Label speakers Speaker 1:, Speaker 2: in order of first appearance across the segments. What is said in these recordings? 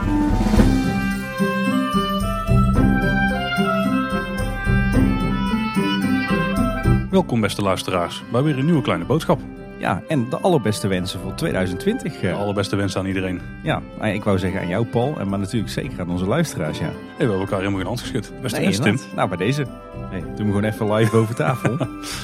Speaker 1: Welkom beste luisteraars bij weer een nieuwe kleine boodschap.
Speaker 2: Ja, en de allerbeste wensen voor 2020.
Speaker 1: De allerbeste wensen aan iedereen.
Speaker 2: Ja, ik wou zeggen aan jou Paul, maar natuurlijk zeker aan onze luisteraars. Ja.
Speaker 1: Hey, we hebben elkaar helemaal geen hand geschud. Beste wensen Tim.
Speaker 2: Nou, bij deze. Hey, doen we gewoon even live boven tafel.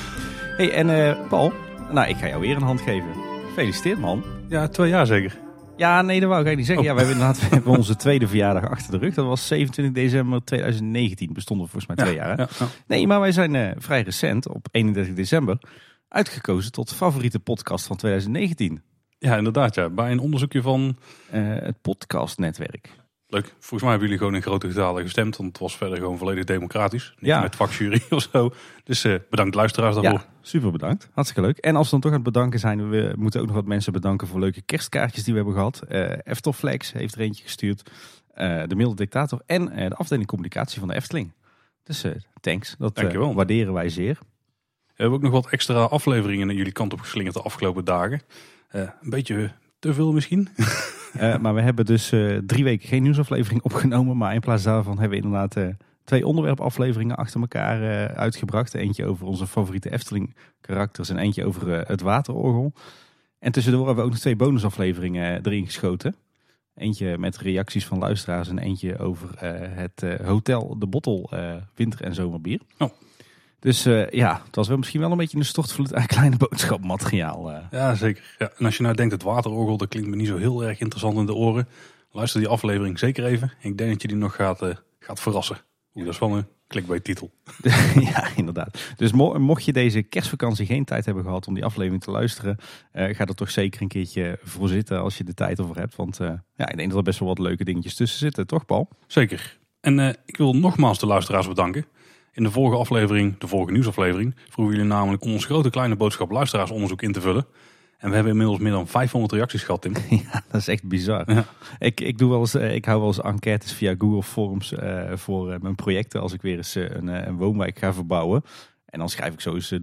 Speaker 2: Hey, en Paul, ik ga jou weer een hand geven. Gefeliciteerd man.
Speaker 1: Ja, 2 jaar zeker.
Speaker 2: Ja, nee, dat wou ik eigenlijk niet zeggen. Ja, we hebben onze tweede verjaardag achter de rug. Dat was 27 december 2019. Bestonden we volgens mij 2 jaar. Hè? Ja. Nee, maar wij zijn vrij recent, op 31 december, uitgekozen tot favoriete podcast van 2019.
Speaker 1: Ja, inderdaad. Ja. Bij een onderzoekje van
Speaker 2: het podcastnetwerk.
Speaker 1: Leuk. Volgens mij hebben jullie gewoon in grote getalen gestemd. Want het was verder gewoon volledig democratisch. Niet met vakjury of zo. Dus bedankt luisteraars daarvoor.
Speaker 2: Ja, super bedankt. Hartstikke leuk. En als we dan toch aan het bedanken zijn. We moeten ook nog wat mensen bedanken voor leuke kerstkaartjes die we hebben gehad. Eftelflex heeft er eentje gestuurd. De Milde Dictator. En de afdeling communicatie van de Efteling. Dus thanks. Dat waarderen wij zeer.
Speaker 1: We hebben ook nog wat extra afleveringen naar jullie kant op geslingerd de afgelopen dagen. Een beetje te veel misschien.
Speaker 2: Maar we hebben dus 3 weken geen nieuwsaflevering opgenomen. Maar in plaats daarvan hebben we inderdaad 2 onderwerpafleveringen achter elkaar uitgebracht. Eentje over onze favoriete Efteling karakters en eentje over het waterorgel. En tussendoor hebben we ook nog 2 bonusafleveringen erin geschoten. Eentje met reacties van luisteraars en eentje over het Hotel de Bottel winter- en zomerbier. Oh. Dus het was wel misschien wel een beetje een stortvloed aan kleine boodschapmateriaal.
Speaker 1: Ja, zeker. Ja, en als je nou denkt het waterorgel, dat klinkt me niet zo heel erg interessant in de oren. Luister die aflevering zeker even. Ik denk dat je die nog gaat verrassen. Dat is wel een clickbait titel.
Speaker 2: Ja, inderdaad. Dus mocht je deze kerstvakantie geen tijd hebben gehad om die aflevering te luisteren, ga er toch zeker een keertje voor zitten als je de tijd ervoor hebt. Want ik denk dat er best wel wat leuke dingetjes tussen zitten, toch Paul?
Speaker 1: Zeker. En ik wil nogmaals de luisteraars bedanken. In de vorige nieuwsaflevering, vroegen jullie namelijk om ons grote kleine boodschap luisteraarsonderzoek in te vullen. En we hebben inmiddels meer dan 500 reacties gehad, Tim.
Speaker 2: Ja, dat is echt bizar. Ja. Ik hou wel eens enquêtes via Google Forms voor mijn projecten als ik weer eens een woonwijk ga verbouwen. En dan schrijf ik zo eens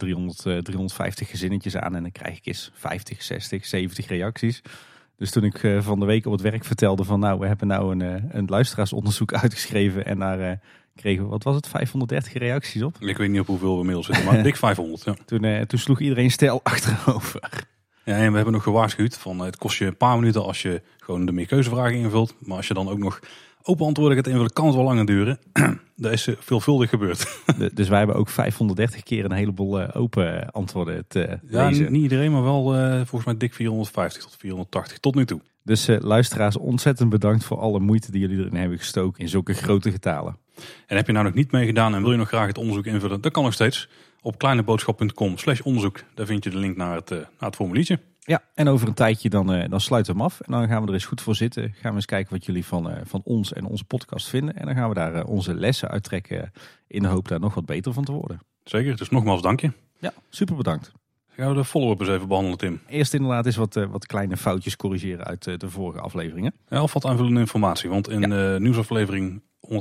Speaker 2: 350 gezinnetjes aan en dan krijg ik eens 50, 60, 70 reacties. Dus toen ik van de week op het werk vertelde van we hebben nou een luisteraarsonderzoek uitgeschreven en daar kregen we, wat was het, 530 reacties op.
Speaker 1: Ik weet niet op hoeveel we inmiddels zitten, maar dik 500. Ja.
Speaker 2: Toen sloeg iedereen stijl achterover.
Speaker 1: Ja, en we hebben nog gewaarschuwd van het kost je een paar minuten als je gewoon de meerkeuzevragen invult. Maar als je dan ook nog open antwoorden gaat invullen, kan het wel langer duren. Dat is veelvuldig gebeurd.
Speaker 2: Dus wij hebben ook 530 keer een heleboel open antwoorden te lezen.
Speaker 1: Niet iedereen, maar wel volgens mij dik 450 tot 480 tot nu toe.
Speaker 2: Dus luisteraars, ontzettend bedankt voor alle moeite die jullie erin hebben gestoken in zulke grote getalen.
Speaker 1: En heb je nou nog niet meegedaan en wil je nog graag het onderzoek invullen, dat kan nog steeds. Op kleineboodschap.com/onderzoek, daar vind je de link naar het formuliertje.
Speaker 2: Ja, en over een tijdje dan sluiten we hem af. En dan gaan we er eens goed voor zitten. Gaan we eens kijken wat jullie van ons en onze podcast vinden. En dan gaan we daar onze lessen uittrekken in de hoop daar nog wat beter van te worden.
Speaker 1: Zeker, dus nogmaals dank je.
Speaker 2: Ja, super bedankt.
Speaker 1: Gaan we de follow-up eens even behandelen, Tim?
Speaker 2: Eerst inderdaad eens wat kleine foutjes corrigeren uit de vorige afleveringen.
Speaker 1: Ja, of wat aanvullende informatie. Want in nieuwsaflevering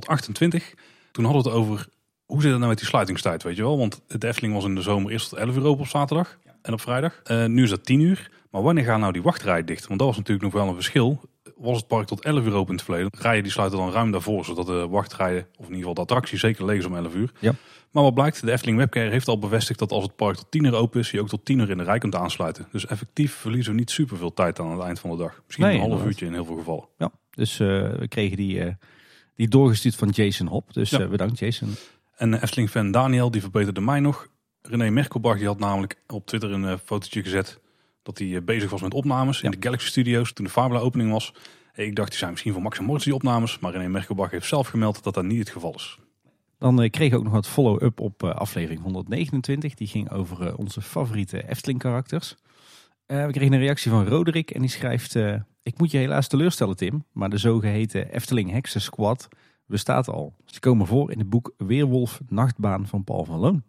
Speaker 1: 128, toen hadden we het over hoe zit het nou met die sluitingstijd, weet je wel? Want de Efteling was in de zomer eerst tot 11 uur open op zaterdag en op vrijdag. Nu is dat 10 uur. Maar wanneer gaan nou die wachtrijen dicht? Want dat was natuurlijk nog wel een verschil. Was het park tot 11 uur open in het verleden? Rijen die sluiten dan ruim daarvoor, zodat de wachtrijen, of in ieder geval de attractie, zeker leeg is om 11 uur. Ja. Maar wat blijkt, de Efteling Webcare heeft al bevestigd dat als het park tot 10 uur open is, je ook tot 10 uur in de rij kunt aansluiten. Dus effectief verliezen we niet superveel tijd aan het eind van de dag. Misschien een half uurtje in heel veel gevallen.
Speaker 2: Ja, dus we kregen die doorgestuurd van Jason Hop. Dus bedankt Jason.
Speaker 1: En Efteling-fan Daniel, die verbeterde mij nog. René Merkelbach die had namelijk op Twitter een fotootje gezet dat hij bezig was met opnames in de Galaxy Studios toen de Fabula opening was. Ik dacht, die zijn misschien van Max en Moritz die opnames, maar René Merkelbach heeft zelf gemeld dat dat niet het geval is.
Speaker 2: Dan kregen we ook nog wat follow-up op aflevering 129. Die ging over onze favoriete Efteling karakters. We kregen een reactie van Roderick en die schrijft: ik moet je helaas teleurstellen Tim, maar de zogeheten Efteling Heksen Squad bestaat al. Ze komen voor in het boek Weerwolf Nachtbaan van Paul van Loon.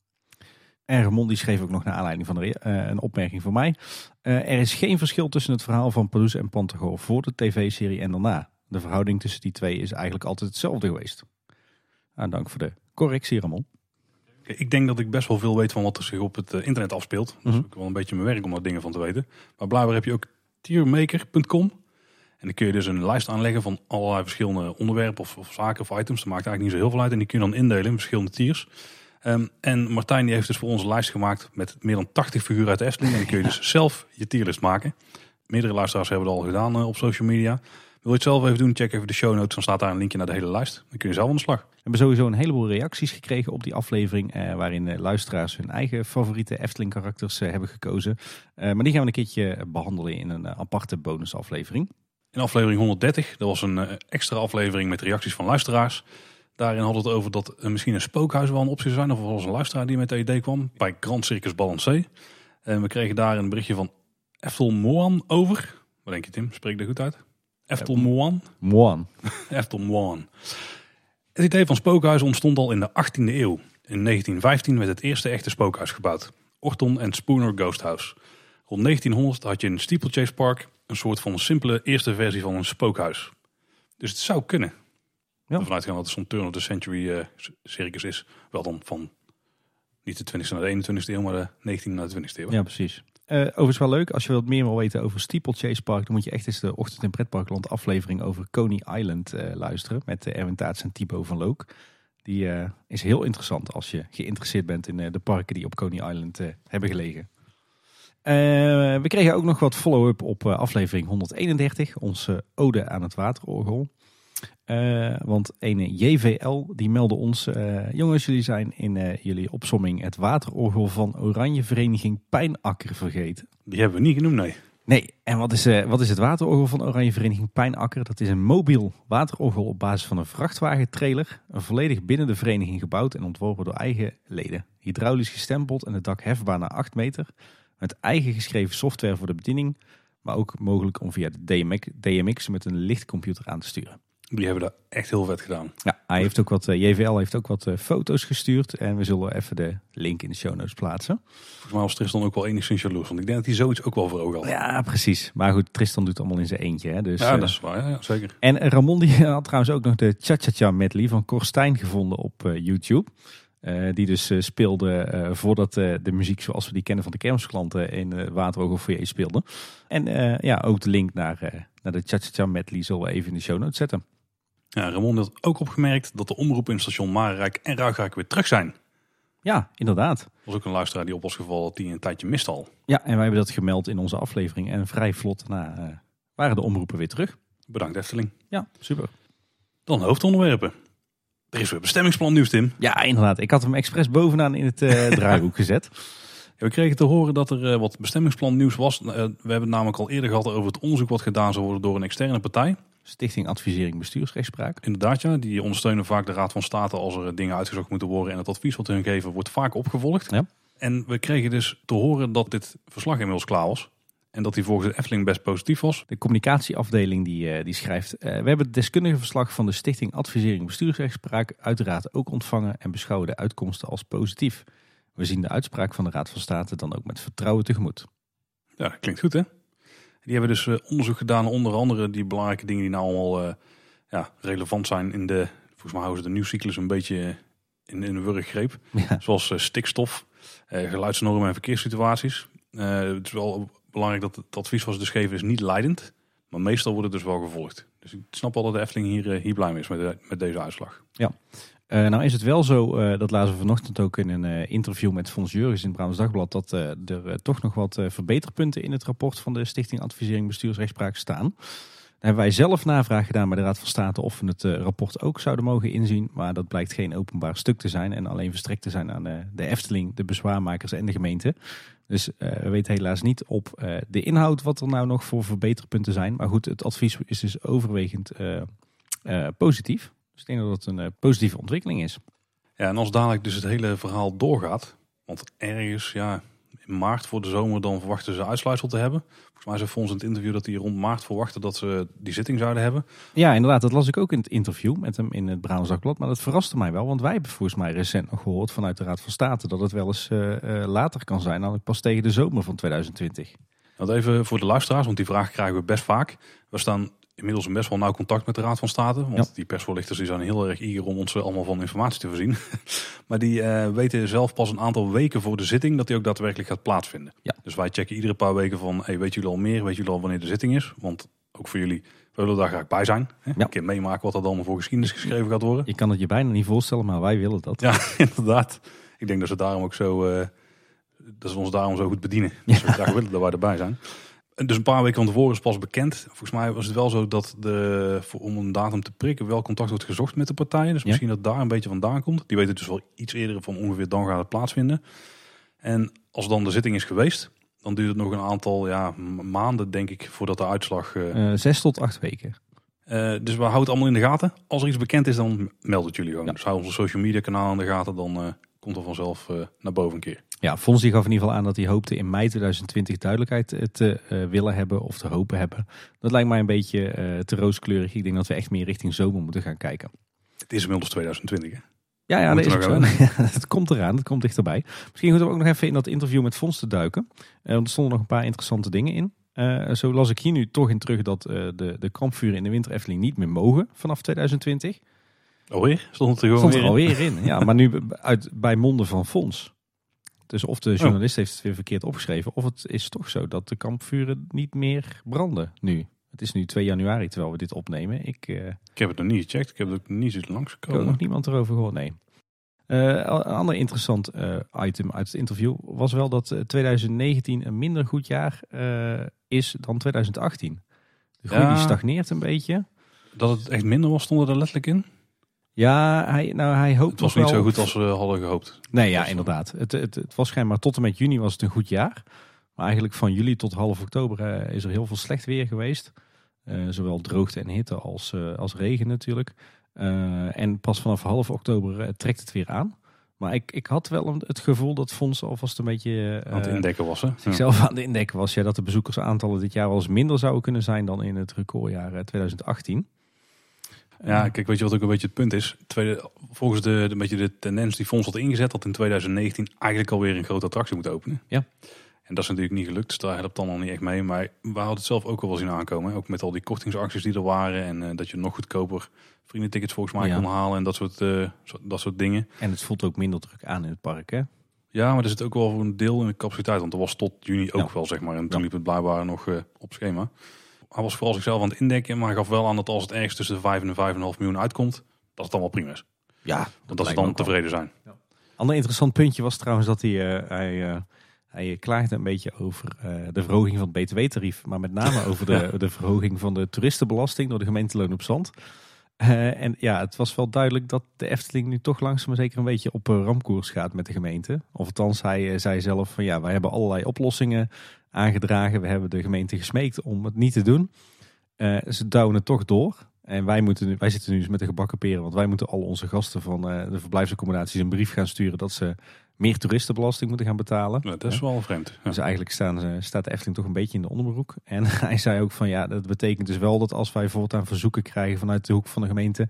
Speaker 2: En Ramon die schreef ook nog naar aanleiding van een opmerking van mij. Er is geen verschil tussen het verhaal van Pardoes en Pantegor voor de tv-serie en daarna. De verhouding tussen die twee is eigenlijk altijd hetzelfde geweest. Dank voor de correctie, Ramon.
Speaker 1: Ik denk dat ik best wel veel weet van wat er zich op het internet afspeelt. Dat is ook wel een beetje mijn werk om daar dingen van te weten. Maar blijkbaar heb je ook tiermaker.com. En dan kun je dus een lijst aanleggen van allerlei verschillende onderwerpen of zaken of items. Dat maakt eigenlijk niet zo heel veel uit. En die kun je dan indelen in verschillende tiers. En Martijn die heeft dus voor ons een lijst gemaakt met meer dan 80 figuren uit de Efteling. En dan kun je dus zelf je tierlist maken. Meerdere luisteraars hebben het al gedaan op social media. Wil je het zelf even doen, check even de show notes. Dan staat daar een linkje naar de hele lijst. Dan kun je zelf aan de slag.
Speaker 2: We hebben sowieso een heleboel reacties gekregen op die aflevering. Waarin luisteraars hun eigen favoriete Efteling karakters hebben gekozen. Maar die gaan we een keertje behandelen in een aparte bonusaflevering.
Speaker 1: In aflevering 130, dat was een extra aflevering met reacties van luisteraars. Daarin hadden we het over dat misschien een spookhuis wel een optie zou zijn. Of er was een luisteraar die met het idee kwam. Bij Grand Circus Balancé. En we kregen daar een berichtje van Eftel Moan over. Wat denk je, Tim? Spreek ik dat goed uit? Eftel Moan?
Speaker 2: Moan.
Speaker 1: Eftel Moan. Het idee van spookhuis ontstond al in de 18e eeuw. In 1915 werd het eerste echte spookhuis gebouwd. Orton and Spooner Ghost House. Rond 1900 had je in Steeplechase Park een soort van simpele eerste versie van een spookhuis. Dus het zou kunnen.
Speaker 2: Ja.
Speaker 1: Vanuit gaan dat het zo'n Turn of the Century circus is. Wel dan van niet de 20e naar de 21e eeuw, maar de 19e naar de 20e eeuw.
Speaker 2: Ja, precies. Overigens wel leuk, als je wat meer wil weten over Steeplechase Park, dan moet je echt eens de Ochtend in Pretparkland aflevering over Coney Island luisteren. Met Erwin Taats en Typo van Look. Die is heel interessant als je geïnteresseerd bent in de parken die op Coney Island hebben gelegen. We kregen ook nog wat follow-up op aflevering 131, onze ode aan het waterorgel. Want ene JVL die meldde ons, jongens, jullie zijn in jullie opsomming het waterorgel van Oranje Vereniging Pijnakker vergeten.
Speaker 1: Die hebben we niet genoemd, nee.
Speaker 2: Nee, en wat is het waterorgel van Oranje Vereniging Pijnakker? Dat is een mobiel waterorgel op basis van een vrachtwagentrailer. Volledig binnen de vereniging gebouwd en ontworpen door eigen leden. Hydraulisch gestempeld en het dak hefbaar naar 8 meter. Met eigen geschreven software voor de bediening. Maar ook mogelijk om via de DMX met een lichtcomputer aan te sturen.
Speaker 1: Die hebben dat echt heel vet gedaan.
Speaker 2: Ja, hij heeft ook JVL heeft ook wat foto's gestuurd. En we zullen even de link in de show notes plaatsen.
Speaker 1: Volgens mij was Tristan ook wel enigszins jaloers. Want ik denk dat hij zoiets ook wel voor ogen had.
Speaker 2: Ja, precies. Maar goed, Tristan doet het allemaal in zijn eentje. Hè? Dus,
Speaker 1: ja, dat is waar. Ja, zeker.
Speaker 2: En Ramon die had trouwens ook nog de Cha-Cha-Cha medley van Cor Stijn gevonden op YouTube. Die dus speelde voordat de muziek zoals we die kennen van de kermisklanten in de Waterorgel Foyer speelde. En ook de link naar de Cha-Cha-Cha medley zullen we even in de show notes zetten.
Speaker 1: Ja, Ramon had ook opgemerkt dat de omroepen in station Marenrijk en Ruigrijk weer terug zijn.
Speaker 2: Ja, inderdaad.
Speaker 1: Er was ook een luisteraar die op was gevallen dat die een tijdje mist al.
Speaker 2: Ja, en wij hebben dat gemeld in onze aflevering. En vrij vlot daarna waren de omroepen weer terug.
Speaker 1: Bedankt Efteling.
Speaker 2: Ja, super.
Speaker 1: Dan hoofdonderwerpen. Er is weer bestemmingsplan nieuws, Tim.
Speaker 2: Ja, inderdaad. Ik had hem expres bovenaan in het draaiboek gezet.
Speaker 1: Ja, we kregen te horen dat er wat bestemmingsplan nieuws was. We hebben het namelijk al eerder gehad over het onderzoek wat gedaan zou worden door een externe partij.
Speaker 2: Stichting Advisering Bestuursrechtspraak.
Speaker 1: Inderdaad, ja. Die ondersteunen vaak de Raad van State als er dingen uitgezocht moeten worden. En het advies wat hun geven wordt vaak opgevolgd. Ja. En we kregen dus te horen dat dit verslag inmiddels klaar was. En dat die volgens de Efteling best positief was.
Speaker 2: De communicatieafdeling die schrijft... we hebben het deskundige verslag van de Stichting Advisering Bestuursrechtspraak uiteraard ook ontvangen en beschouwen de uitkomsten als positief. We zien de uitspraak van de Raad van State dan ook met vertrouwen tegemoet.
Speaker 1: Ja, dat klinkt goed, hè? Die hebben dus onderzoek gedaan, onder andere die belangrijke dingen die nou allemaal relevant zijn in de... Volgens mij houden ze de nieuwscyclus een beetje in de wurggreep. Ja. Zoals stikstof, geluidsnormen en verkeerssituaties. Het is wel belangrijk dat het advies wat ze dus geven is niet leidend. Maar meestal wordt het dus wel gevolgd. Dus ik snap wel dat de Efteling hier blij mee is met deze uitslag.
Speaker 2: Ja. Nou is het wel zo, dat lazen we vanochtend ook in een interview met Fons Jurgens in het Brabants Dagblad, dat er toch nog wat verbeterpunten in het rapport van de Stichting Advisering Bestuursrechtspraak staan. Daar hebben wij zelf navraag gedaan bij de Raad van State of we het rapport ook zouden mogen inzien. Maar dat blijkt geen openbaar stuk te zijn en alleen verstrekt te zijn aan de Efteling, de bezwaarmakers en de gemeente. Dus we weten helaas niet op de inhoud wat er nou nog voor verbeterpunten zijn. Maar goed, het advies is dus overwegend positief. Dus ik denk dat het een positieve ontwikkeling is.
Speaker 1: Ja, en als dadelijk dus het hele verhaal doorgaat. Want ergens, in maart voor de zomer dan verwachten ze uitsluitsel te hebben. Volgens mij zei Fons in het interview dat hij rond maart verwachtte dat ze die zitting zouden hebben.
Speaker 2: Ja, inderdaad. Dat las ik ook in het interview met hem in het Brabants Dagblad. Maar dat verraste mij wel. Want wij hebben volgens mij recent nog gehoord vanuit de Raad van State dat het wel eens later kan zijn. Namelijk pas tegen de zomer van 2020.
Speaker 1: Want even voor de luisteraars, want die vraag krijgen we best vaak. We staan inmiddels in best wel nauw contact met de Raad van State. Want die persvoorlichters die zijn heel erg eager om ons allemaal van informatie te voorzien. Maar die weten zelf pas een aantal weken voor de zitting dat die ook daadwerkelijk gaat plaatsvinden. Ja. Dus wij checken iedere paar weken van, weet jullie al meer? Weet jullie al wanneer de zitting is? Want ook voor jullie. We willen daar graag bij zijn. Hè?
Speaker 2: Ja.
Speaker 1: Een keer meemaken wat er dan voor geschiedenis geschreven gaat worden.
Speaker 2: Je kan het je bijna niet voorstellen, maar wij willen dat.
Speaker 1: Ja, inderdaad. Ik denk dat ze daarom ook zo, dat ze ons daarom zo goed bedienen. Dat we graag willen dat wij erbij zijn. Dus een paar weken van tevoren is pas bekend. Volgens mij was het wel zo dat om een datum te prikken wel contact wordt gezocht met de partijen. Dus misschien dat daar een beetje vandaan komt. Die weten dus wel iets eerder van ongeveer dan gaat het plaatsvinden. En als dan de zitting is geweest, dan duurt het nog een aantal maanden, denk ik, voordat de uitslag...
Speaker 2: 6 tot 8 weken.
Speaker 1: Dus we houden het allemaal in de gaten. Als er iets bekend is, dan melden het jullie gewoon. Dus hou onze social media kanaal in de gaten, dan komt er vanzelf naar boven een keer.
Speaker 2: Ja, Fons die gaf in ieder geval aan dat hij hoopte in mei 2020 duidelijkheid te willen hebben of te hopen hebben. Dat lijkt mij een beetje te rooskleurig. Ik denk dat we echt meer richting zomer moeten gaan kijken.
Speaker 1: Het is inmiddels 2020, hè?
Speaker 2: Ja, dat is ook zo. Het komt eraan, het komt dichterbij. Misschien moeten we ook nog even in dat interview met Fons te duiken. Er stonden nog een paar interessante dingen in. Zo las ik hier nu toch in terug dat de kampvuren in de Winter Efteling niet meer mogen vanaf 2020.
Speaker 1: Alweer? Stond er
Speaker 2: alweer in. Ja, maar nu bij monden van Fons. Dus of de journalist heeft het weer verkeerd opgeschreven, of het is toch zo dat de kampvuren niet meer branden nu. Het is nu 2 januari terwijl we dit opnemen. Ik
Speaker 1: heb het nog niet gecheckt. Ik heb het ook niet zo langsgekomen.
Speaker 2: Ik heb nog niemand erover gehoord, nee. Een ander interessant item uit het interview was wel dat 2019 een minder goed jaar is dan 2018. De groei die stagneert een beetje.
Speaker 1: Dat het echt minder was, stond er letterlijk in?
Speaker 2: Ja, hij hoopt.
Speaker 1: Het was niet zo goed als we hadden gehoopt.
Speaker 2: Nee, ja, inderdaad. Het was schijnbaar tot en met juni was het een goed jaar. Maar eigenlijk van juli tot half oktober is er heel veel slecht weer geweest. Zowel droogte en hitte als regen natuurlijk. En pas vanaf half oktober trekt het weer aan. Maar ik had wel het gevoel dat Fons alvast een beetje
Speaker 1: aan het indekken was. Hè?
Speaker 2: Zichzelf aan het indekken was. Ja, dat de bezoekersaantallen dit jaar wel eens minder zouden kunnen zijn dan in het recordjaar 2018.
Speaker 1: Ja, kijk, weet je wat ook een beetje het punt is? Volgens de tendens die Fons had ingezet, dat in 2019 eigenlijk alweer een grote attractie moet openen.
Speaker 2: Ja.
Speaker 1: En dat is natuurlijk niet gelukt, dus daar helpt dan al niet echt mee. Maar we hadden het zelf ook al wel zien aankomen. Hè? Ook met al die kortingsacties die er waren. En dat je nog goedkoper vriendentickets volgens mij kon halen en dat soort dingen.
Speaker 2: En het voelt ook minder druk aan in het park, hè?
Speaker 1: Ja, maar er zit ook wel voor een deel in de capaciteit. Want dat was tot juni ook wel, zeg maar. En toen liep het blijkbaar nog op schema. Hij was vooral zichzelf aan het indekken. Maar hij gaf wel aan dat als het ergens tussen de 5 en 5,5 miljoen uitkomt, dat het dan wel prima is.
Speaker 2: Ja,
Speaker 1: dat ze dan tevreden zijn.
Speaker 2: Ja. Ander interessant puntje was trouwens dat hij klaagde een beetje over de verhoging van het btw-tarief. Maar met name over de verhoging van de toeristenbelasting door de gemeente Loon op Zand. En ja, het was wel duidelijk dat de Efteling nu toch langzaam maar zeker een beetje op ramkoers gaat met de gemeente. Of althans, hij zei zelf van ja, wij hebben allerlei oplossingen aangedragen. We hebben de gemeente gesmeekt om het niet te doen. Ze douwen het toch door. En wij zitten nu dus met de gebakken peren. Want wij moeten al onze gasten van de verblijfsaccommodaties een brief gaan sturen dat ze meer toeristenbelasting moeten gaan betalen.
Speaker 1: Ja, dat is wel vreemd. Ja.
Speaker 2: Dus eigenlijk staat de Efteling toch een beetje in de onderbroek. En hij zei ook van ja, dat betekent dus wel dat als wij voortaan verzoeken krijgen vanuit de hoek van de gemeente,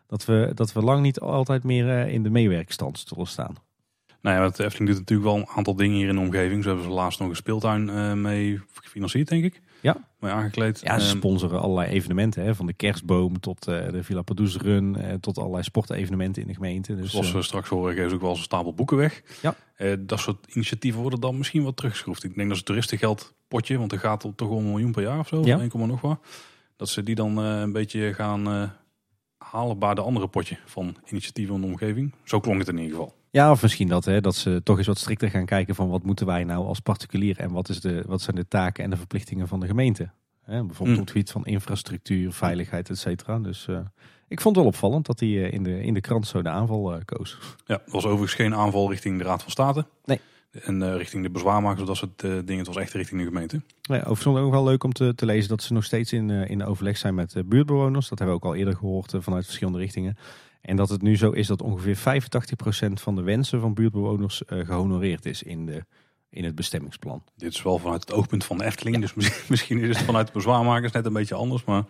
Speaker 2: dat we lang niet altijd meer in de meewerkstand zullen staan.
Speaker 1: Nou ja, de Efteling doet natuurlijk wel een aantal dingen hier in de omgeving. Zo hebben ze laatst nog een speeltuin mee gefinancierd, denk ik.
Speaker 2: Ja.
Speaker 1: Mee aangekleed.
Speaker 2: Ja, ze sponsoren allerlei evenementen. Hè, van de kerstboom tot de Villa Pardoes Run. Tot allerlei sportevenementen in de gemeente. Dus,
Speaker 1: zoals we straks horen, geven ze ook wel eens een stapel boeken weg.
Speaker 2: Ja.
Speaker 1: Dat soort initiatieven worden dan misschien wat teruggeschroefd. Ik denk dat ze toeristengeldpotje, want er gaat toch wel 1 miljoen per jaar of zo.
Speaker 2: Ja.
Speaker 1: 1, nog wat. Dat ze die dan een beetje gaan halen bij de andere potje van initiatieven in de omgeving. Zo klonk het in ieder geval.
Speaker 2: Ja, of misschien dat ze toch eens wat strikter gaan kijken van wat moeten wij nou als particulier en wat zijn de taken en de verplichtingen van de gemeente. Bijvoorbeeld op het gebied van infrastructuur, veiligheid, et cetera. Dus ik vond het wel opvallend dat hij in de krant zo de aanval koos.
Speaker 1: Ja, het was overigens geen aanval richting de Raad van State.
Speaker 2: Nee.
Speaker 1: En richting de bezwaarmakers, dat soort dingen. Het was echt richting de gemeente.
Speaker 2: Ja, overigens ook wel leuk om te lezen dat ze nog steeds in overleg zijn met buurtbewoners. Dat hebben we ook al eerder gehoord vanuit verschillende richtingen. En dat het nu zo is dat ongeveer 85% van de wensen van buurtbewoners gehonoreerd is in het bestemmingsplan.
Speaker 1: Dit is wel vanuit het oogpunt van de Efteling. Ja. Dus misschien is het vanuit de bezwaarmakers net een beetje anders. Maar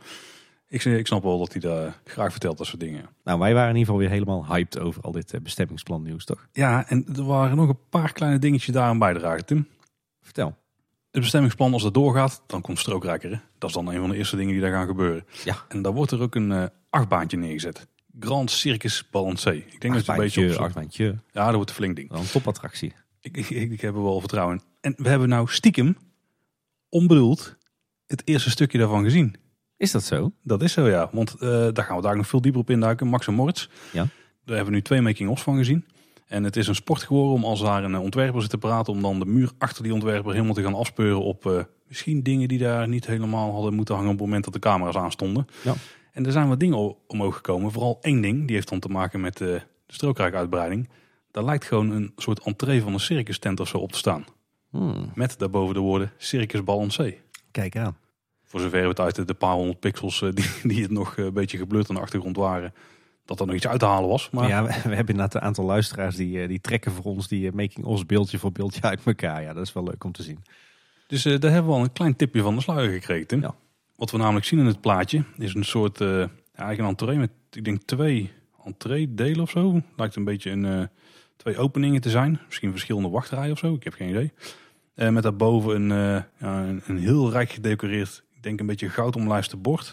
Speaker 1: ik snap wel dat hij daar graag vertelt dat soort dingen.
Speaker 2: Nou, wij waren in ieder geval weer helemaal hyped over al dit bestemmingsplan nieuws, toch?
Speaker 1: Ja, en er waren nog een paar kleine dingetjes daaraan bijdragen, Tim.
Speaker 2: Vertel.
Speaker 1: Het bestemmingsplan, als dat doorgaat, dan komt Strookrijker. Hè? Dat is dan een van de eerste dingen die daar gaan gebeuren.
Speaker 2: Ja.
Speaker 1: En daar wordt er ook een achtbaantje neergezet. Grand Circus Balancé. Ik denk dat je een beetje
Speaker 2: achtbaantje.
Speaker 1: Ja, dat wordt een flink ding.
Speaker 2: Dan een topattractie.
Speaker 1: Ik heb er wel vertrouwen in. En we hebben nou stiekem, onbedoeld, het eerste stukje daarvan gezien.
Speaker 2: Is dat zo?
Speaker 1: Dat is zo, ja. Want daar gaan we daar nog veel dieper op induiken. Max en Moritz.
Speaker 2: Ja.
Speaker 1: Daar hebben we nu 2 making-ofs van gezien. En het is een sport geworden om als daar een ontwerper zit te praten, om dan de muur achter die ontwerper helemaal te gaan afspeuren op misschien dingen die daar niet helemaal hadden moeten hangen op het moment dat de camera's aanstonden.
Speaker 2: Ja.
Speaker 1: En er zijn wat dingen omhoog gekomen. Vooral 1 ding, die heeft dan te maken met de strookraakuitbreiding. Daar lijkt gewoon een soort entree van een circus tent of zo op te staan. Met daarboven de woorden Circus Balancé.
Speaker 2: Kijk aan.
Speaker 1: Voor zover we het uit de paar honderd pixels die het nog een beetje geblurred aan de achtergrond waren, dat er nog iets uit te halen was. Maar
Speaker 2: Ja, we hebben inderdaad een aantal luisteraars die trekken voor ons die making-ofs beeldje voor beeldje uit elkaar. Ja, dat is wel leuk om te zien.
Speaker 1: Dus daar hebben we al een klein tipje van de sluier gekregen, Tim.
Speaker 2: Ja.
Speaker 1: Wat we namelijk zien in het plaatje is een soort eigenlijk een entree met, ik denk 2 entree-delen of zo. Lijkt een beetje 2 openingen te zijn. Misschien verschillende wachtrijen of zo. Ik heb geen idee. Met daarboven een heel rijk gedecoreerd, ik denk een beetje goud omlijste bord.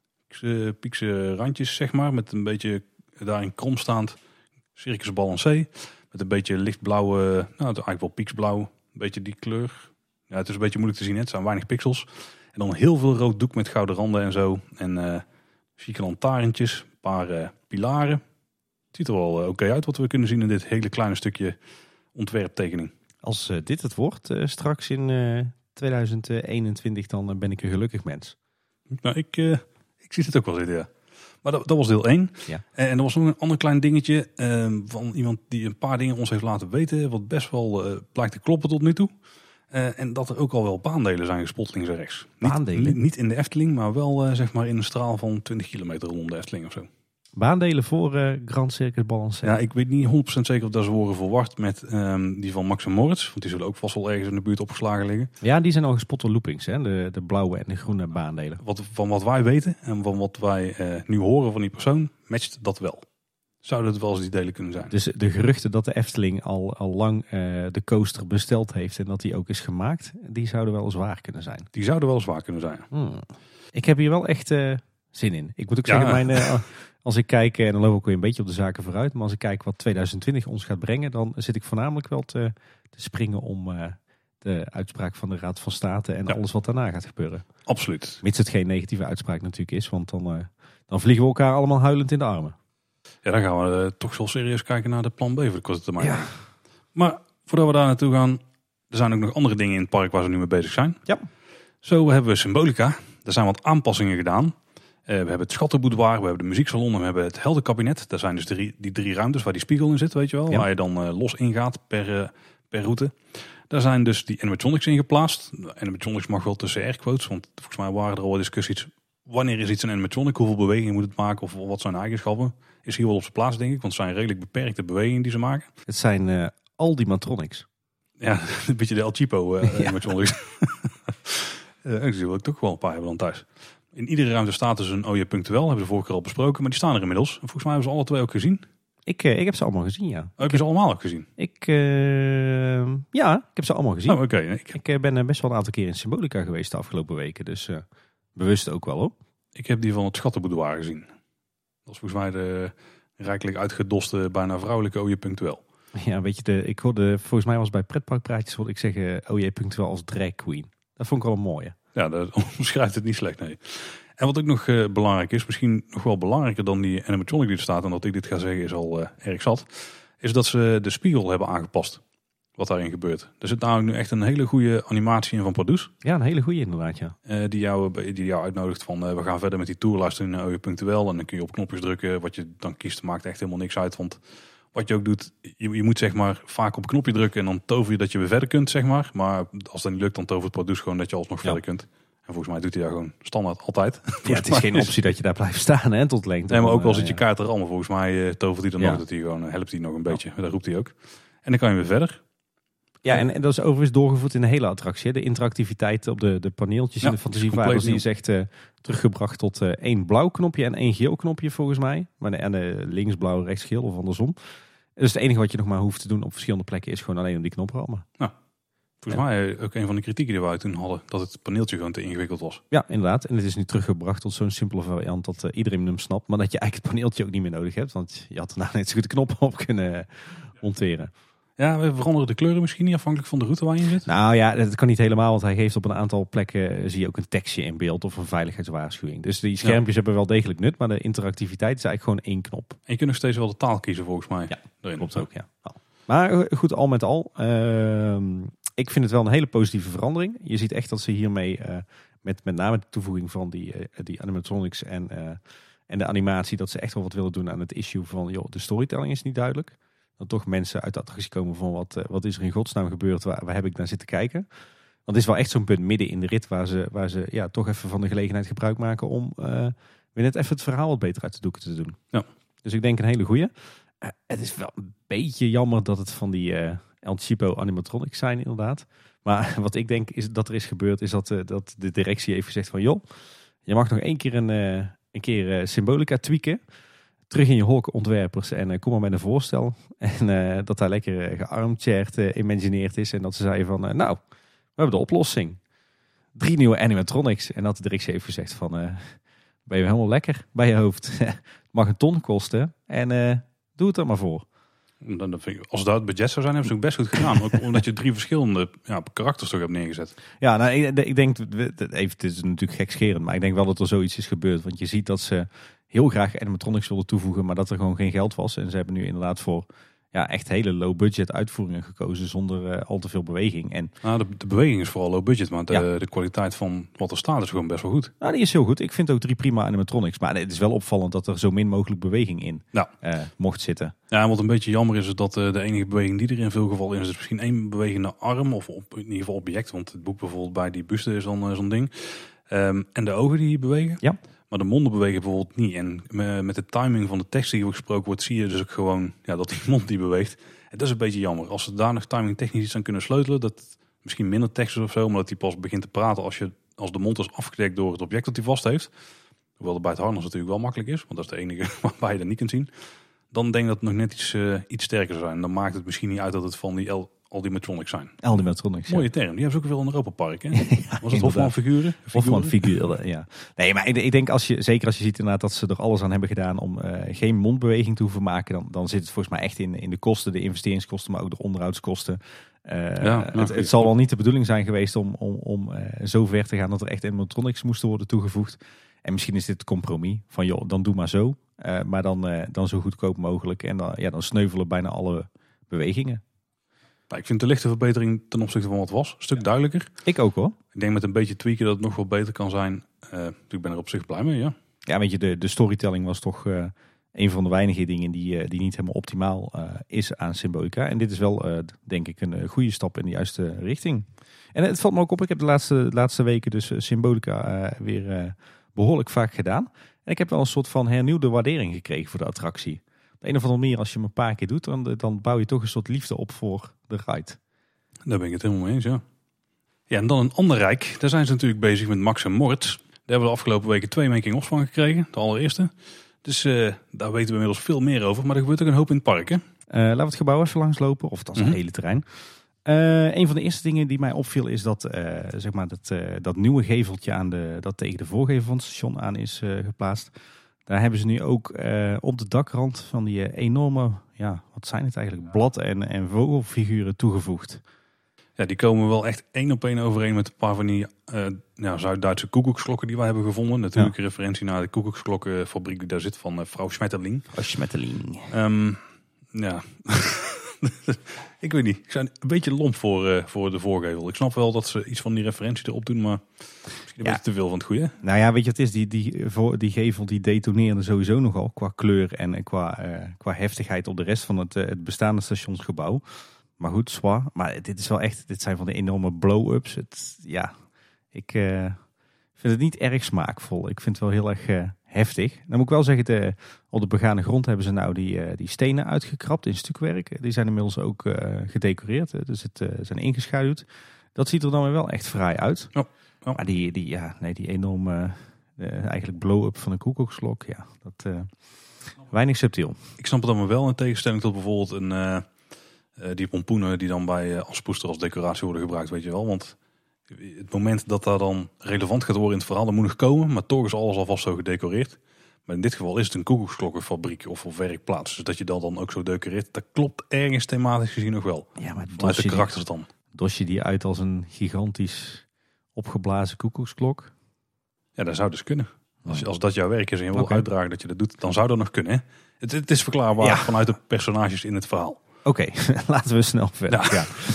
Speaker 1: Piekse randjes, zeg maar. Met een beetje daarin kromstaand Circus Balancé. Met een beetje lichtblauwe, nou het is eigenlijk wel pieksblauw. Een beetje die kleur. Ja, het is een beetje moeilijk te zien. Het zijn weinig pixels. En dan heel veel rood doek met gouden randen en zo. En chique lantaarntjes. Een paar pilaren. Het ziet er wel oké uit wat we kunnen zien in dit hele kleine stukje ontwerptekening.
Speaker 2: Als dit het wordt straks in 2021, dan ben ik een gelukkig mens.
Speaker 1: Nou, ik zie het ook wel zitten, ja. Maar dat was deel 1.
Speaker 2: Ja.
Speaker 1: En er was nog een ander klein dingetje van iemand die een paar dingen ons heeft laten weten. Wat best wel blijkt te kloppen tot nu toe. En dat er ook al wel baandelen zijn gespot links en rechts.
Speaker 2: Baandelen?
Speaker 1: Niet in de Efteling, maar wel zeg maar in een straal van 20 kilometer rondom de Efteling of zo.
Speaker 2: Baandelen voor Grand Circus Balancé.
Speaker 1: Ja, ik weet niet 100% zeker of dat ze worden verward met die van Max en Moritz. Want die zullen ook vast wel ergens in de buurt opgeslagen liggen.
Speaker 2: Ja, die zijn al gespot door loopings, hè? De blauwe en de groene baandelen.
Speaker 1: Van wat wij weten en van wat wij nu horen van die persoon, matcht dat wel. Zouden het wel eens die delen kunnen zijn.
Speaker 2: Dus de geruchten dat de Efteling al lang de coaster besteld heeft en dat die ook is gemaakt, die zouden wel eens waar kunnen zijn.
Speaker 1: Die zouden wel eens waar kunnen zijn.
Speaker 2: Ik heb hier wel echt zin in. Ik moet ook zeggen, als ik kijk, en dan loop ik weer een beetje op de zaken vooruit, maar als ik kijk wat 2020 ons gaat brengen, dan zit ik voornamelijk wel te springen om de uitspraak van de Raad van State en alles wat daarna gaat gebeuren.
Speaker 1: Absoluut.
Speaker 2: Mits het geen negatieve uitspraak natuurlijk is, want dan vliegen we elkaar allemaal huilend in de armen.
Speaker 1: Ja, dan gaan we toch wel serieus kijken naar de plan B voor de korte termijn.
Speaker 2: Ja.
Speaker 1: Maar voordat we daar naartoe gaan, er zijn ook nog andere dingen in het park waar ze nu mee bezig zijn.
Speaker 2: Ja.
Speaker 1: Zo hebben we Symbolica. Er zijn wat aanpassingen gedaan. We hebben het Schattenboudoir, we hebben de muzieksalon en we hebben het Heldenkabinet. Daar zijn dus die 3 ruimtes waar die spiegel in zit, weet je wel.
Speaker 2: Ja.
Speaker 1: Waar je dan los ingaat per route. Daar zijn dus die animatronics in geplaatst. Animatronics mag wel tussen airquotes, want volgens mij waren er al discussies. Wanneer is iets een animatronic? Hoeveel bewegingen moet het maken? Of wat zijn de eigenschappen? Is hier wel op zijn plaats, denk ik. Want het zijn redelijk beperkte bewegingen die ze maken.
Speaker 2: Het zijn al die matronics.
Speaker 1: Ja, een beetje de El Chipo animatronics. Ik zie wel ik toch wel een paar hebben dan thuis. In iedere ruimte staat dus een OJ Punctueel. Hebben we vorige keer al besproken. Maar die staan er inmiddels. En volgens mij hebben ze alle 2 ook gezien.
Speaker 2: Ik heb ze allemaal gezien, ja.
Speaker 1: Heb je ze allemaal ook gezien?
Speaker 2: Ik heb ze allemaal gezien.
Speaker 1: Oh, oké.
Speaker 2: Ik ben best wel een aantal keer in Symbolica geweest de afgelopen weken. Dus bewust ook wel, hoor.
Speaker 1: Ik heb die van het Schattenboudoir gezien. Dat is volgens mij de rijkelijk uitgedoste, bijna vrouwelijke OJ Punctueel.
Speaker 2: Ja, weet je, ik hoorde, volgens mij was bij Pretparkpraatjes, hoorde ik zeggen OJ Punctueel als drag queen. Dat vond ik wel een mooie.
Speaker 1: Ja, dat omschrijft het niet slecht, nee. En wat ook nog belangrijk is, misschien nog wel belangrijker dan die animatronic die er staat, en dat ik dit ga zeggen is al erg zat, is dat ze de spiegel hebben aangepast. Wat daarin gebeurt. Er zit namelijk nu echt een hele goede animatie in van Pardoes.
Speaker 2: Ja, een hele goede inderdaad, ja.
Speaker 1: Die jou uitnodigt van we gaan verder met die tour, luisteren naar OJ Punctueel. En dan kun je op knopjes drukken. Wat je dan kiest maakt echt helemaal niks uit. Want wat je ook doet, je moet zeg maar vaak op een knopje drukken en dan tover je dat je weer verder kunt, zeg maar. Maar als dat niet lukt, dan tovert Pardoes gewoon dat je alsnog verder kunt. En volgens mij doet hij daar gewoon standaard altijd.
Speaker 2: Ja, het is geen optie dat je daar blijft staan, hè, tot lengte.
Speaker 1: Nee, maar ook al zit je kaart er allemaal. Volgens mij tovert hij dan nog, dat hij gewoon helpt hij nog een beetje. Dat roept hij ook. En dan kan je weer verder.
Speaker 2: Ja, en dat is overigens doorgevoerd in de hele attractie. Hè? De interactiviteit op de paneeltjes in de Fantasievaart die is echt teruggebracht tot 1 blauw knopje en 1 geel knopje volgens mij. Maar links blauw, rechts geel of andersom. Dus het enige wat je nog maar hoeft te doen op verschillende plekken is gewoon alleen op die knop rammen.
Speaker 1: Nou, volgens mij ook een van de kritieken die wij toen hadden, dat het paneeltje gewoon te ingewikkeld was.
Speaker 2: Ja, inderdaad. En het is nu teruggebracht tot zo'n simpele variant dat iedereen hem snapt. Maar dat je eigenlijk het paneeltje ook niet meer nodig hebt. Want je had er nou net zo goed de knop op kunnen monteren.
Speaker 1: Ja, we veranderen de kleuren misschien niet afhankelijk van de route waar je in zit.
Speaker 2: Nou ja, dat kan niet helemaal, want hij geeft op een aantal plekken, zie je ook een tekstje in beeld of een veiligheidswaarschuwing. Dus die schermpjes hebben wel degelijk nut, maar de interactiviteit is eigenlijk gewoon één knop.
Speaker 1: En je kunt nog steeds wel de taal kiezen volgens mij.
Speaker 2: Ja,
Speaker 1: erin.
Speaker 2: klopt ook, ja. Maar goed, al met al, ik vind het wel een hele positieve verandering. Je ziet echt dat ze hiermee, met name de toevoeging van die animatronics en de animatie, dat ze echt wel wat willen doen aan het issue van, joh, de storytelling is niet duidelijk. Dat toch mensen uit de attractie komen van wat is er in godsnaam gebeurd, waar heb ik naar zitten kijken. Want het is wel echt zo'n punt midden in de rit waar ze ja, toch even van de gelegenheid gebruik maken om weer net even het verhaal wat beter uit de doeken te doen.
Speaker 1: Ja.
Speaker 2: Dus ik denk een hele goeie. Het is wel een beetje jammer dat het van die El Cheapo animatronics zijn inderdaad. Maar wat ik denk is dat er is gebeurd is dat de directie heeft gezegd van joh, je mag nog één keer Symbolica tweaken. Terug in je hawk-ontwerpers en kom maar met een voorstel. En dat daar lekker gearmchaired imagineerd is. En dat ze zeiden van, nou, we hebben de oplossing. 3 nieuwe animatronics. En dat de directie heeft gezegd van, ben je helemaal lekker bij je hoofd. Het mag een ton kosten en doe het er maar voor.
Speaker 1: Dan vind ik, als dat het budget zou zijn, hebben ze het best goed gedaan. Ook omdat je 3 verschillende karakters toch hebt neergezet.
Speaker 2: Ja, nou, ik denk, het is natuurlijk gekscherend, maar ik denk wel dat er zoiets is gebeurd. Want je ziet dat ze heel graag animatronics wilden toevoegen, maar dat er gewoon geen geld was. En ze hebben nu inderdaad voor echt hele low budget uitvoeringen gekozen zonder al te veel beweging. En
Speaker 1: de beweging is vooral low budget, maar de kwaliteit van wat er staat is gewoon best wel goed.
Speaker 2: Nou, die is heel goed. Ik vind ook 3 prima animatronics. Maar het is wel opvallend dat er zo min mogelijk beweging in mocht zitten.
Speaker 1: Ja, en wat een beetje jammer is dat de enige beweging die er in veel gevallen in is misschien 1 bewegende arm of in ieder geval object. Want het boek bijvoorbeeld bij die buste is dan zo'n ding. En de ogen die bewegen. Ja. Maar de monden bewegen bijvoorbeeld niet. En met de timing van de tekst die gesproken wordt, zie je dus ook gewoon dat die mond die beweegt. En dat is een beetje jammer. Als ze daar nog timing technisch iets aan kunnen sleutelen, dat misschien minder tekst is of zo, maar dat hij pas begint te praten als de mond is afgedekt door het object dat hij vast heeft. Hoewel dat bij het harnas natuurlijk wel makkelijk is, want dat is de enige waarbij je dat niet kunt zien. Dan denk ik dat het nog net iets sterker zou zijn. Dan maakt het misschien niet uit dat het van die Aldimatronics zijn.
Speaker 2: Aldimatronics, ja.
Speaker 1: Mooie term. Die hebben ze ook veel in Europa Park. Hè?
Speaker 2: Ja,
Speaker 1: was het Hofman figuren?
Speaker 2: Hofman figuren, ja. Nee, maar ik denk zeker als je ziet inderdaad dat ze er alles aan hebben gedaan om geen mondbeweging te hoeven maken, dan zit het volgens mij echt in de kosten, de investeringskosten, maar ook de onderhoudskosten. Het zal wel niet de bedoeling zijn geweest om zo ver te gaan dat er echt animatronics moesten worden toegevoegd. En misschien is dit het compromis van joh, dan doe maar zo. Maar dan zo goedkoop mogelijk. En dan sneuvelen bijna alle bewegingen.
Speaker 1: Nou, ik vind de lichte verbetering ten opzichte van wat was. Een stuk duidelijker.
Speaker 2: Ik ook hoor.
Speaker 1: Ik denk met een beetje tweaken dat het nog wel beter kan zijn. Ik ben er op zich blij mee, ja.
Speaker 2: Ja, weet je, de storytelling was toch een van de weinige dingen die niet helemaal optimaal is aan Symbolica. En dit is wel, denk ik, een goede stap in de juiste richting. En het valt me ook op, ik heb de laatste weken dus Symbolica weer behoorlijk vaak gedaan. En ik heb wel een soort van hernieuwde waardering gekregen voor de attractie. Op een of andere manier, als je hem een paar keer doet, dan bouw je toch een soort liefde op voor de ride.
Speaker 1: Daar ben ik het helemaal mee eens, ja. Ja, en dan een ander rijk. Daar zijn ze natuurlijk bezig met Max en Moritz. Daar hebben we de afgelopen weken 2 making-ofs van gekregen. De allereerste. Dus daar weten we inmiddels veel meer over. Maar er gebeurt ook een hoop in het park, hè?
Speaker 2: Laten we het gebouw even langslopen. Of dat is het hele terrein. Een van de eerste dingen die mij opviel is dat, dat nieuwe geveltje dat tegen de voorgevel van het station aan is geplaatst. Daar hebben ze nu ook op de dakrand van die enorme, wat zijn het eigenlijk, blad- en vogelfiguren toegevoegd.
Speaker 1: Ja, die komen wel echt 1 op 1 overeen met een paar van die Zuid-Duitse koekoeksklokken die wij hebben gevonden. Natuurlijk een referentie naar de koekoeksklokkenfabriek die daar zit van vrouw Schmetterling. Ja, ik weet niet. Ik zijn een beetje lomp voor de voorgevel. Ik snap wel dat ze iets van die referentie erop doen, maar misschien een beetje te veel van het goede.
Speaker 2: Nou ja, weet je, het is die gevel die detoneerde sowieso nogal qua kleur en qua heftigheid op de rest van het bestaande stationsgebouw. Maar goed, zwaar. Maar dit is wel echt, dit zijn van de enorme blow-ups. Ik vind het niet erg smaakvol. Ik vind het wel heel erg heftig. Dan moet ik wel zeggen, op de begane grond hebben ze nou die stenen uitgekrapt in stukwerk. Die zijn inmiddels ook gedecoreerd. Dus het zijn ingeschaduwd. Dat ziet er dan weer wel echt fraai uit. Oh. Maar die enorme eigenlijk blow-up van een koekoeksklok, weinig subtiel.
Speaker 1: Ik snap het allemaal wel in tegenstelling tot bijvoorbeeld die pompoenen die dan bij Aspoester als decoratie worden gebruikt, weet je wel. Want het moment dat daar dan relevant gaat worden in het verhaal, dat moet nog komen. Maar toch is alles alvast zo gedecoreerd. Maar in dit geval is het een koekoeksklokkenfabriek of werkplaats. Dus dat je dat dan ook zo decoreert, dat klopt ergens thematisch gezien nog wel.
Speaker 2: Ja, maar
Speaker 1: Vanuit de karakters dan.
Speaker 2: Dos je die uit als een gigantisch opgeblazen koekoeksklok?
Speaker 1: Ja, dat zou dus kunnen. Als dat jouw werk is en je wil uitdragen dat je dat doet, dan zou dat nog kunnen. Hè? Het is verklaarbaar vanuit de personages in het verhaal.
Speaker 2: Oké, laten we snel verder.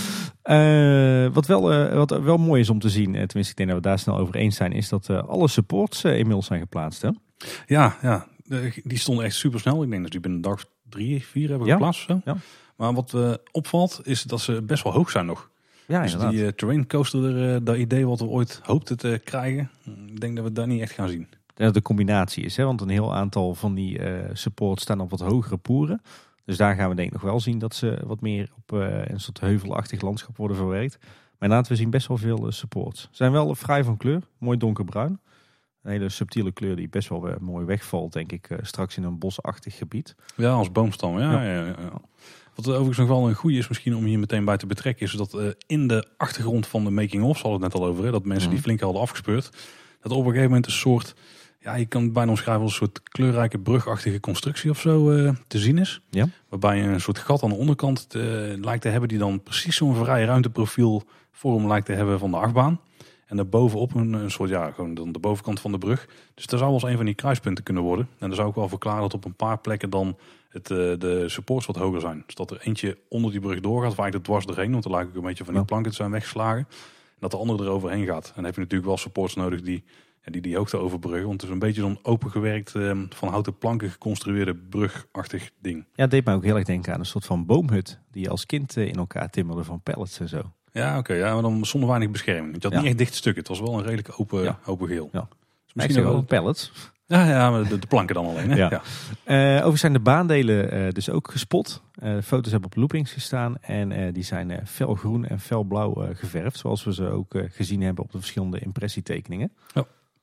Speaker 2: Ja. Wat wel mooi is om te zien, tenminste ik denk dat we daar snel over eens zijn, is dat alle supports inmiddels zijn geplaatst. Hè?
Speaker 1: Ja. Die stonden echt super snel. Ik denk dat die binnen een dag 3, 4 hebben geplaatst. Of zo.
Speaker 2: Ja.
Speaker 1: Maar wat opvalt is dat ze best wel hoog zijn nog.
Speaker 2: Ja,
Speaker 1: dus
Speaker 2: inderdaad.
Speaker 1: die terrain coaster, dat idee wat we ooit hoopten te krijgen, ik denk dat we dat niet echt gaan zien.
Speaker 2: Dat de combinatie is, hè? Want een heel aantal van die supports staan op wat hogere poeren. Dus daar gaan we denk ik nog wel zien dat ze wat meer op een soort heuvelachtig landschap worden verwerkt. Maar inderdaad, we zien best wel veel supports. Ze zijn wel vrij van kleur, mooi donkerbruin. Een hele subtiele kleur die best wel weer mooi wegvalt, denk ik, straks in een bosachtig gebied.
Speaker 1: Ja, als boomstam. Ja. Wat overigens nog wel een goede is misschien om hier meteen bij te betrekken, is dat in de achtergrond van de making-of, hadden we het net al over, hè, dat mensen die flink hadden afgespeurd, dat op een gegeven moment een soort, ja, je kan het bijna omschrijven als een soort kleurrijke brugachtige constructie of zo te zien is. Ja. Waarbij je een soort gat aan de onderkant lijkt te hebben die dan precies zo'n vrij ruimteprofiel vorm lijkt te hebben van de achtbaan. En daarbovenop een soort, gewoon dan de bovenkant van de brug. Dus dat zou wel eens een van die kruispunten kunnen worden. En dan zou ik wel verklaren dat op een paar plekken dan de supports wat hoger zijn. Dus dat er eentje onder die brug doorgaat, of eigenlijk dwars doorheen. Want er lijkt ook een beetje van die planken te zijn weggeslagen. En dat de andere eroverheen gaat. En dan heb je natuurlijk wel supports nodig die hoogte overbruggen. Want het is een beetje zo'n opengewerkt, van houten planken geconstrueerde brugachtig ding.
Speaker 2: Ja, het deed mij ook heel erg denken aan een soort van boomhut die je als kind in elkaar timmerde van pallets en zo.
Speaker 1: Ja, oké. Maar dan zonder weinig bescherming. Want je had niet echt dicht stukken. Het was wel een redelijk open geel.
Speaker 2: Ja.
Speaker 1: Dus misschien
Speaker 2: wel pallets.
Speaker 1: Ja, maar de planken dan alleen. Hè? Ja.
Speaker 2: Overigens zijn de baandelen dus ook gespot. Foto's hebben op loopings gestaan. En die zijn felgroen en felblauw geverfd. Zoals we ze ook gezien hebben op de verschillende impressietekeningen.
Speaker 1: Ja.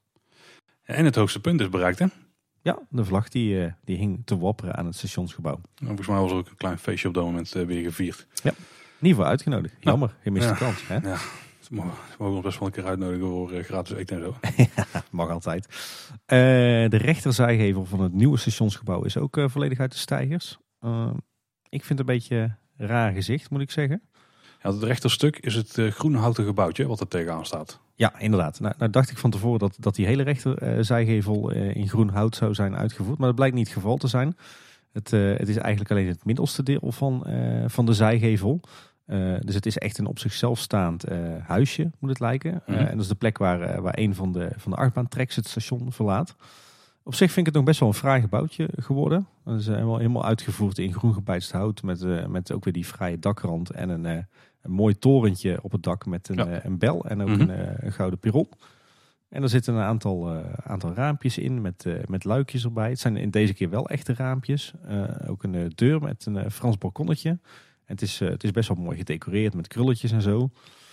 Speaker 1: En het hoogste punt is bereikt, hè?
Speaker 2: Ja, de vlag die hing te wapperen aan het stationsgebouw.
Speaker 1: Volgens mij was er ook een klein feestje op dat moment weer gevierd.
Speaker 2: Ja, in ieder geval uitgenodigd. Jammer, je mist de kans. Hè?
Speaker 1: Ja, ze mogen ons best wel een keer uitnodigen voor gratis eten en zo.
Speaker 2: Ja, mag altijd. De rechterzijgevel van het nieuwe stationsgebouw is ook volledig uit de steigers. Ik vind het een beetje een raar gezicht, moet ik zeggen.
Speaker 1: Ja, het rechterstuk is het groene houten gebouwtje wat er tegenaan staat.
Speaker 2: Ja, inderdaad. Nou dacht ik van tevoren dat die hele rechterzijgevel in groen hout zou zijn uitgevoerd. Maar dat blijkt niet het geval te zijn. Het is eigenlijk alleen het middelste deel van de zijgevel. Dus het is echt een op zichzelf staand huisje, moet het lijken. En dat is de plek waar een van de achtbaantracks het station verlaat. Op zich vind ik het nog best wel een fraai gebouwtje geworden. Het is helemaal uitgevoerd in groen gebijtst hout. Met ook weer die fraaie dakrand en een mooi torentje op het dak met een bel en ook een gouden perron. En er zitten een aantal raampjes in met luikjes erbij. Het zijn in deze keer wel echte raampjes. Ook een deur met een Frans balkonnetje. En het is best wel mooi gedecoreerd met krulletjes en zo.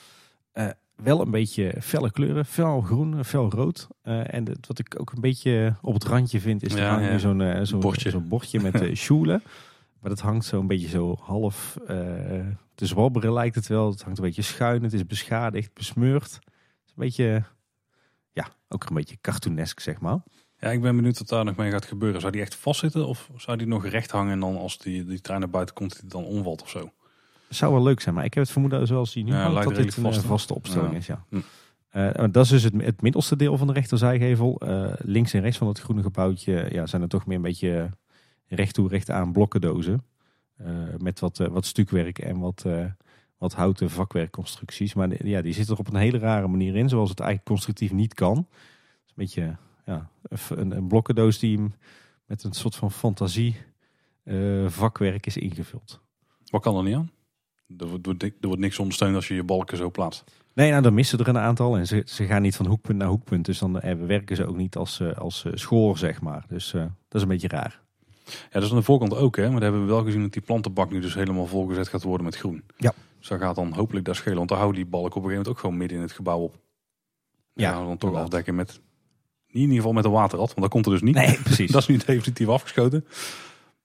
Speaker 2: Wel een beetje felle kleuren. Fel groen, fel rood. En wat ik ook een beetje op het randje vind is zo'n bordje met sjoelen. Maar dat hangt zo'n beetje zo half te zwabberen lijkt het wel. Het hangt een beetje schuin. Het is beschadigd, besmeurd. Het is een beetje, ook een beetje cartoonesk, zeg maar.
Speaker 1: Ja, ik ben benieuwd wat daar nog mee gaat gebeuren. Zou die echt vastzitten of zou die nog recht hangen en dan als die trein naar buiten komt, die dan omvalt of zo?
Speaker 2: Dat zou wel leuk zijn, maar ik heb het vermoeden zoals die nu hangt, dat dit een vaste opstelling is. Ja. Dat is dus het middelste deel van de rechterzijgevel. Links en rechts van het groene gebouwtje zijn er toch meer een beetje recht toe recht aan blokkendozen. Met wat stukwerk en wat houten vakwerkconstructies. Maar die zitten er op een hele rare manier in, zoals het eigenlijk constructief niet kan. Het is een beetje een blokkendoos die met een soort van fantasie vakwerk is ingevuld.
Speaker 1: Wat kan er niet aan? Er wordt niks ondersteund als je je balken zo plaatst.
Speaker 2: Nee, dan missen er een aantal. En ze gaan niet van hoekpunt naar hoekpunt. Dus dan werken ze ook niet als schoor, zeg maar. Dus dat is een beetje raar.
Speaker 1: Ja, dat is aan de voorkant ook, hè. Maar daar hebben we wel gezien dat die plantenbak nu dus helemaal volgezet gaat worden met groen. Ja. Dus dat gaat dan hopelijk daar schelen. Want dan houden die balken op een gegeven moment ook gewoon midden in het gebouw op. Ja, dan toch afdekken met, in ieder geval met een waterrad. Want dat komt er dus niet.
Speaker 2: Nee, precies.
Speaker 1: Dat is nu definitief afgeschoten.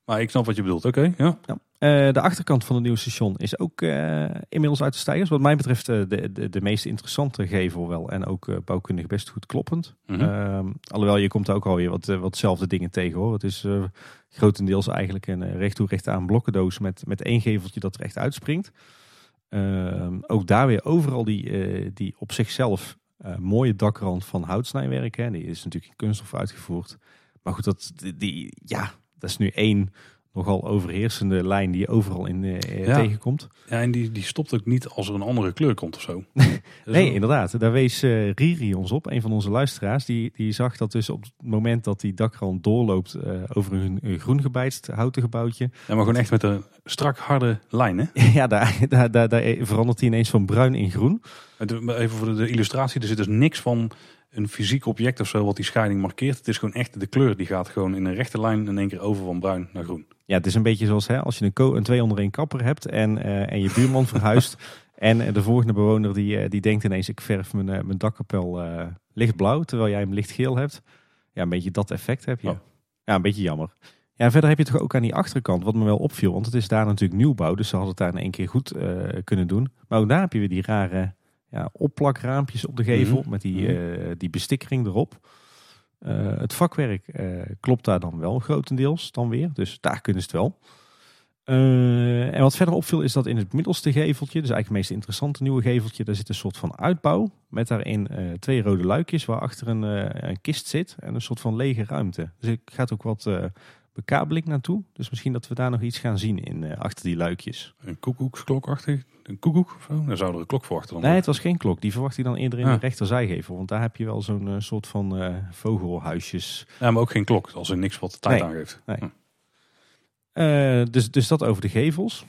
Speaker 1: Maar ik snap wat je bedoelt. Oké, ja.
Speaker 2: De achterkant van het nieuwe station is ook inmiddels uit de stijgers. Wat mij betreft de meest interessante gevel wel. En ook bouwkundig best goed kloppend. Alhoewel, je komt ook alweer watzelfde dingen tegen hoor. Het is grotendeels eigenlijk een recht toe recht aan blokkendoos met één geveltje dat er echt uitspringt. Ook daar weer overal die op zichzelf mooie dakrand van houtsnijwerk. Hè. Die is natuurlijk in kunststof uitgevoerd. Maar goed, dat is nu één nogal overheersende lijn die je overal in tegenkomt. Ja,
Speaker 1: en die stopt ook niet als er een andere kleur komt of zo.
Speaker 2: Nee, inderdaad. Daar wees Riri ons op, een van onze luisteraars. Die zag dat dus op het moment dat die dakrand doorloopt over een groen gebijtst houten gebouwtje.
Speaker 1: Ja, maar gewoon echt met een strak harde lijn, hè?
Speaker 2: Ja, daar verandert hij ineens van bruin in groen.
Speaker 1: Even voor de illustratie, er zit dus niks van een fysiek object of zo wat die scheiding markeert. Het is gewoon echt de kleur, die gaat gewoon in een rechte lijn in één keer over van bruin naar groen.
Speaker 2: Ja, het is een beetje zoals als je een 2-onder-1 kapper hebt en je buurman verhuist. En de volgende bewoner die denkt ineens, ik verf mijn dakkapel lichtblauw, terwijl jij hem lichtgeel hebt. Ja, een beetje dat effect heb je. Oh. Ja, een beetje jammer. Ja, verder heb je toch ook aan die achterkant, wat me wel opviel. Want het is daar natuurlijk nieuwbouw, dus ze hadden het daar in één keer goed kunnen doen. Maar ook daar heb je weer die rare opplakraampjes op de gevel met die bestikkering erop. Het vakwerk klopt daar dan wel grotendeels dan weer. Dus daar kunnen ze het wel. En wat verder opviel is dat in het middelste geveltje, dus eigenlijk het meest interessante nieuwe geveltje, daar zit een soort van uitbouw. Met daarin 2 rode luikjes waarachter een kist zit en een soort van lege ruimte. Dus er gaat ook wat bekabeling naartoe. Dus misschien dat we daar nog iets gaan zien achter die luikjes.
Speaker 1: Een koekoeksklokachtig? Een koekoek of zo? Daar zou er een klok voor achter.
Speaker 2: Nee, het was geen klok. Die verwacht ik dan eerder in de rechterzijgevel. Want daar heb je wel zo'n soort van vogelhuisjes.
Speaker 1: Ja, maar ook geen klok. Als er niks wat de tijd aangeeft.
Speaker 2: Nee. Dus dat over de gevels.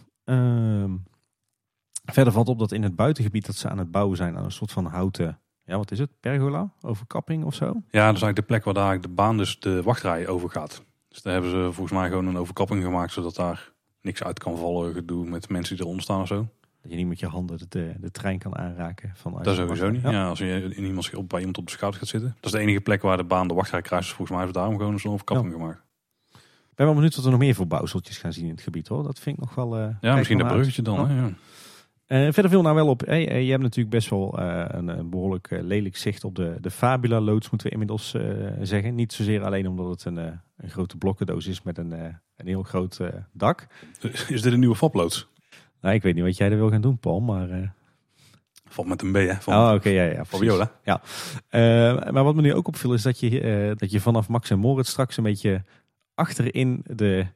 Speaker 2: Verder valt op dat in het buitengebied dat ze aan het bouwen zijn aan een soort van houten, wat is het? Pergola? Overkapping of zo?
Speaker 1: Ja, dat is eigenlijk de plek waar daar de baan dus de wachtrij over gaat. Dus daar hebben ze volgens mij gewoon een overkapping gemaakt, zodat daar niks uit kan vallen, gedoe met mensen die eronder staan of zo.
Speaker 2: Dat je niet met je handen de trein kan aanraken.
Speaker 1: Dat sowieso niet. Ja, als je bij iemand op de schouder gaat zitten. Dat is de enige plek waar de baan de wachtrij kruist. Dus volgens mij hebben ze daarom gewoon zo'n overkapping gemaakt.
Speaker 2: Ik ben wel benieuwd wat we nog meer voor bouwseltjes gaan zien in het gebied hoor. Dat vind ik nog wel...
Speaker 1: misschien dat bruggetje dan. Hè, ja.
Speaker 2: Verder viel nou wel op. Je hebt natuurlijk best wel een behoorlijk lelijk zicht op de Fabula loods, moeten we inmiddels zeggen. Niet zozeer alleen omdat het een grote blokkendoos is met een heel groot dak.
Speaker 1: Is dit een nieuwe fabloods?
Speaker 2: Nou, ik weet niet wat jij er wil gaan doen, Paul, maar...
Speaker 1: Valt met een B, hè?
Speaker 2: Oké, ja.
Speaker 1: Fabiola.
Speaker 2: Ja. Maar wat me nu ook opviel is dat je vanaf Max en Moritz straks een beetje achterin de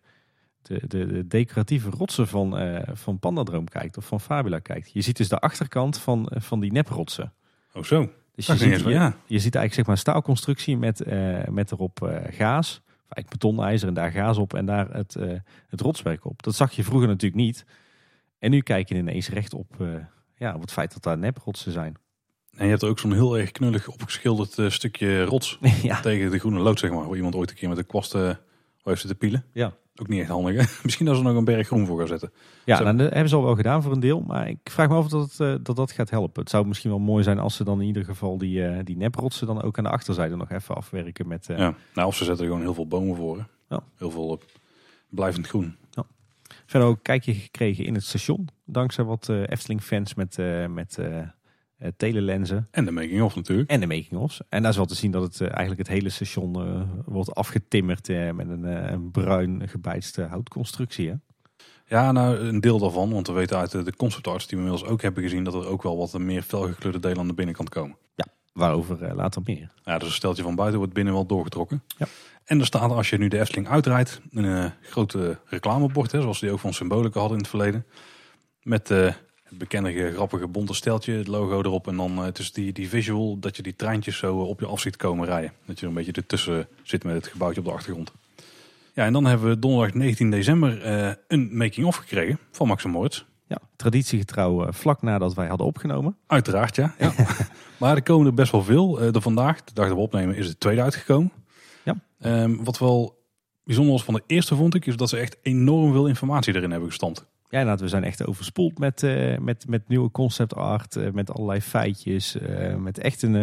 Speaker 2: decoratieve rotsen van Pandadroom kijkt of van Fabula kijkt. Je ziet dus de achterkant van die neprotsen.
Speaker 1: Oh zo.
Speaker 2: Dus je ziet eigenlijk zeg maar staalconstructie met erop gaas, of eigenlijk betonijzer en daar gaas op en daar het rotswerk op. Dat zag je vroeger natuurlijk niet. En nu kijk je ineens recht op het feit dat daar neprotsen zijn.
Speaker 1: En je hebt er ook zo'n heel erg knullig opgeschilderd stukje rots tegen de groene lood, zeg maar. Waar iemand ooit een keer met de kwast heeft zitten pielen.
Speaker 2: Ja.
Speaker 1: Ook niet echt handig, hè? Misschien dat ze nog een berg groen voor gaan zetten.
Speaker 2: Ja, dat hebben ze al wel gedaan voor een deel. Maar ik vraag me af dat gaat helpen. Het zou misschien wel mooi zijn als ze dan in ieder geval die neprotsen dan ook aan de achterzijde nog even afwerken.
Speaker 1: Of ze zetten er gewoon heel veel bomen voor. Hè? Ja. Heel veel blijvend groen.
Speaker 2: Ja. Verder ook een kijkje gekregen in het station. Dankzij wat Efteling-fans met telelenzen.
Speaker 1: En de making-of natuurlijk.
Speaker 2: En de making-ofs. En daar is wel te zien dat het eigenlijk het hele station wordt afgetimmerd met een bruin gebijtste houtconstructie. Hè?
Speaker 1: Ja, nou een deel daarvan. Want we weten uit de conceptarts die we inmiddels ook hebben gezien dat er ook wel wat meer felgekleurde delen aan de binnenkant komen.
Speaker 2: Ja, waarover later meer.
Speaker 1: Ja, dus een steltje van buiten wordt binnen wel doorgetrokken.
Speaker 2: Ja.
Speaker 1: En er staat, als je nu de Efteling uitrijdt, een grote reclamebord, hè, zoals die ook van Symbolica hadden in het verleden. Met het bekende grappige bonte steltje, het logo erop. En dan het is die visual dat je die treintjes zo op je af ziet komen rijden. Dat je er een beetje ertussen zit met het gebouwtje op de achtergrond. Ja, en dan hebben we donderdag 19 december een making-of gekregen van Max en Moritz.
Speaker 2: Ja, traditiegetrouw vlak nadat wij hadden opgenomen.
Speaker 1: Uiteraard, ja. Maar er komen er best wel veel. Vandaag, de dag dat we opnemen, is de tweede uitgekomen. Ja. Wat wel bijzonder was van de eerste, vond ik, is dat ze echt enorm veel informatie erin hebben gestampt.
Speaker 2: Ja, inderdaad, we zijn echt overspoeld met nieuwe concept art, met allerlei feitjes, met echt een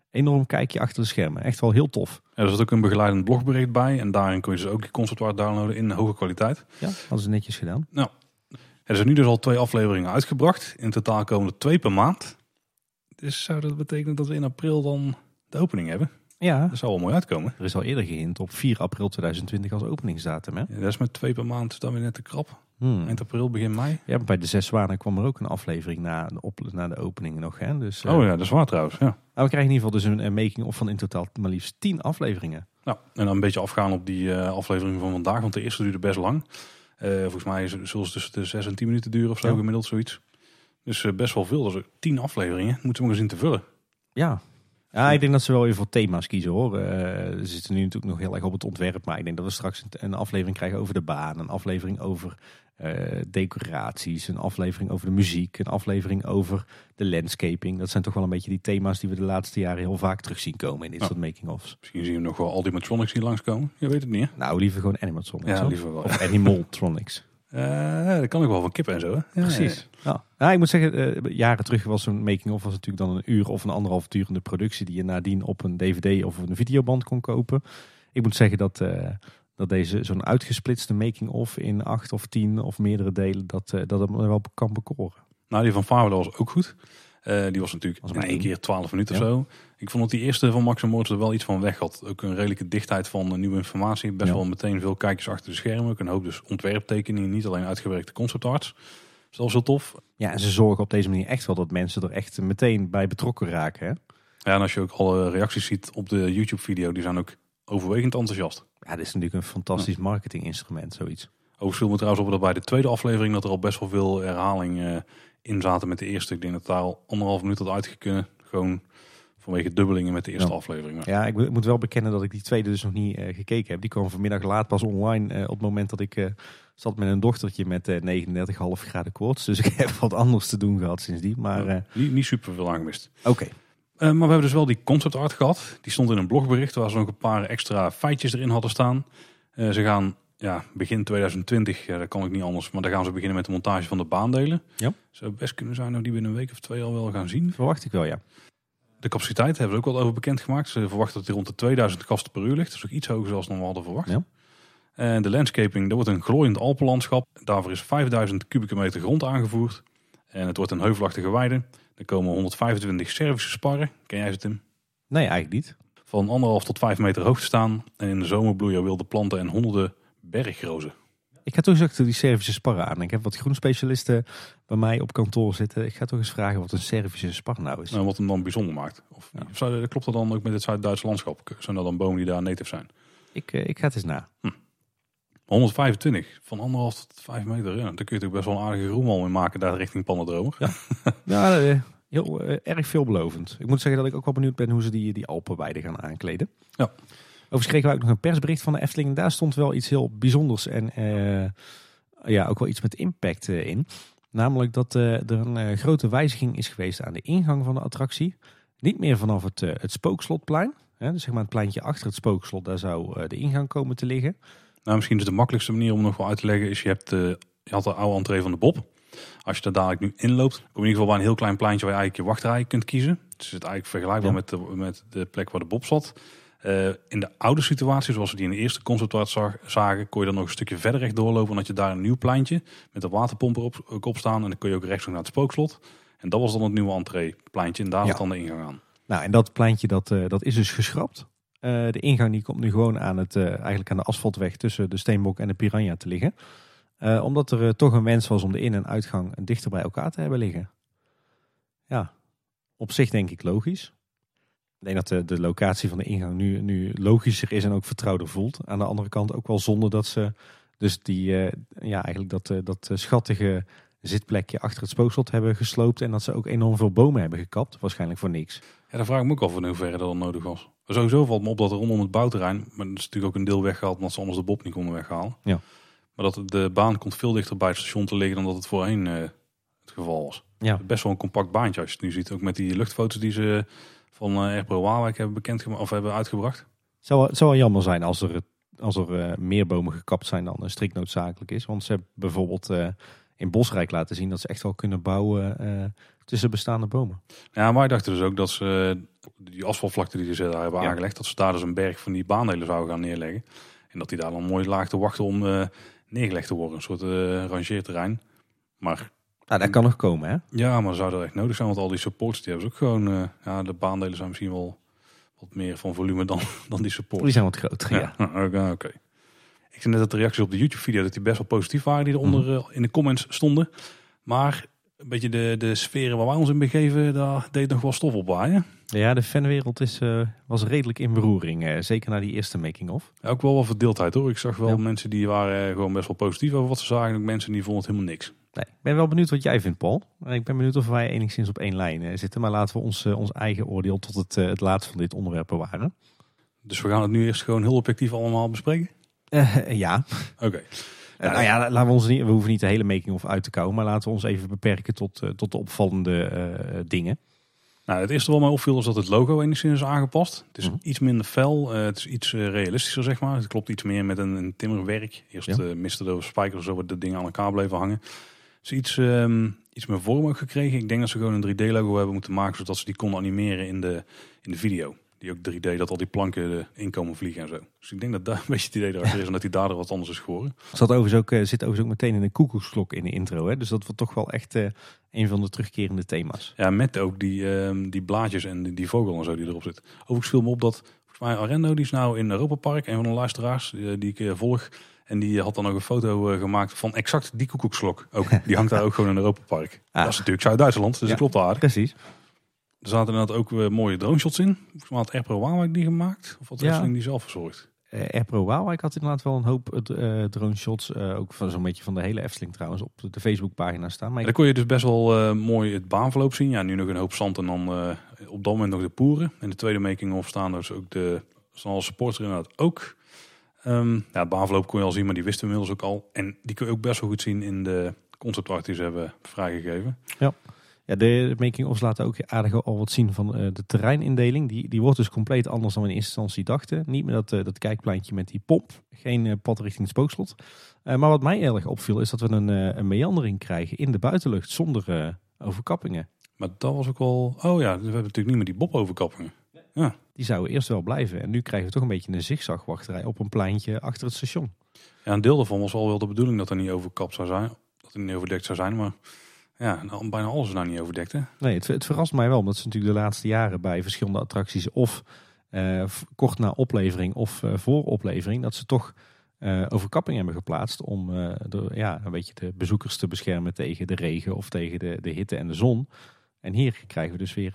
Speaker 2: enorm kijkje achter de schermen. Echt wel heel tof.
Speaker 1: Ja, er zit ook een begeleidend blogbericht bij. En daarin kun je dus ook die concept art downloaden in hoge kwaliteit.
Speaker 2: Ja, hadden ze netjes gedaan.
Speaker 1: Er zijn nu dus al 2 afleveringen uitgebracht. In totaal komen er 2 per maand. Dus zou dat betekenen dat we in april dan de opening hebben?
Speaker 2: Ja,
Speaker 1: Dat zou wel mooi uitkomen.
Speaker 2: er is al eerder gehint op 4 april 2020 als openingsdatum. Hè?
Speaker 1: Ja, dat is met 2 per maand, dus dan weer net te krap. Eind april, begin mei.
Speaker 2: Ja, bij de 6 Zwanen kwam er ook een aflevering na de opening nog. Hè? Dus,
Speaker 1: Oh ja, dat is waar trouwens. Ja.
Speaker 2: Maar we krijgen in ieder geval dus een making-of van in totaal maar liefst 10 afleveringen.
Speaker 1: Nou, en dan een beetje afgaan op die aflevering van vandaag. Want de eerste duurde best lang. Volgens mij zullen ze tussen de 6 en 10 minuten duren of zo, gemiddeld zoiets. Dus best wel veel. Dus 10 afleveringen. Moeten we maar eens in te vullen.
Speaker 2: Ja. Ja, ik denk dat ze wel weer voor thema's kiezen hoor. Ze zitten nu natuurlijk nog heel erg op het ontwerp. Maar ik denk dat we straks een aflevering krijgen over de baan. Een aflevering over decoraties. Een aflevering over de muziek. Een aflevering over de landscaping. Dat zijn toch wel een beetje die thema's die we de laatste jaren heel vaak terug zien komen in dit soort making-offs.
Speaker 1: Misschien zien we nog wel Ultimatronics hier langskomen. Je weet het niet, hè?
Speaker 2: Nou, liever gewoon animatronics.
Speaker 1: Ja, liever wel.
Speaker 2: Of Animaltronics.
Speaker 1: Dat kan ook wel van kippen en zo, hè? Ja,
Speaker 2: Precies. Ja. Ja, ik moet zeggen, jaren terug was zo'n making-of was natuurlijk dan een uur of een 1,5 durende productie die je nadien op een DVD of een videoband kon kopen. Ik moet zeggen dat deze zo'n uitgesplitste making-of in 8 of 10 of meerdere delen, dat het me wel kan bekoren.
Speaker 1: Nou, die van Fabula was ook goed. Die was natuurlijk
Speaker 2: Was
Speaker 1: in
Speaker 2: maar
Speaker 1: 1
Speaker 2: één.
Speaker 1: keer 12 minuten of
Speaker 2: Ja.
Speaker 1: zo. Ik vond dat die eerste van Max & Moritz er wel iets van weg had. Ook een redelijke dichtheid van nieuwe informatie. Best wel meteen veel kijkers achter de schermen. Ook een hoop dus ontwerptekeningen, niet alleen uitgewerkte concept arts. Dat is wel zo tof.
Speaker 2: Ja, en ze zorgen op deze manier echt wel dat mensen er echt meteen bij betrokken raken. Hè?
Speaker 1: Ja, en als je ook alle reacties ziet op de YouTube-video, die zijn ook overwegend enthousiast.
Speaker 2: Ja, dit is natuurlijk een fantastisch marketinginstrument, zoiets.
Speaker 1: Overigens viel me trouwens op dat bij de tweede aflevering dat er al best wel veel herhaling in zaten met de eerste. Ik denk dat daar al 1,5 minuut had uitgekunnen. Gewoon vanwege dubbelingen met de eerste aflevering. Maar
Speaker 2: Ja, ik moet wel bekennen dat ik die tweede dus nog niet gekeken heb. Die kwam vanmiddag laat pas online op het moment dat ik zat met een dochtertje met 39,5 graden koorts. Dus ik heb wat anders te doen gehad sindsdien. Maar
Speaker 1: niet super veel aangemist.
Speaker 2: oké.
Speaker 1: Maar we hebben dus wel die concept art gehad. Die stond in een blogbericht waar ze nog een paar extra feitjes erin hadden staan. Ze gaan begin 2020, dat kan ook niet anders, maar dan gaan ze beginnen met de montage van de baandelen.
Speaker 2: Ja.
Speaker 1: Zou best kunnen zijn dat we die binnen een week of 2 al wel gaan zien.
Speaker 2: Verwacht ik wel, ja.
Speaker 1: De capaciteit hebben ze ook wel over bekendgemaakt. Ze verwachten dat die rond de 2000 gasten per uur ligt. Dat is ook iets hoger dan we hadden verwacht.
Speaker 2: Ja.
Speaker 1: En de landscaping, dat wordt een glooiend Alpenlandschap. Daarvoor is 5000 kubieke meter grond aangevoerd. En het wordt een heuvelachtige weide. Er komen 125 Servische sparren. Ken jij ze, Tim?
Speaker 2: Nee, eigenlijk niet.
Speaker 1: Van 1,5 tot 5 meter hoog te staan. En in de zomer bloeien wilde planten en honderden bergrozen.
Speaker 2: Ik ga toch eens achter die Servische sparren aan. Ik heb wat groenspecialisten bij mij op kantoor zitten. Ik ga toch eens vragen wat een Servische spar nou is.
Speaker 1: Nou, wat hem dan bijzonder maakt. Of klopt dat dan ook met het Zuid-Duitse landschap? Zijn dat dan bomen die daar native zijn?
Speaker 2: Ik ga het eens na.
Speaker 1: 125, van 1,5 tot 5 meter. Ja, daar kun je natuurlijk best wel een aardige roemal mee maken daar richting Pannendromer. Ja.
Speaker 2: Ja, heel erg veelbelovend. Ik moet zeggen dat ik ook wel benieuwd ben hoe ze die Alpenweide gaan aankleden.
Speaker 1: Ja.
Speaker 2: Overigens kregen wij ook nog een persbericht van de Efteling. En daar stond wel iets heel bijzonders en ook wel iets met impact in. Namelijk dat er een grote wijziging is geweest aan de ingang van de attractie. Niet meer vanaf het Spookslotplein. Dus zeg maar het pleintje achter het Spookslot, daar zou de ingang komen te liggen.
Speaker 1: Nou, misschien is de makkelijkste manier om nog wel uit te leggen is je had de oude entree van de Bob. Als je daar dadelijk nu inloopt, kom je in ieder geval bij een heel klein pleintje waar je eigenlijk je wachtrij kunt kiezen. Het is eigenlijk vergelijkbaar met de plek waar de Bob zat. In de oude situatie, zoals we die in de eerste concept art zagen, kon je dan nog een stukje verder recht doorlopen. En had je daar een nieuw pleintje met de waterpompen op staan. En dan kon je ook rechts naar het Spookslot. En dat was dan het nieuwe entreepleintje. En daar zat dan de ingang aan.
Speaker 2: Nou, en dat pleintje dat is dus geschrapt. De ingang die komt nu gewoon eigenlijk aan de asfaltweg tussen de Steenbok en de Piranha te liggen. Omdat er toch een wens was om de in- en uitgang dichter bij elkaar te hebben liggen. Ja, op zich denk ik logisch. Ik denk dat de locatie van de ingang nu logischer is en ook vertrouwder voelt. Aan de andere kant ook wel zonder dat ze dus dat schattige zitplekje achter het Spookslot hebben gesloopt. En dat ze ook enorm veel bomen hebben gekapt. Waarschijnlijk voor niks.
Speaker 1: Ja, daar vraag ik me ook af in hoeverre dat dan nodig was. Sowieso valt me op dat er rondom het bouwterrein, maar dat is natuurlijk ook een deel weggehaald omdat ze anders de Bob niet konden weghalen.
Speaker 2: Ja.
Speaker 1: Maar dat de baan komt veel dichter bij het station te liggen dan dat het voorheen het geval was.
Speaker 2: Ja.
Speaker 1: Best wel een compact baantje als je het nu ziet. Ook met die luchtfoto's die ze van Airpro Waalwijk hebben uitgebracht.
Speaker 2: Het zou wel jammer zijn als er meer bomen gekapt zijn dan strikt noodzakelijk is. Want ze hebben bijvoorbeeld in Bosrijk laten zien dat ze echt wel kunnen bouwen tussen bestaande bomen.
Speaker 1: Ja, wij dachten dus ook dat ze die asfaltvlakte die ze daar hebben aangelegd, dat ze daar dus een berg van die baandelen zouden gaan neerleggen. En dat die daar dan mooi laag te wachten om neergelegd te worden. Een soort rangeerterrein. Maar
Speaker 2: Dat kan nog komen, hè?
Speaker 1: ja, maar zou dat echt nodig zijn? Want al die supports, die hebben ze ook gewoon... de baandelen zijn misschien wel wat meer van volume dan die supports.
Speaker 2: Die zijn wat groter, ja.
Speaker 1: Oké. Ik zie net dat de reacties op de YouTube-video dat die best wel positief waren, die eronder in de comments stonden. Maar een beetje de sferen waar wij ons in begeven, daar deed nog wel stof op waaien.
Speaker 2: Ja, de fanwereld was redelijk in beroering. Zeker na die eerste making-of.
Speaker 1: Ja, ook wel wat verdeeldheid hoor. Ik zag wel mensen die waren gewoon best wel positief over wat ze zagen. En ook mensen die vonden het helemaal niks.
Speaker 2: Nee, ik ben wel benieuwd wat jij vindt, Paul. Ik ben benieuwd of wij enigszins op één lijn zitten. Maar laten we ons eigen oordeel tot het laatst van dit onderwerp bewaren.
Speaker 1: Dus we gaan het nu eerst gewoon heel objectief allemaal bespreken?
Speaker 2: Ja.
Speaker 1: Oké.
Speaker 2: Laten we hoeven niet de hele making-of uit te komen. Maar laten we ons even beperken tot de opvallende dingen.
Speaker 1: Nou, het eerste wat mij opviel is dat het logo enigszins is aangepast. Het is iets minder fel, het is iets realistischer zeg maar. Het klopt iets meer met een timmerwerk. Eerst miste de spijkers of zo waar de dingen aan elkaar bleven hangen. Het is iets meer vorm ook gekregen. Ik denk dat ze gewoon een 3D-logo hebben moeten maken zodat ze die konden animeren in de video. Die ook 3D, dat al die planken in komen vliegen en zo. Dus ik denk dat daar een beetje het idee erachter is en dat die daardoor wat anders is geworden.
Speaker 2: Zit overigens ook meteen in een koekoeksklok in de intro. Hè? Dus dat wordt toch wel echt een van de terugkerende thema's.
Speaker 1: Ja, met ook die blaadjes en die vogel en zo die erop zit. Overigens viel me op dat, volgens mij Arendo, die is nou in Europa Park, een van de luisteraars die ik volg. En die had dan ook een foto gemaakt van exact die koekoeksklok. Ook, die hangt daar ook gewoon in Europa Park. Dat is natuurlijk Zuid-Duitsland, dus dat klopt aardig.
Speaker 2: Precies.
Speaker 1: Er zaten inderdaad ook mooie drone shots in. Volgens mij had Airpro Waalwijk die gemaakt. Of wat Efteling die zelf verzorgd?
Speaker 2: Airpro Waalwijk had inderdaad wel een hoop drone shots. Ook van zo'n beetje van de hele Efteling trouwens op de Facebookpagina staan. Maar
Speaker 1: daar kon je dus best wel mooi het baanverloop zien. Ja, nu nog een hoop zand en dan op dat moment nog de poeren. In de tweede making-of staan dus ook de supporter inderdaad ook. Het baanverloop kon je al zien, maar die wisten we inmiddels ook al. En die kun je ook best wel goed zien in de concept art die ze hebben vrijgegeven.
Speaker 2: Ja. Ja, de making-ofs laten ook aardig al wat zien van de terreinindeling. Die wordt dus compleet anders dan we in eerste instantie dachten. Niet meer dat kijkpleintje met die pomp. Geen pad richting het spookslot. Maar wat mij erg opviel is dat we een meandering krijgen in de buitenlucht zonder overkappingen.
Speaker 1: Maar dat was ook wel... Oh ja, we hebben natuurlijk niet meer die boboverkappingen. Ja.
Speaker 2: Die zouden eerst wel blijven. En nu krijgen we toch een beetje een zigzagwachterij op een pleintje achter het station.
Speaker 1: Ja, een deel daarvan was wel de bedoeling dat er niet overkapt zou zijn. Dat er niet overdekt zou zijn, maar... Ja, bijna alles is nou niet overdekt, hè?
Speaker 2: Nee, het verrast mij wel. Omdat ze natuurlijk de laatste jaren bij verschillende attracties... of kort na oplevering of voor oplevering... dat ze toch overkapping hebben geplaatst... om een beetje de bezoekers te beschermen tegen de regen... of tegen de hitte en de zon. En hier krijgen we dus weer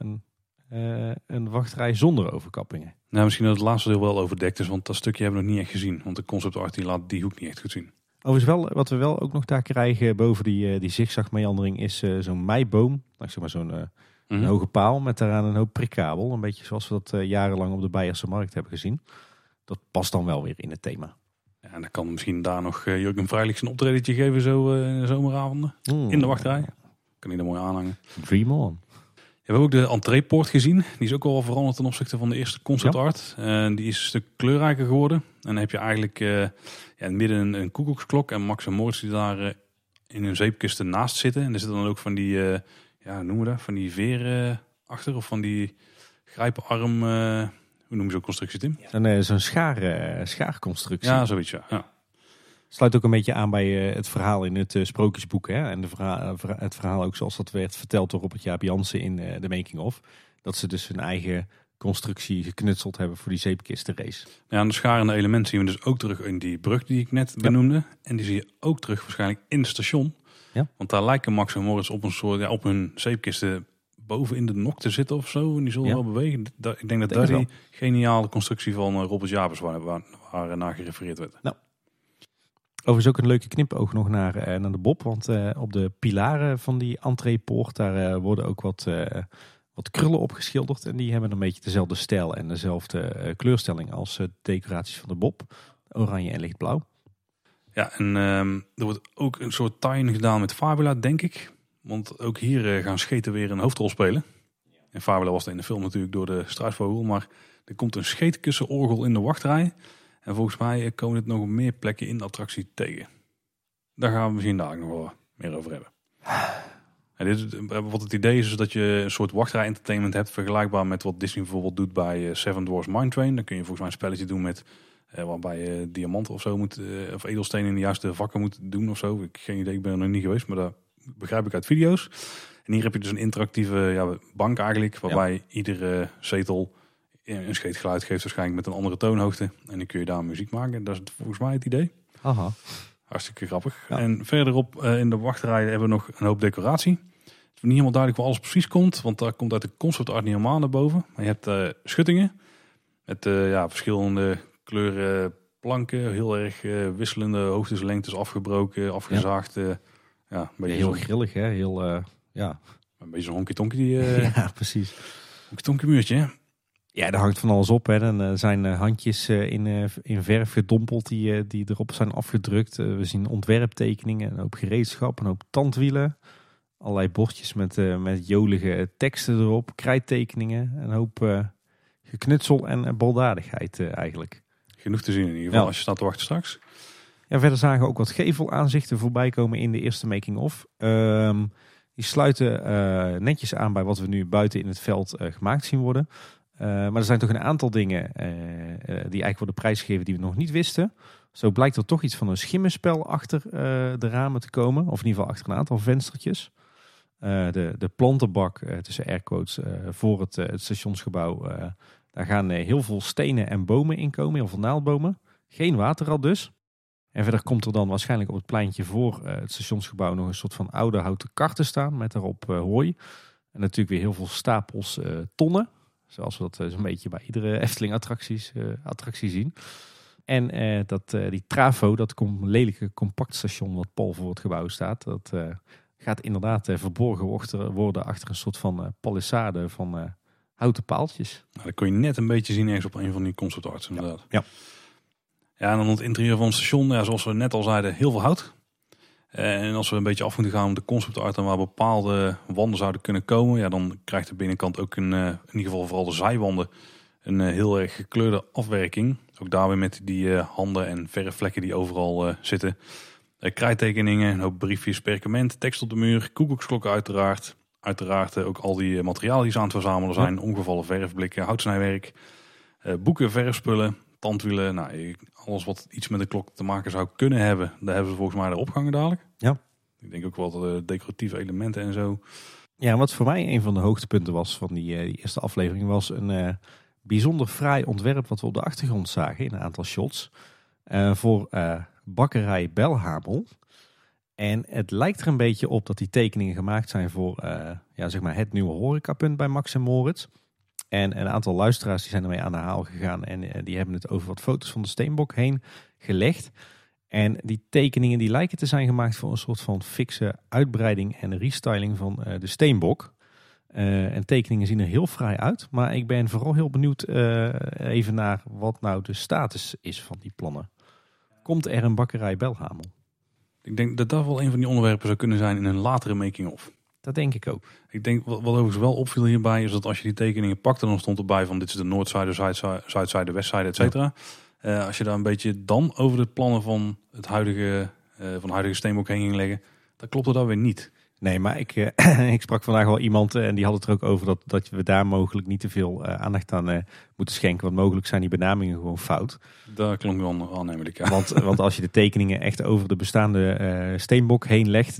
Speaker 2: een wachtrij zonder overkappingen.
Speaker 1: Nou, misschien dat het laatste deel wel overdekt is... want dat stukje hebben we nog niet echt gezien. Want de concept art die laat die hoek niet echt goed zien.
Speaker 2: Overigens wel, wat we wel ook nog daar krijgen boven die zigzagmeandering is zo'n meiboom. Zeg maar zo'n een hoge paal met daaraan een hoop prikkabel. Een beetje zoals we dat jarenlang op de Beierse markt hebben gezien. Dat past dan wel weer in het thema.
Speaker 1: Ja, en dan kan misschien daar nog Jurgen Vrijlich zijn optredentje geven zo in de zomeravonden. In de wachtrij. Kan hij er mooi aanhangen.
Speaker 2: Dream on.
Speaker 1: We hebben ook de entreepoort gezien. Die is ook wel veranderd ten opzichte van de eerste concept art. Die is een stuk kleurrijker geworden. En dan heb je eigenlijk in het midden een koekoeksklok en Max en Moritz die daar in hun zeepkisten naast zitten. En er zitten dan ook van die, hoe noemen we dat? Van die veren achter of van die grijpenarm, hoe noemen ze ook constructie, Tim?
Speaker 2: Zo'n schaarconstructie.
Speaker 1: Ja, zoiets ja.
Speaker 2: Sluit ook een beetje aan bij het verhaal in het sprookjesboek. Hè? En het verhaal ook zoals dat werd verteld door Robert Jaap Jansen in de making-of. Dat ze dus hun eigen constructie geknutseld hebben voor die zeepkistenrace. Ja,
Speaker 1: en de scharende element zien we dus ook terug in die brug die ik net benoemde. En die zie je ook terug waarschijnlijk in het station. Ja. Want daar lijken Max en Moritz op een soort, op hun zeepkisten boven in de nok te zitten of zo. En die zullen wel bewegen. Ik denk dat daar die geniale constructie van Robert Jaap waar naar gerefereerd werd.
Speaker 2: Nou. Overigens ook een leuke knipoog nog naar de Bob. Want op de pilaren van die entreepoort daar worden ook wat krullen opgeschilderd. En die hebben een beetje dezelfde stijl en dezelfde kleurstelling als de decoraties van de Bob. Oranje en lichtblauw.
Speaker 1: Ja, en er wordt ook een soort tie-in gedaan met Fabula, denk ik. Want ook hier gaan scheten weer een hoofdrol spelen. En Fabula was er in de film natuurlijk door de struisvogel. Maar er komt een scheetkussenorgel in de wachtrij. En volgens mij komen het nog op meer plekken in de attractie tegen. Daar gaan we misschien daar nog wel meer over hebben. En wat het idee is dat je een soort wachtrij entertainment hebt, vergelijkbaar met wat Disney bijvoorbeeld doet bij Seven Dwarfs Mine Train. Dan kun je volgens mij een spelletje doen met waarbij je diamanten of zo moet, of edelstenen in de juiste vakken moet doen of zo. Ik heb geen idee, ik ben er nog niet geweest, maar dat begrijp ik uit video's. En hier heb je dus een interactieve bank eigenlijk, waarbij iedere zetel een scheetgeluid geeft, waarschijnlijk met een andere toonhoogte. En dan kun je daar muziek maken. Dat is volgens mij het idee.
Speaker 2: Aha.
Speaker 1: Hartstikke grappig. Ja. En verderop in de wachtrij hebben we nog een hoop decoratie. Het is niet helemaal duidelijk waar alles precies komt, want daar komt uit de concept art niet helemaal naar boven. Maar je hebt schuttingen met verschillende kleuren planken, heel erg wisselende hoogtes, lengtes, afgebroken, afgezaagd. Een beetje
Speaker 2: heel grillig, hè? Heel,
Speaker 1: een beetje zo'n honky-tonky.
Speaker 2: Ja, precies.
Speaker 1: Honky-tonky muurtje, hè?
Speaker 2: Ja, daar hangt van alles op. Hè. Dan zijn handjes in verf gedompeld die erop zijn afgedrukt. We zien ontwerptekeningen, een hoop gereedschap, een hoop tandwielen. Allerlei bordjes met jolige teksten erop, krijttekeningen. Een hoop geknutsel en baldadigheid eigenlijk.
Speaker 1: Genoeg te zien in ieder geval als je staat te wachten straks.
Speaker 2: Ja, verder zagen we ook wat gevelaanzichten voorbij komen in de eerste making-of. Die sluiten netjes aan bij wat we nu buiten in het veld gemaakt zien worden. Maar er zijn toch een aantal dingen die eigenlijk worden prijsgegeven die we nog niet wisten. Zo blijkt er toch iets van een schimmenspel achter de ramen te komen. Of in ieder geval achter een aantal venstertjes. De plantenbak tussen airquotes voor het stationsgebouw. Daar gaan heel veel stenen en bomen in komen. Heel veel naaldbomen. Geen waterrad dus. En verder komt er dan waarschijnlijk op het pleintje voor het stationsgebouw nog een soort van oude houten kar te staan. Met daarop hooi. En natuurlijk weer heel veel stapels tonnen. Zoals we dat zo'n beetje bij iedere Efteling attractie zien. En die trafo, dat lelijke compact station wat pal voor het gebouw staat. Dat gaat inderdaad verborgen worden achter een soort van palissade van houten paaltjes.
Speaker 1: Nou, dat kon je net een beetje zien ergens op een van die concept arts inderdaad.
Speaker 2: Ja.
Speaker 1: Ja, en dan het interieur van het station, zoals we net al zeiden, heel veel hout. En als we een beetje af moeten gaan op de concept art en waar bepaalde wanden zouden kunnen komen, dan krijgt de binnenkant ook in ieder geval vooral de zijwanden een heel erg gekleurde afwerking. Ook daar weer met die handen en verfvlekken die overal zitten. Krijttekeningen, een hoop briefjes, perkament, tekst op de muur, koekoeksklokken uiteraard. Uiteraard ook al die materialen die ze aan het verzamelen zijn. Omgevallen verfblikken, houtsnijwerk, boeken, verfspullen, tandwielen. Nou, alles wat iets met de klok te maken zou kunnen hebben, daar hebben ze volgens mij de opgangen dadelijk.
Speaker 2: Ja.
Speaker 1: Ik denk ook wat decoratieve elementen en zo.
Speaker 2: Ja, wat voor mij een van de hoogtepunten was van die eerste aflevering was een bijzonder fraai ontwerp wat we op de achtergrond zagen in een aantal shots. Voor bakkerij Belhamel. En het lijkt er een beetje op dat die tekeningen gemaakt zijn voor het nieuwe horecapunt bij Max en Moritz. En een aantal luisteraars die zijn ermee aan de haal gegaan en die hebben het over wat foto's van de Steenbok heen gelegd. En die tekeningen die lijken te zijn gemaakt voor een soort van fikse uitbreiding en restyling van de Steenbok. En tekeningen zien er heel fraai uit. Maar ik ben vooral heel benieuwd even naar wat nou de status is van die plannen. Komt er een bakkerij Belhamel?
Speaker 1: Ik denk dat dat wel een van die onderwerpen zou kunnen zijn in een latere making-of.
Speaker 2: Dat denk ik ook.
Speaker 1: Ik denk wat overigens wel opviel hierbij is dat als je die tekeningen pakt en dan stond erbij van dit is de noordzijde, zuidzijde, westzijde, et cetera. Als je daar een beetje dan over de plannen van het huidige Steenbok heen ging leggen, dan klopte dat weer niet.
Speaker 2: Nee, maar ik sprak vandaag wel iemand en die had het er ook over dat we daar mogelijk niet te veel aandacht aan moeten schenken. Want mogelijk zijn die benamingen gewoon fout.
Speaker 1: Dat klonk wel aannemelijk, ja.
Speaker 2: Want als je de tekeningen echt over de bestaande Steenbok heen legt,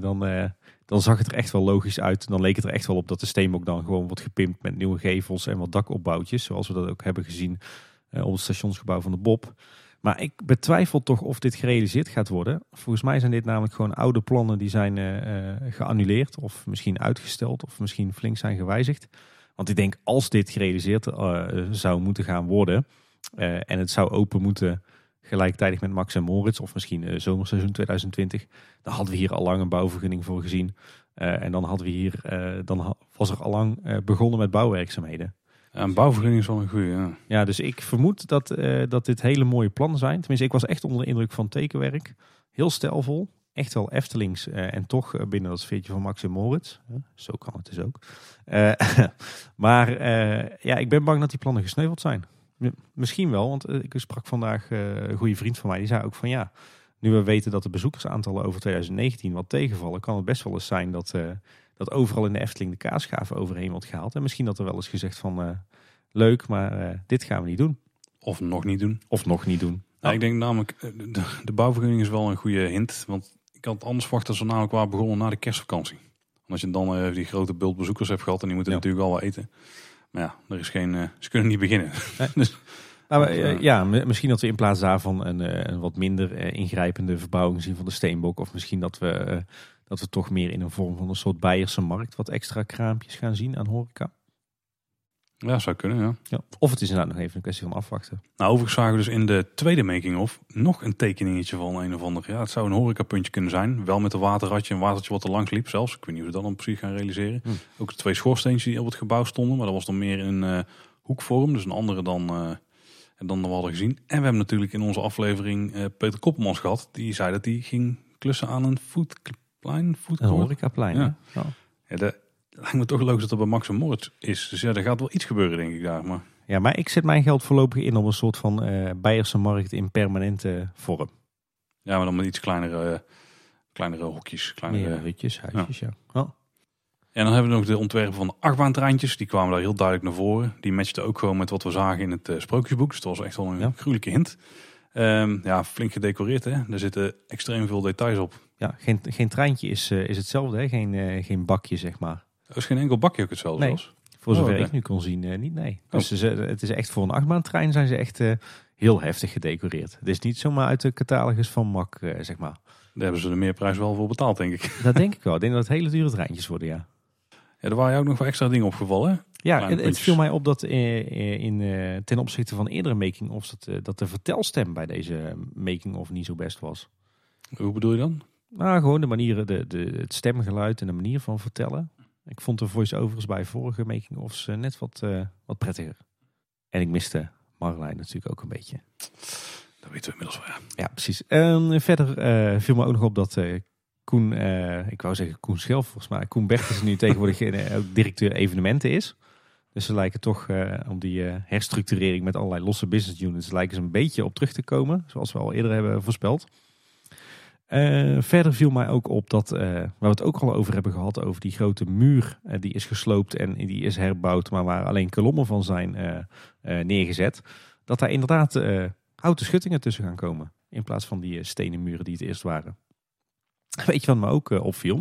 Speaker 2: dan zag het er echt wel logisch uit. Dan leek het er echt wel op dat de Steenbok dan gewoon wordt gepimpt met nieuwe gevels en wat dakopbouwtjes. Zoals we dat ook hebben gezien op het stationsgebouw van de Bob. Maar ik betwijfel toch of dit gerealiseerd gaat worden. Volgens mij zijn dit namelijk gewoon oude plannen die zijn geannuleerd. Of misschien uitgesteld of misschien flink zijn gewijzigd. Want ik denk als dit gerealiseerd zou moeten gaan worden. En het zou open moeten gelijktijdig met Max en Moritz. Of misschien zomerseizoen 2020. Dan hadden we hier al lang een bouwvergunning voor gezien. En dan was er al lang begonnen met bouwwerkzaamheden.
Speaker 1: Ja, een bouwvergunning is wel een goede. Ja.
Speaker 2: Ja, dus ik vermoed dat dit hele mooie plannen zijn. Tenminste, ik was echt onder de indruk van het tekenwerk. Heel stijlvol. Echt wel Eftelings. En toch binnen dat sfeertje van Max en Moritz. Zo kan het dus ook. Maar ik ben bang dat die plannen gesneuveld zijn. Misschien wel, want ik sprak vandaag een goede vriend van mij. Die zei ook van Nu we weten dat de bezoekersaantallen over 2019 wat tegenvallen, kan het best wel eens zijn dat overal in de Efteling de kaasschaaf overheen wordt gehaald. En misschien dat er wel eens gezegd van leuk, maar dit gaan we niet doen.
Speaker 1: Of nog niet doen.
Speaker 2: Nou,
Speaker 1: Ik denk namelijk, de bouwvergunning is wel een goede hint. Want ik had anders verwacht dat ze namelijk waren begonnen na de kerstvakantie. Als je dan die grote bult bezoekers hebt gehad en die moeten natuurlijk al wel eten. Maar ja, er is ze kunnen niet beginnen. Dus,
Speaker 2: misschien dat we in plaats daarvan een wat minder ingrijpende verbouwing zien van de Steenbok. Of misschien dat we toch meer in een vorm van een soort Beierse markt wat extra kraampjes gaan zien aan horeca.
Speaker 1: Ja, zou kunnen, ja.
Speaker 2: Ja. Of het is inderdaad nog even een kwestie van afwachten.
Speaker 1: Nou, overigens zagen we dus in de tweede making-of nog een tekeningetje van een of ander. Ja, het zou een horecapuntje kunnen zijn. Wel met een waterratje, een watertje wat er langs liep zelfs. Ik weet niet hoe ze dat dan precies gaan realiseren. Ook de 2 schoorsteentjes die op het gebouw stonden. Maar dat was dan meer in hoekvorm. Dus een andere dan we hadden gezien. En we hebben natuurlijk in onze aflevering Peter Koppelmans gehad. Die zei dat hij ging klussen aan een foodplein.
Speaker 2: Een horecaplein,
Speaker 1: ja.
Speaker 2: Ja.
Speaker 1: Lijkt me toch leuk dat dat bij Max & Moritz is. Dus ja, er gaat wel iets gebeuren, denk ik daar. Maar...
Speaker 2: Ja, maar ik zet mijn geld voorlopig in op een soort van Beierse markt in permanente vorm.
Speaker 1: Ja, maar dan met iets kleinere hokjes.
Speaker 2: Meer hutjes, huisjes, ja. Oh.
Speaker 1: En dan hebben we nog de ontwerpen van de achtbaantreintjes. Die kwamen daar heel duidelijk naar voren. Die matchten ook gewoon met wat we zagen in het sprookjesboek. Dus dat was echt wel een gruwelijke hint. Flink gedecoreerd, hè. Er zitten extreem veel details op.
Speaker 2: Ja, geen treintje is hetzelfde, hè? Geen bakje, zeg maar.
Speaker 1: Er is geen enkel bakje ook hetzelfde zoals.
Speaker 2: Voor zover ik nu kon zien, niet, nee. Dus het is echt voor een achtbaantrein zijn ze echt heel heftig gedecoreerd. Het is niet zomaar uit de catalogus van Mack, zeg maar.
Speaker 1: Daar hebben ze de meerprijs wel voor betaald, denk ik.
Speaker 2: Dat denk ik wel. Ik denk dat het hele dure treintjes worden, ja.
Speaker 1: Ja, er waren jou ook nog wel extra dingen opgevallen, hè?
Speaker 2: Ja, het viel mij op dat ten opzichte van eerdere making-ofs dat de vertelstem bij deze making-of niet zo best was.
Speaker 1: Hoe bedoel je dan?
Speaker 2: Nou, gewoon de manieren, het stemgeluid en de manier van vertellen. Ik vond de voice-overs bij vorige making-ofs net wat prettiger. En ik miste Marjolein natuurlijk ook een beetje.
Speaker 1: Dat weten we inmiddels wel, ja.
Speaker 2: Ja, precies. Verder viel me ook nog op dat Koen, ik wou zeggen Koen Schelf volgens mij. Koen Bertens nu tegenwoordig ook directeur evenementen is. Dus ze lijken toch om die herstructurering met allerlei losse business units lijken ze een beetje op terug te komen. Zoals we al eerder hebben voorspeld. Verder viel mij ook op dat, waar we het ook al over hebben gehad, over die grote muur die is gesloopt en die is herbouwd, maar waar alleen kolommen van zijn neergezet. Dat daar inderdaad houten schuttingen tussen gaan komen. In plaats van die stenen muren die het eerst waren. Weet je wat me ook opviel?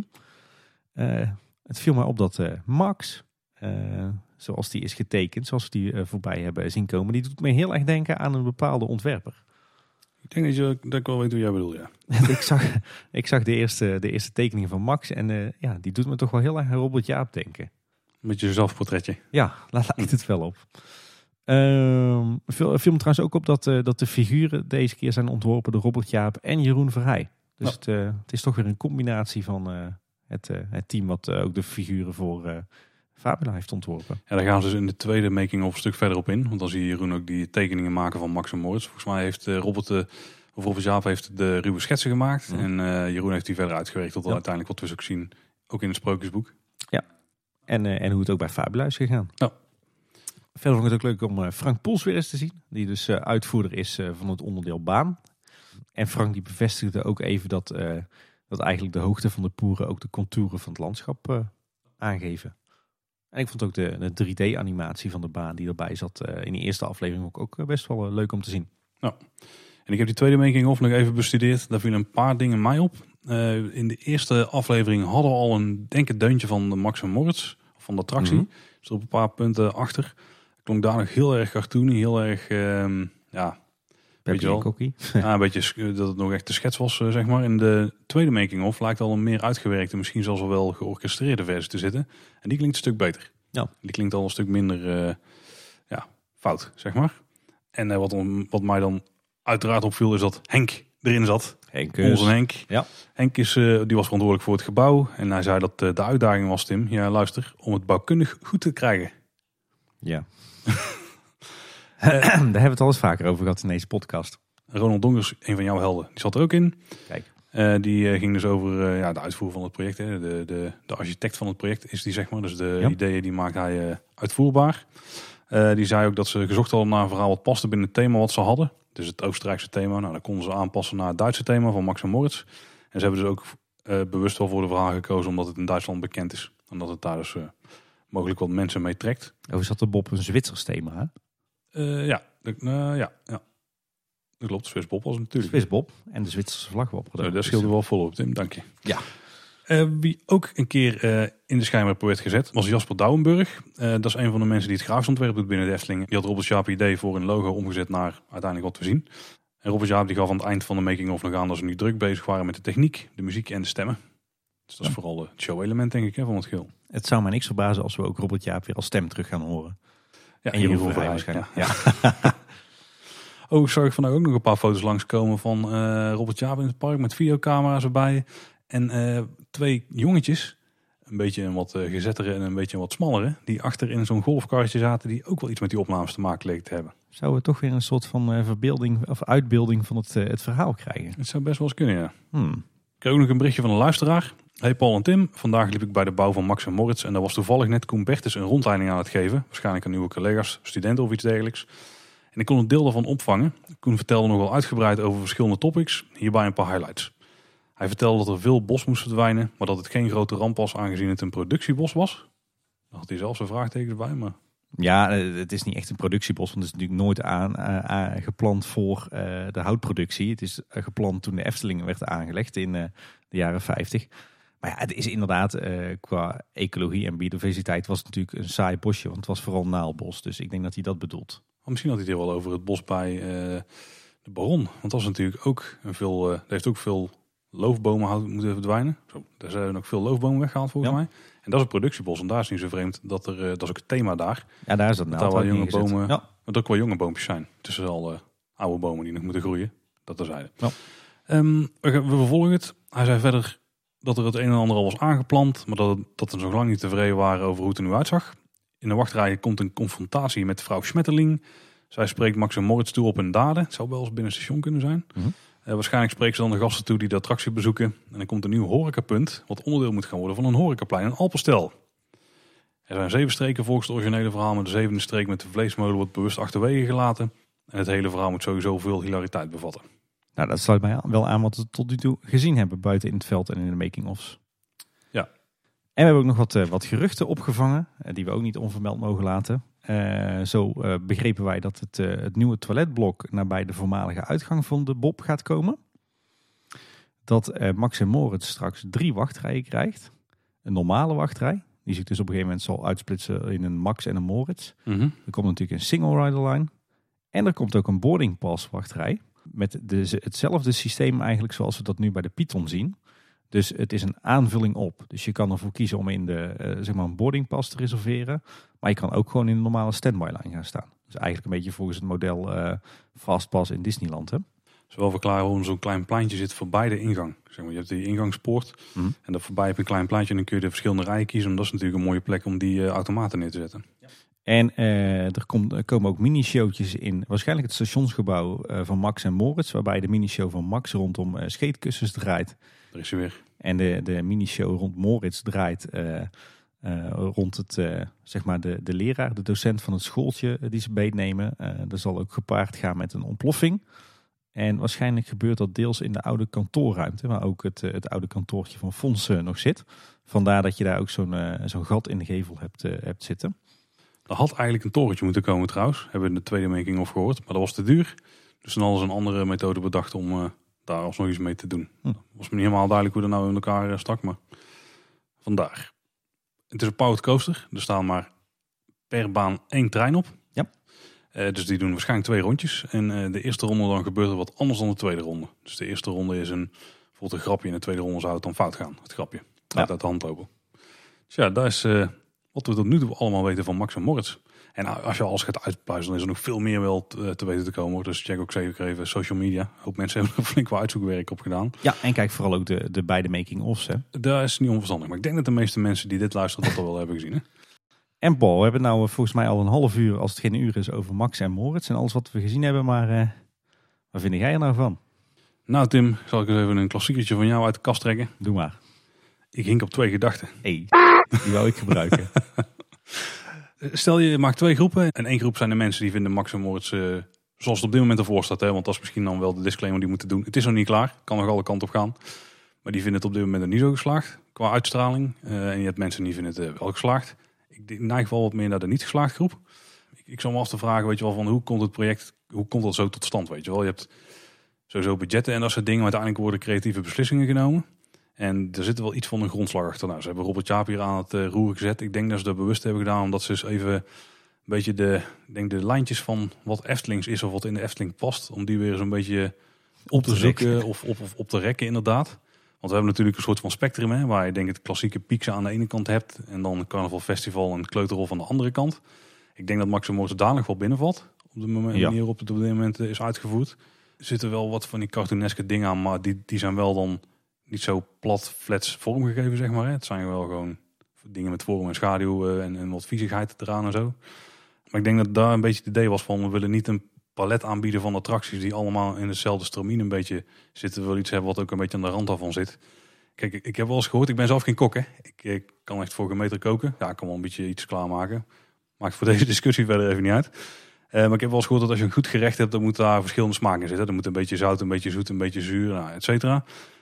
Speaker 2: Het viel mij op dat Max, zoals die is getekend, zoals we die voorbij hebben zien komen, die doet me heel erg denken aan een bepaalde ontwerper.
Speaker 1: Ik denk dat ik wel weet hoe jij bedoelt, ja.
Speaker 2: ik zag de eerste tekeningen van Max en die doet me toch wel heel erg aan Robert Jaap denken.
Speaker 1: Een beetje een zelfportretje.
Speaker 2: Ja, daar lijkt het wel op. Viel me trouwens ook op dat de figuren deze keer zijn ontworpen door Robert Jaap en Jeroen Verheij. Dus het is toch weer een combinatie van het team wat ook de figuren voor Fabula heeft ontworpen.
Speaker 1: Ja, daar gaan ze dus in de tweede making-of een stuk verder op in. Want dan zie je Jeroen ook die tekeningen maken van Max & Moritz. Volgens mij heeft Robert Jaap heeft de ruwe schetsen gemaakt. En Jeroen heeft die verder uitgewerkt tot uiteindelijk wat we ook zien. Ook in het sprookjesboek.
Speaker 2: Ja, en hoe het ook bij Fabula is gegaan.
Speaker 1: Ja.
Speaker 2: Verder vond ik het ook leuk om Frank Poels weer eens te zien. Die dus uitvoerder is van het onderdeel baan. En Frank die bevestigde ook even dat eigenlijk de hoogte van de poeren ook de contouren van het landschap aangeven. En ik vond ook de 3D-animatie van de baan die erbij zat in die eerste aflevering ook best wel leuk om te zien.
Speaker 1: Ja. En ik heb die tweede making-of nog even bestudeerd. Daar vielen een paar dingen mij op. In de eerste aflevering hadden we al een deuntje van de Max & Moritz. Van de attractie.
Speaker 2: Mm-hmm.
Speaker 1: Dus op een paar punten achter. Klonk daar nog heel erg cartoony. Heel erg, weet je wel. Ja, een beetje dat het nog echt de schets was, zeg maar. In de tweede making-of lijkt al een meer uitgewerkte, misschien zelfs wel georchestreerde versie te zitten. En die klinkt een stuk beter. Ja. Die klinkt al een stuk minder fout, zeg maar. En wat mij dan uiteraard opviel is dat Henk erin zat. Onze Henk. Ja. Henk die was verantwoordelijk voor het gebouw. En hij zei dat de uitdaging was, Tim, ja luister, om het bouwkundig goed te krijgen.
Speaker 2: Ja. Daar hebben we het al eens vaker over gehad in deze podcast.
Speaker 1: Ronald Dongers, een van jouw helden, die zat er ook in.
Speaker 2: Kijk.
Speaker 1: Die ging dus over de uitvoer van het project. Hè. De architect van het project is die, zeg maar. Dus de ideeën die maakt hij uitvoerbaar. Die zei ook dat ze gezocht hadden naar een verhaal wat paste binnen het thema wat ze hadden. Dus het Oostenrijkse thema. Nou, dan konden ze aanpassen naar het Duitse thema van Max en Moritz. En ze hebben dus ook bewust wel voor de verhaal gekozen omdat het in Duitsland bekend is. En dat het daar dus mogelijk wat mensen mee trekt.
Speaker 2: Of is dat de Bob een Zwitsers thema? Hè?
Speaker 1: Ja. Dat klopt, Swiss Bob was het natuurlijk.
Speaker 2: Swiss Bob en de Zwitserse vlag op.
Speaker 1: Daar scheelde wel volop, Tim, dank je.
Speaker 2: Ja.
Speaker 1: Wie ook een keer in de schijnwerper werd gezet, was Jasper Douwenburg. Dat is een van de mensen die het graafste ontwerp doet binnen de Efteling. Die had Robert Sjaap idee voor een logo omgezet naar uiteindelijk wat we zien. En Robert Sjaap die gaf aan het eind van de making-of nog aan dat ze nu druk bezig waren met de techniek, de muziek en de stemmen. Dus dat is vooral het show-element, denk ik, van het geheel.
Speaker 2: Het zou mij niks verbazen als we ook Robert Jaap weer als stem terug gaan horen.
Speaker 1: Ja,
Speaker 2: en Jeroen Verheij waarschijnlijk.
Speaker 1: Ja. Zag ik vandaag ook nog een paar foto's langskomen van Robert Jaap in het park met videocamera's erbij. En 2 jongetjes, een beetje een wat gezettere en een beetje een wat smallere, die achter in zo'n golfkarretje zaten, die ook wel iets met die opnames te maken leken te hebben.
Speaker 2: Zouden we toch weer een soort van verbeelding of uitbeelding van het verhaal krijgen?
Speaker 1: Het zou best wel eens kunnen, ja. Ik kreeg ook nog een berichtje van een luisteraar. Hey Paul en Tim, vandaag liep ik bij de bouw van Max en Moritz en daar was toevallig net Koen Bertens een rondleiding aan het geven. Waarschijnlijk aan nieuwe collega's, studenten of iets dergelijks. En ik kon een deel daarvan opvangen. Koen vertelde nogal uitgebreid over verschillende topics, hierbij een paar highlights. Hij vertelde dat er veel bos moest verdwijnen, maar dat het geen grote ramp was aangezien het een productiebos was. Daar had hij zelfs een vraagteken bij, maar...
Speaker 2: Ja, het is niet echt een productiebos, want het is natuurlijk nooit gepland voor de houtproductie. Het is gepland toen de Efteling werd aangelegd in de jaren 50. Maar ja, het is inderdaad qua ecologie en biodiversiteit was het natuurlijk een saai bosje, want het was vooral naaldbos. Dus ik denk dat hij dat bedoelt.
Speaker 1: Misschien had hij het wel over het bos bij de Baron. Want dat is natuurlijk ook er heeft ook veel loofbomen moeten verdwijnen. Daar zijn ook veel loofbomen weggehaald volgens mij. En dat is een productiebos en daar is niet zo vreemd dat dat is ook het thema daar.
Speaker 2: Ja, daar is dat
Speaker 1: daar wel jonge bomen,
Speaker 2: ja.
Speaker 1: Dat ook wel jonge boompjes zijn. Tussen al oude bomen die nog moeten groeien. Dat terzijde.
Speaker 2: Ja.
Speaker 1: We vervolgen het. Hij zei verder dat er het een en ander al was aangeplant, maar dat ze nog lang niet tevreden waren over hoe het er nu uitzag. In de wachtrij komt een confrontatie met vrouw Schmetterling. Zij spreekt Max en Moritz toe op hun daden. Het zou wel eens binnen een station kunnen zijn.
Speaker 2: Mm-hmm.
Speaker 1: Waarschijnlijk spreekt ze dan de gasten toe die de attractie bezoeken. En dan komt een nieuw horecapunt, wat onderdeel moet gaan worden van een horecaplein in Alpenstel. Er zijn 7 streken volgens het originele verhaal, maar de 7e streek met de vleesmolen wordt bewust achterwege gelaten. En het hele verhaal moet sowieso veel hilariteit bevatten.
Speaker 2: Nou, dat sluit mij wel aan wat we tot nu toe gezien hebben buiten in het veld en in de making-ofs.
Speaker 1: Ja.
Speaker 2: En we hebben ook nog wat geruchten opgevangen, die we ook niet onvermeld mogen laten. Zo begrepen wij dat het nieuwe toiletblok nabij de voormalige uitgang van de Bob gaat komen. Dat Max en Moritz straks 3 wachtrijen krijgt. Een normale wachtrij, die zich dus op een gegeven moment zal uitsplitsen in een Max en een Moritz.
Speaker 1: Mm-hmm.
Speaker 2: Er komt natuurlijk een single rider line. En er komt ook een boarding pass wachtrij. Met hetzelfde systeem eigenlijk zoals we dat nu bij de Python zien. Dus het is een aanvulling op. Dus je kan ervoor kiezen om in de een boarding pass te reserveren. Maar je kan ook gewoon in een normale standby line gaan staan. Dus eigenlijk een beetje volgens het model Fastpass in Disneyland. Hè?
Speaker 1: Zowel verklaren waarom zo'n klein pleintje zit voorbij de ingang. Zeg maar, je hebt die ingangspoort.
Speaker 2: Mm-hmm.
Speaker 1: En daar voorbij heb je een klein pleintje en dan kun je de verschillende rijen kiezen. En dat is natuurlijk een mooie plek om die automaten neer te zetten. Ja.
Speaker 2: En er komen ook mini-showtjes in waarschijnlijk het stationsgebouw van Max en Moritz. Waarbij de mini-show van Max rondom scheetkussens draait.
Speaker 1: Daar is hij weer.
Speaker 2: En de mini-show rond Moritz draait rond het, de leraar, de docent van het schooltje die ze beetnemen. Er zal ook gepaard gaan met een ontploffing. En waarschijnlijk gebeurt dat deels in de oude kantoorruimte, waar ook het oude kantoortje van Fons nog zit. Vandaar dat je daar ook zo'n gat in de gevel hebt zitten.
Speaker 1: Er had eigenlijk een torentje moeten komen trouwens. Hebben we in de tweede making-of gehoord. Maar dat was te duur. Dus dan hadden ze een andere methode bedacht om daar alsnog iets mee te doen. Het was me niet helemaal duidelijk hoe dat nou in elkaar stak. Maar vandaar. Het is een powered coaster. Er staan maar per baan 1 trein op.
Speaker 2: Ja.
Speaker 1: Dus die doen waarschijnlijk 2 rondjes. En de eerste ronde dan gebeurt er wat anders dan de tweede ronde. Dus de eerste ronde is bijvoorbeeld een grapje. En de tweede ronde zou het dan fout gaan. Het grapje. Het gaat uit de hand lopen. Dus ja, dat is wat we tot nu toe allemaal weten van Max en Moritz. En als je alles gaat uitpluizen, dan is er nog veel meer wel te weten te komen. Dus check ook zeker even social media. Een hoop mensen hebben er flink wat uitzoekwerk op gedaan.
Speaker 2: Ja, en kijk vooral ook de beide making-ofs.
Speaker 1: Dat is niet onverstandig. Maar ik denk dat de meeste mensen die dit luisteren dat al wel hebben gezien. Hè?
Speaker 2: En Paul, we hebben nou volgens mij al een half uur, als het geen uur is, over Max en Moritz. En alles wat we gezien hebben. Maar wat vind jij er nou van?
Speaker 1: Nou Tim, zal ik eens even een klassiekertje van jou uit de kast trekken?
Speaker 2: Doe maar.
Speaker 1: Ik hink op 2 gedachten.
Speaker 2: Hey, die wou ik gebruiken.
Speaker 1: Stel je maakt 2 groepen. En 1 groep zijn de mensen die vinden Max en Moritz zoals het op dit moment ervoor staat. Hè, want dat is misschien dan wel de disclaimer die we moeten doen. Het is nog niet klaar. Kan nog alle kanten op gaan. Maar die vinden het op dit moment nog niet zo geslaagd. Qua uitstraling. En je hebt mensen die vinden het wel geslaagd. Ik neig wel wat meer naar de niet geslaagd groep. Ik zou me af te vragen, weet je wel, van hoe komt het project, hoe komt dat zo tot stand, weet je wel. Je hebt sowieso budgetten en dat soort dingen. Maar uiteindelijk worden creatieve beslissingen genomen. En er zit wel iets van een grondslag achter. Nou, ze hebben Robert Jaap hier aan het roer gezet. Ik denk dat ze dat bewust hebben gedaan. Omdat ze dus even een beetje de lijntjes van wat Eftelings is of wat in de Efteling past. Om die weer eens een beetje op te zoeken of op te rekken inderdaad. Want we hebben natuurlijk een soort van spectrum. Hè, waar je denk het klassieke Piekse aan de ene kant hebt. En dan Carnaval Festival en Kleuterhof aan de andere kant. Ik denk dat Maximo's daar nog wel binnenvalt. Op de manier waarop het op dit moment is uitgevoerd. Er zitten wel wat van die cartooneske dingen aan. Maar die zijn wel dan niet zo plat, flats vormgegeven, zeg maar. Hè. Het zijn wel gewoon dingen met vorm en schaduw en wat viezigheid eraan en zo. Maar ik denk dat daar een beetje het idee was van... we willen niet een palet aanbieden van attracties... die allemaal in hetzelfde stramien een beetje zitten. We willen iets hebben wat ook een beetje aan de rand daarvan zit. Kijk, ik heb wel eens gehoord... ik ben zelf geen kok, hè. Ik kan echt voor geen meter koken. Ja, ik kan wel een beetje iets klaarmaken. Maakt voor deze discussie verder even niet uit. Maar ik heb wel eens gehoord dat als je een goed gerecht hebt... dan moet daar verschillende smaken in zitten. Er moet een beetje zout, een beetje zoet, een beetje zuur, nou, et cetera.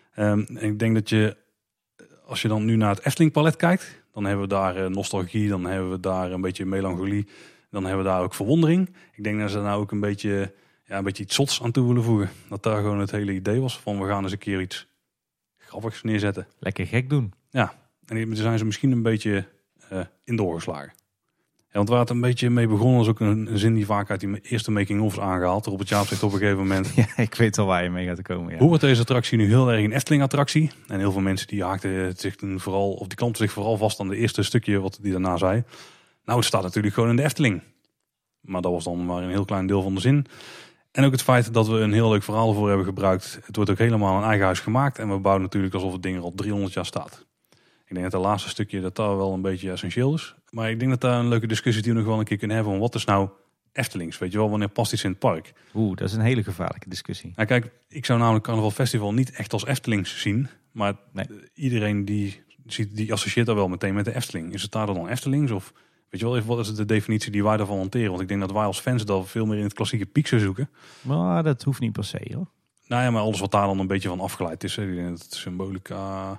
Speaker 1: En ik denk dat je... als je dan nu naar het Efteling palet kijkt... dan hebben we daar nostalgie, dan hebben we daar een beetje melancholie... dan hebben we daar ook verwondering. Ik denk dat ze daar nou ook een beetje iets zots aan toe willen voegen. Dat daar gewoon het hele idee was van... we gaan eens een keer iets grappigs neerzetten.
Speaker 2: Lekker gek doen.
Speaker 1: Ja, en daar zijn ze misschien een beetje in doorgeslagen. Ja, want waar het een beetje mee begonnen is ook een zin die vaak uit die eerste making-of is aangehaald. Robert Jaap zegt op een gegeven moment...
Speaker 2: Ja, ik weet al waar je mee gaat komen. Ja.
Speaker 1: Hoe wordt deze attractie nu heel erg een Efteling-attractie? En heel veel mensen die haakten zich toen vooral... of die klampten zich vooral vast aan de eerste stukje wat die daarna zei. Nou, het staat natuurlijk gewoon in de Efteling. Maar dat was dan maar een heel klein deel van de zin. En ook het feit dat we een heel leuk verhaal ervoor hebben gebruikt. Het wordt ook helemaal een eigen huis gemaakt. En we bouwen natuurlijk alsof het ding er al 300 jaar staat. Ik denk dat het laatste stukje dat daar wel een beetje essentieel is. Maar ik denk dat daar een leuke discussie die we nog wel een keer kunnen hebben. Van wat is nou Eftelings? Weet je wel, wanneer past iets in het park?
Speaker 2: Dat is een hele gevaarlijke discussie.
Speaker 1: Nou, kijk, ik zou namelijk Carnaval Festival niet echt als Eftelings zien. Maar iedereen die associeert daar wel meteen met de Efteling. Is het daar dan Eftelings? Of weet je wel, wat is de definitie die wij daarvan hanteren? Want ik denk dat wij als fans dat veel meer in het klassieke Piekse zoeken.
Speaker 2: Maar dat hoeft niet per se, hoor.
Speaker 1: Nou ja, maar alles wat daar dan een beetje van afgeleid is. Hè. Ik denk dat het symbolica...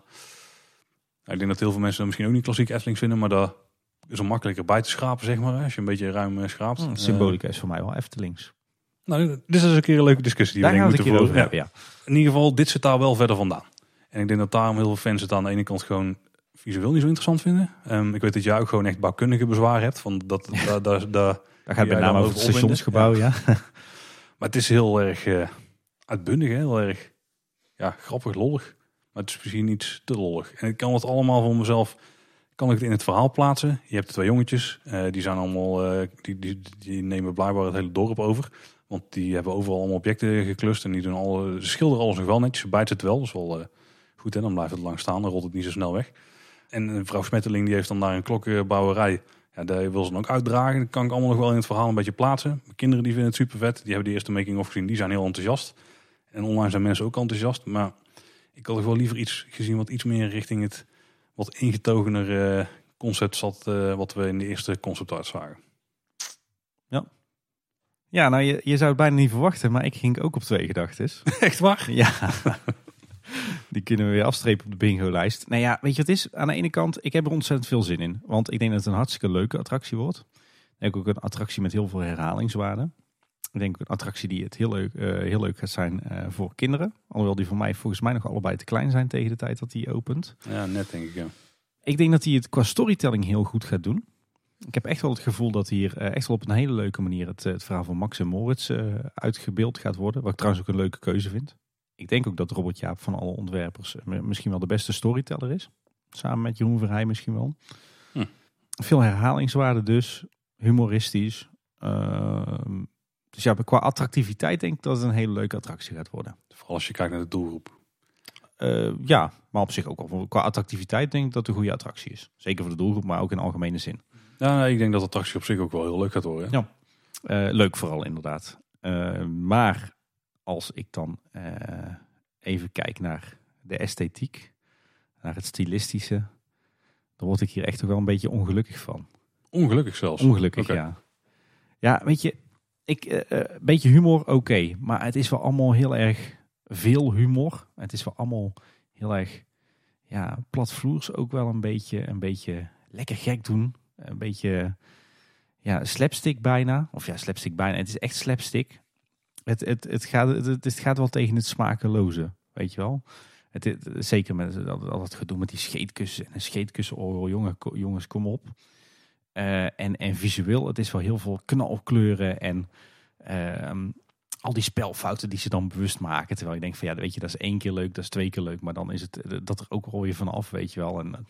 Speaker 1: Ik denk dat heel veel mensen dat misschien ook niet klassiek Eftelings vinden, maar dat is om makkelijker bij te schrapen, zeg maar. Als je een beetje ruim schraapt.
Speaker 2: Symbolica is voor mij wel Eftelings.
Speaker 1: Nou, dit is een keer een leuke discussie die we moeten voeren.
Speaker 2: Hebben, ja.
Speaker 1: In ieder geval, dit zit daar wel verder vandaan. En ik denk dat daarom heel veel fans het aan de ene kant gewoon visueel niet zo interessant vinden. Ik weet dat jij ook gewoon echt bouwkundige bezwaar hebt. Van daar
Speaker 2: gaat met name over het stationsgebouw, ja.
Speaker 1: Maar het is heel erg uitbundig, heel erg grappig, lollig. Maar het is misschien iets te lollig. En ik kan het allemaal voor mezelf... kan ik het in het verhaal plaatsen. Je hebt de 2 jongetjes. Die zijn allemaal... die nemen blijkbaar het hele dorp over. Want die hebben overal allemaal objecten geklust. En die doen ze schilderen alles nog wel netjes. Ze bijten het wel. Dat is wel goed. Hè? Dan blijft het lang staan. Dan rolt het niet zo snel weg. En mevrouw Smetteling die heeft dan daar een klokkenbouwerij. Ja, daar wil ze dan ook uitdragen. Dat kan ik allemaal nog wel in het verhaal een beetje plaatsen. Mijn kinderen die vinden het super vet. Die hebben de eerste making-of gezien. Die zijn heel enthousiast. En online zijn mensen ook enthousiast. Maar... ik had toch wel liever iets gezien wat iets meer richting het wat ingetogener concept zat. Wat we in de eerste concept art zagen.
Speaker 2: Ja, nou je zou het bijna niet verwachten, maar ik ging ook op 2 gedachtes.
Speaker 1: Echt waar?
Speaker 2: Ja. Die kunnen we weer afstrepen op de bingo-lijst. Nou ja, weet je wat het is? Aan de ene kant, ik heb er ontzettend veel zin in. Want ik denk dat het een hartstikke leuke attractie wordt. Ik denk ook een attractie met heel veel herhalingswaarde. Ik denk een attractie die het heel leuk gaat zijn voor kinderen. Alhoewel die voor mij volgens mij nog allebei te klein zijn tegen de tijd dat die opent.
Speaker 1: Ja, net denk ik, ja.
Speaker 2: Ik denk dat hij het qua storytelling heel goed gaat doen. Ik heb echt wel het gevoel dat hier echt wel op een hele leuke manier het verhaal van Max en Moritz uitgebeeld gaat worden. Wat ik trouwens ook een leuke keuze vind. Ik denk ook dat Robert Jaap van alle ontwerpers misschien wel de beste storyteller is. Samen met Jeroen Verheij misschien wel. Veel herhalingswaarde dus. Humoristisch. Dus ja, qua attractiviteit denk ik dat het een hele leuke attractie gaat worden.
Speaker 1: Vooral als je kijkt naar de doelgroep.
Speaker 2: Ja, maar op zich ook al. Qua attractiviteit denk ik dat het een goede attractie is. Zeker voor de doelgroep, maar ook in algemene zin.
Speaker 1: Ja, nee, ik denk dat de attractie op zich ook wel heel leuk gaat worden.
Speaker 2: Ja, leuk vooral inderdaad. Maar als ik dan even kijk naar de esthetiek, naar het stilistische, dan word ik hier echt toch wel een beetje ongelukkig van.
Speaker 1: Ongelukkig zelfs?
Speaker 2: Ongelukkig,
Speaker 1: Okay.
Speaker 2: ja. Ja, weet je, Een beetje humor, oké. Maar het is wel allemaal heel erg veel humor. Het is wel allemaal heel erg platvloers ook wel een beetje lekker gek doen. Een beetje slapstick bijna. Of slapstick bijna. Het is echt slapstick. Het gaat wel tegen het smakeloze, weet je wel. Zeker met al dat gedoe met die scheetkussen. En een scheetkussen, jongens, kom op. En visueel, het is wel heel veel knalkleuren en al die spelfouten die ze dan bewust maken. Terwijl je denkt van weet je, dat is 1 keer leuk, dat is 2 keer leuk. Maar dan is het dat er ook alweer vanaf, weet je wel. En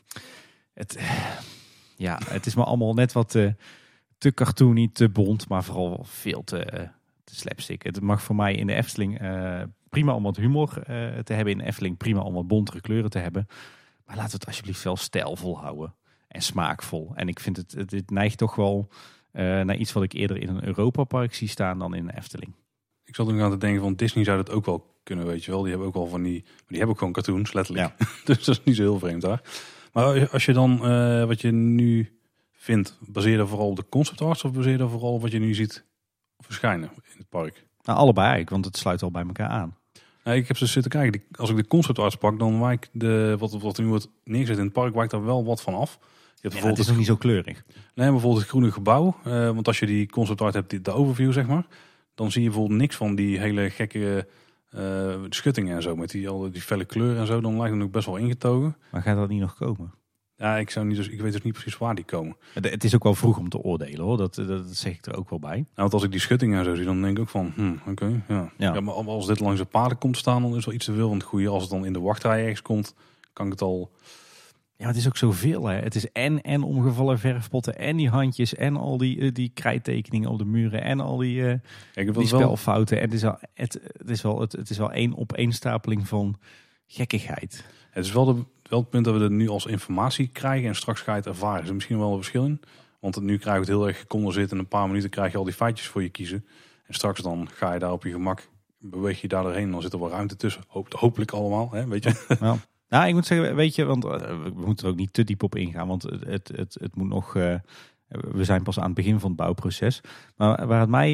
Speaker 2: het is maar allemaal net wat te cartoony, te bont, maar vooral veel te slapstick. Het mag voor mij in de Efteling prima om wat humor te hebben. In de Efteling prima om wat bontere kleuren te hebben. Maar laten we het alsjeblieft wel stijlvol houden. En smaakvol. En ik vind het neigt toch wel naar iets wat ik eerder in een Europa-park zie staan dan in een Efteling.
Speaker 1: Ik zat nog aan te denken van Disney zou dat ook wel kunnen, weet je wel. Die hebben ook wel van die hebben ook gewoon cartoons, letterlijk. Ja. Dus dat is niet zo heel vreemd daar. Maar als je dan wat je nu vindt, baseer je vooral op de concept arts of baseer je vooral op wat je nu ziet verschijnen in het park?
Speaker 2: Nou, allebei eigenlijk, want het sluit al bij elkaar aan.
Speaker 1: Nou, ik heb dus zitten kijken. Als ik de concept arts pak, dan wijkt wat er nu wordt neergezet in het park, wijkt daar wel wat van af. Je hebt
Speaker 2: het is nog niet zo kleurig.
Speaker 1: Nee, bijvoorbeeld het groene gebouw. Want als je die concept art hebt, de overview zeg maar, dan zie je bijvoorbeeld niks van die hele gekke schuttingen en zo. Met al die felle kleuren en zo. Dan lijkt het ook best wel ingetogen.
Speaker 2: Maar gaat dat niet nog komen?
Speaker 1: Ja, ik weet dus niet precies waar die komen.
Speaker 2: Het is ook wel vroeg om te oordelen hoor. Dat zeg ik er ook wel bij.
Speaker 1: Nou, want als ik die schuttingen en zo zie, dan denk ik ook van, oké. Ja, maar als dit langs de paden komt te staan, dan is wel iets te veel. Want het goede, als het dan in de wachtrij ergens komt, kan ik het al...
Speaker 2: Ja, maar het is ook zoveel. Hè. Het is en omgevallen verfpotten en die handjes en al die krijttekeningen op de muren en al die spelfouten. En het is wel één opeenstapeling van gekkigheid.
Speaker 1: Het is wel het punt dat we het nu als informatie krijgen en straks ga je het ervaren. Er is misschien wel een verschil in. Want nu krijg je het heel erg gecondenseerd. In een paar minuten krijg je al die feitjes voor je kiezen. En straks dan ga je daar op je gemak, beweeg je daar doorheen. Dan zit er wel ruimte tussen. Hopelijk allemaal, hè, weet je.
Speaker 2: Ja. Nou, ik moet zeggen, weet je, want we moeten er ook niet te diep op ingaan. Want het moet nog... we zijn pas aan het begin van het bouwproces. Maar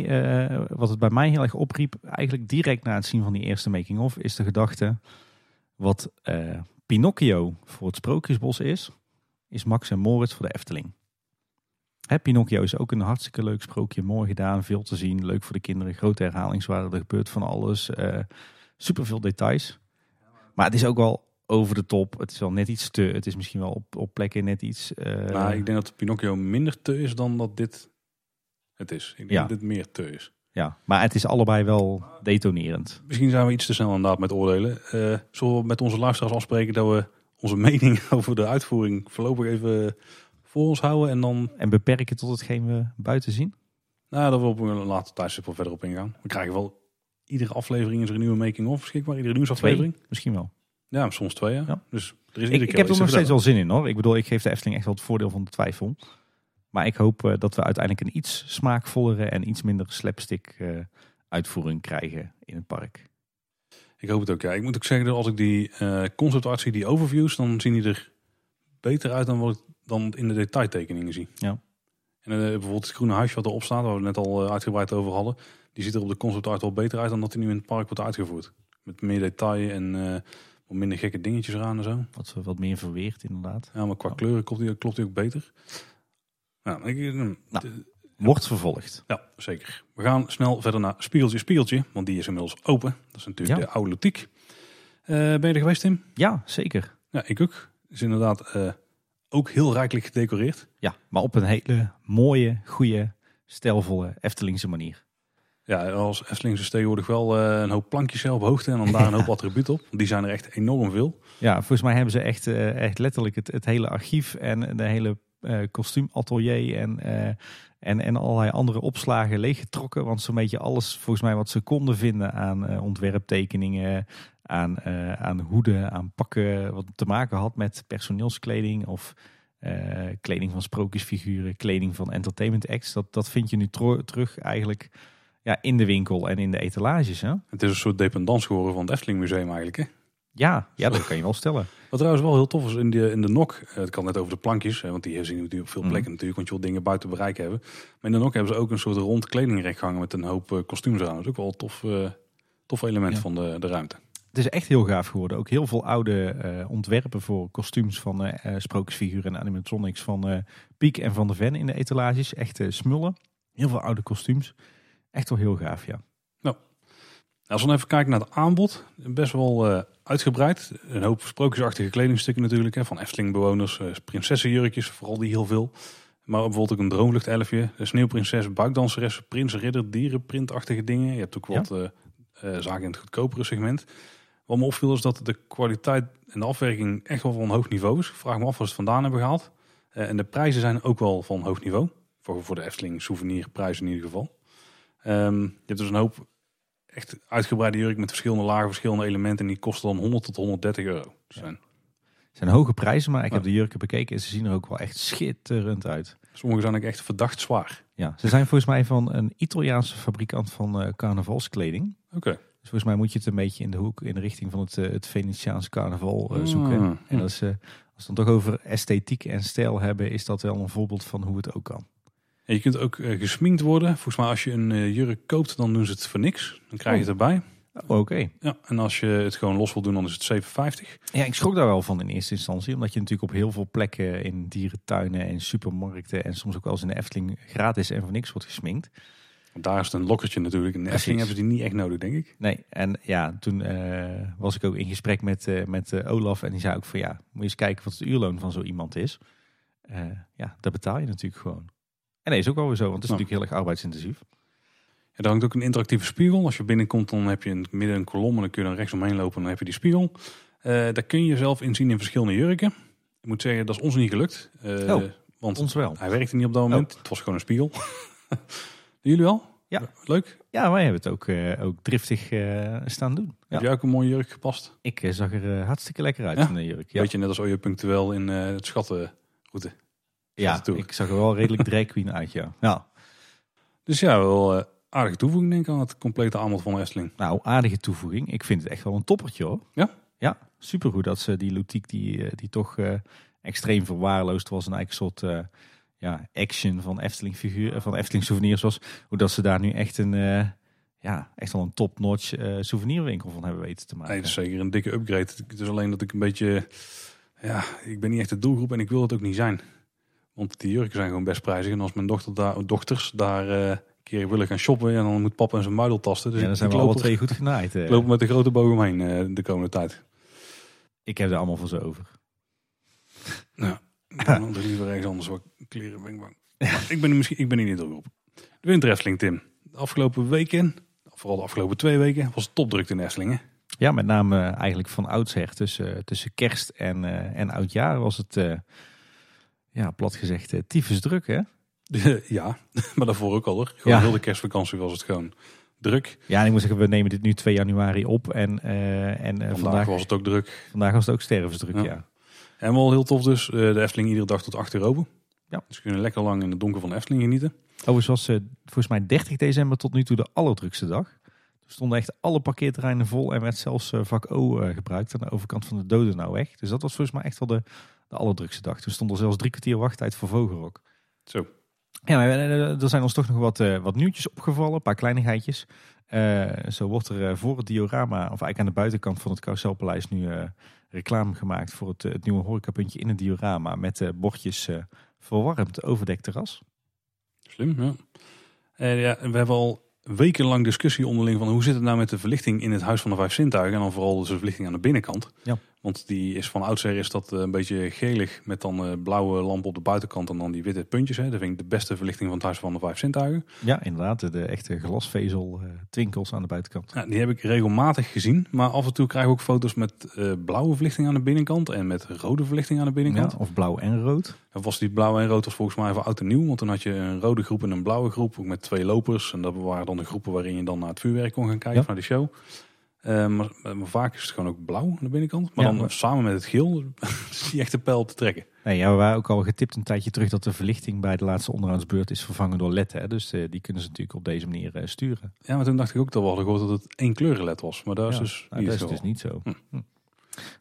Speaker 2: wat het bij mij heel erg opriep, eigenlijk direct na het zien van die eerste making-of, is de gedachte, wat Pinocchio voor het Sprookjesbos is Max en Moritz voor de Efteling. Pinocchio is ook een hartstikke leuk sprookje, mooi gedaan, veel te zien, leuk voor de kinderen, grote herhalingswaarde, er gebeurt van alles, super veel details. Maar het is ook wel over de top. Het is wel net iets te. Het is misschien wel op plekken net iets...
Speaker 1: Nou, ik denk dat Pinocchio minder te is dan dat dit het is. Ik denk dat dit meer te is.
Speaker 2: Ja, maar het is allebei wel detonerend.
Speaker 1: Misschien zijn we iets te snel inderdaad met oordelen. Zullen we met onze luisteraars afspreken dat we onze mening over de uitvoering voorlopig even voor ons houden en
Speaker 2: beperken tot hetgeen we buiten zien?
Speaker 1: Nou, daar wil ik op een later tijdstip wel verder op ingaan. We krijgen wel iedere aflevering is er een nieuwe making-of beschikbaar. Iedere nieuwsaflevering.
Speaker 2: 2, misschien wel.
Speaker 1: Ja, soms 2. Ja. Dus er is
Speaker 2: ik heb er nog steeds wel zin in hoor. Ik bedoel, ik geef de Efteling echt wel het voordeel van de twijfel. Maar ik hoop dat we uiteindelijk een iets smaakvollere en iets minder slapstick uitvoering krijgen in het park.
Speaker 1: Ik hoop het ook, ja. Ik moet ook zeggen dat als ik die concept art zie, die overviews, dan zien die er beter uit dan wat ik dan in de detailtekeningen zie.
Speaker 2: Ja.
Speaker 1: En bijvoorbeeld het groene huisje wat erop staat, waar we het net al uitgebreid over hadden, die ziet er op de concept art wel beter uit dan dat die nu in het park wordt uitgevoerd. Met meer detail en wat minder gekke dingetjes eraan en zo.
Speaker 2: Wat meer verweerd inderdaad.
Speaker 1: Ja, maar qua kleuren klopt die ook beter.
Speaker 2: Wordt vervolgd.
Speaker 1: Ja, zeker. We gaan snel verder naar Spiegeltje, want die is inmiddels open. Dat is natuurlijk de oude Lutiek. Ben je er geweest, Tim?
Speaker 2: Ja, zeker.
Speaker 1: Ja, ik ook. Is inderdaad ook heel rijkelijk gedecoreerd.
Speaker 2: Ja, maar op een hele mooie, goede, stijlvolle Eftelingse manier.
Speaker 1: Ja, als Efteling is tegenwoordig wel een hoop plankjes op hoogte en dan daar een hoop attribuut op. Want die zijn er echt enorm veel.
Speaker 2: Ja, volgens mij hebben ze echt letterlijk het hele archief en de hele kostuumatelier en allerlei andere opslagen leeggetrokken. Want zo'n beetje alles volgens mij wat ze konden vinden aan ontwerptekeningen, aan hoeden, aan pakken, wat te maken had met personeelskleding of kleding van sprookjesfiguren, kleding van entertainment acts. Dat vind je nu terug eigenlijk in de winkel en in de etalages. Hè?
Speaker 1: Het is een soort dependance geworden van het Efteling Museum eigenlijk, hè?
Speaker 2: Ja, dat kan je wel stellen.
Speaker 1: Wat trouwens wel heel tof is in de NOK, het kan net over de plankjes, want die zien natuurlijk op veel plekken natuurlijk, want je wil dingen buiten bereik hebben. Maar in de NOK hebben ze ook een soort rond kledingrecht gehangen met een hoop kostuums aan. Dat is ook wel een tof element van de ruimte.
Speaker 2: Het is echt heel gaaf geworden. Ook heel veel oude ontwerpen voor kostuums van sprookjesfiguren en animatronics van Piek en Van de Ven in de etalages. Echt smullen. Heel veel oude kostuums. Echt wel heel gaaf, ja.
Speaker 1: Nou, als we dan even kijken naar het aanbod, best wel uitgebreid. Een hoop sprookjesachtige kledingstukken natuurlijk, van Eftelingbewoners, prinsessenjurkjes, vooral die heel veel. Maar bijvoorbeeld ook een droomluchtelfje, een sneeuwprinses, buikdanseres, prins, ridder, dierenprintachtige dingen. Je hebt ook wat zaken in het goedkopere segment. Wat me opviel is dat de kwaliteit en de afwerking echt wel van een hoog niveau is. Ik vraag me af waar ze het vandaan hebben gehaald. En de prijzen zijn ook wel van hoog niveau. Voor de Efteling souvenirprijzen in ieder geval. Je hebt dus een hoop echt uitgebreide jurk met verschillende lagen, verschillende elementen. En die kosten dan 100 tot 130 euro.
Speaker 2: Het zijn hoge prijzen, maar ik heb de jurken bekeken en ze zien er ook wel echt schitterend uit.
Speaker 1: Sommige zijn ook echt verdacht zwaar.
Speaker 2: Ja, ze zijn volgens mij van een Italiaanse fabrikant van carnavalskleding.
Speaker 1: Oké.
Speaker 2: Dus volgens mij moet je het een beetje in de hoek, in de richting van het Venetiaans carnaval zoeken. En als we het dan toch over esthetiek en stijl hebben, is dat wel een voorbeeld van hoe het ook kan.
Speaker 1: En je kunt ook gesminkt worden. Volgens mij als je een jurk koopt, dan doen ze het voor niks. Dan krijg je het erbij.
Speaker 2: Oké.
Speaker 1: Ja, en als je het gewoon los wil doen, dan is het $7,50.
Speaker 2: Ja, ik schrok daar wel van in eerste instantie. Omdat je natuurlijk op heel veel plekken in dierentuinen en supermarkten en soms ook wel eens in de Efteling gratis en voor niks wordt gesminkt.
Speaker 1: Daar is het een lokkertje natuurlijk. In de Efteling hebben ze die niet echt nodig, denk ik.
Speaker 2: Nee, en ja, toen was ik ook in gesprek met Olaf en die zei ook van moet je eens kijken wat het uurloon van zo iemand is. Dat betaal je natuurlijk gewoon. En dat is ook wel weer zo, want het is natuurlijk heel erg arbeidsintensief.
Speaker 1: Ja, daar hangt ook een interactieve spiegel. Als je binnenkomt, dan heb je in het midden een kolom en dan kun je dan rechts omheen lopen en dan heb je die spiegel. Daar kun je jezelf inzien in verschillende jurken. Ik moet zeggen, dat is ons niet gelukt. Want
Speaker 2: ons wel.
Speaker 1: Hij werkte niet op dat moment. Het was gewoon een spiegel. Jullie wel?
Speaker 2: Ja.
Speaker 1: Leuk?
Speaker 2: Ja, wij hebben het ook driftig staan doen.
Speaker 1: Heb jij ook een mooie jurk gepast?
Speaker 2: Ik zag er hartstikke lekker uit in de jurk. Ja.
Speaker 1: Beetje net als Oje Punctueel in het schattenroute.
Speaker 2: Ja, ik zag er wel redelijk drag queen uit, ja.
Speaker 1: Dus ja, wel aardige toevoeging denk ik aan het complete aanbod van Efteling.
Speaker 2: Nou, aardige toevoeging. Ik vind het echt wel een toppertje hoor.
Speaker 1: Ja?
Speaker 2: Ja, supergoed dat ze die ludiek die toch extreem verwaarloosd was. Een eigen soort action van Efteling figuur, van Efteling souvenirs was. Hoe dat ze daar nu echt echt wel een top-notch souvenirwinkel van hebben weten te maken.
Speaker 1: Nee, dat is zeker een dikke upgrade. Het is alleen dat ik een beetje, ik ben niet echt de doelgroep en ik wil het ook niet zijn. Want die jurken zijn gewoon best prijzig. En als mijn dochters daar een keer willen gaan shoppen, en dan moet papa in zijn muidel tasten. Dus
Speaker 2: dan zijn we alle twee goed genaaid.
Speaker 1: Ik loop met de grote boog omheen de komende tijd.
Speaker 2: Ik heb er allemaal voor ze over.
Speaker 1: Ja, ik ben liever ergens anders wat kleren ben ik bang. Ik ben hier niet doelgroep. De Winter Efteling, Tim. De afgelopen weken, vooral de afgelopen 2 weken, was het topdrukte in Efteling, hè?
Speaker 2: Ja, met name eigenlijk van oudsher. Tussen kerst en oudjaar was het... plat gezegd, tyfus druk, hè?
Speaker 1: Ja, maar daarvoor ook al hoor. Gewoon heel de kerstvakantie was het gewoon druk.
Speaker 2: Ja, en ik moet zeggen, we nemen dit nu 2 januari op. En
Speaker 1: vandaag was het ook druk.
Speaker 2: Vandaag was het ook stervensdruk, ja.
Speaker 1: En wel heel tof dus, de Efteling iedere dag tot 8 uur open.
Speaker 2: Ja.
Speaker 1: Dus we kunnen lekker lang in het donker van de Efteling genieten.
Speaker 2: Overigens was volgens mij 30 december tot nu toe de allerdrukste dag. Er stonden echt alle parkeerterreinen vol en werd zelfs vak O gebruikt aan de overkant van de Dodenauweg. Dus dat was volgens mij echt wel de allerdrukste dag. Toen stond er zelfs 3 kwartier wachttijd voor Vogelrok.
Speaker 1: Zo.
Speaker 2: Ja, er zijn ons toch nog wat nieuwtjes opgevallen, een paar kleinigheidjes. Zo wordt er voor het diorama, of eigenlijk aan de buitenkant van het Carouselpaleis nu reclame gemaakt voor het nieuwe horecapuntje in het diorama met bordjes verwarmd overdekterras.
Speaker 1: Slim, ja. We hebben al wekenlang discussie onderling van hoe zit het nou met de verlichting in het Huis van de 5 Zintuigen en dan vooral dus de verlichting aan de binnenkant. Ja. Want die is van oudsher is dat een beetje gelig met dan blauwe lampen op de buitenkant en dan die witte puntjes. Hè. Dat vind ik de beste verlichting van het Huis van de 5 Zintuigen.
Speaker 2: Ja, inderdaad. De echte glasvezel twinkels aan de buitenkant.
Speaker 1: Ja, die heb ik regelmatig gezien. Maar af en toe krijg ik ook foto's met blauwe verlichting aan de binnenkant en met rode verlichting aan de binnenkant.
Speaker 2: Ja, of blauw en rood.
Speaker 1: En was die blauw en rood was volgens mij van oud en nieuw. Want dan had je een rode groep en een blauwe groep. Ook met 2 lopers. En dat waren dan de groepen waarin je dan naar het vuurwerk kon gaan kijken, naar de show. Maar vaak is het gewoon ook blauw aan de binnenkant. Maar dan samen met het geel zie je echt de pijl op te trekken.
Speaker 2: Nee, we waren ook al getipt een tijdje terug dat de verlichting bij de laatste onderhoudsbeurt is vervangen door LED. Hè? Dus die kunnen ze natuurlijk op deze manier sturen.
Speaker 1: Ja, maar toen dacht ik ook dat we hadden gehoord dat het 1 kleuren LED was. Maar dat is dus
Speaker 2: niet zo.
Speaker 1: Hm.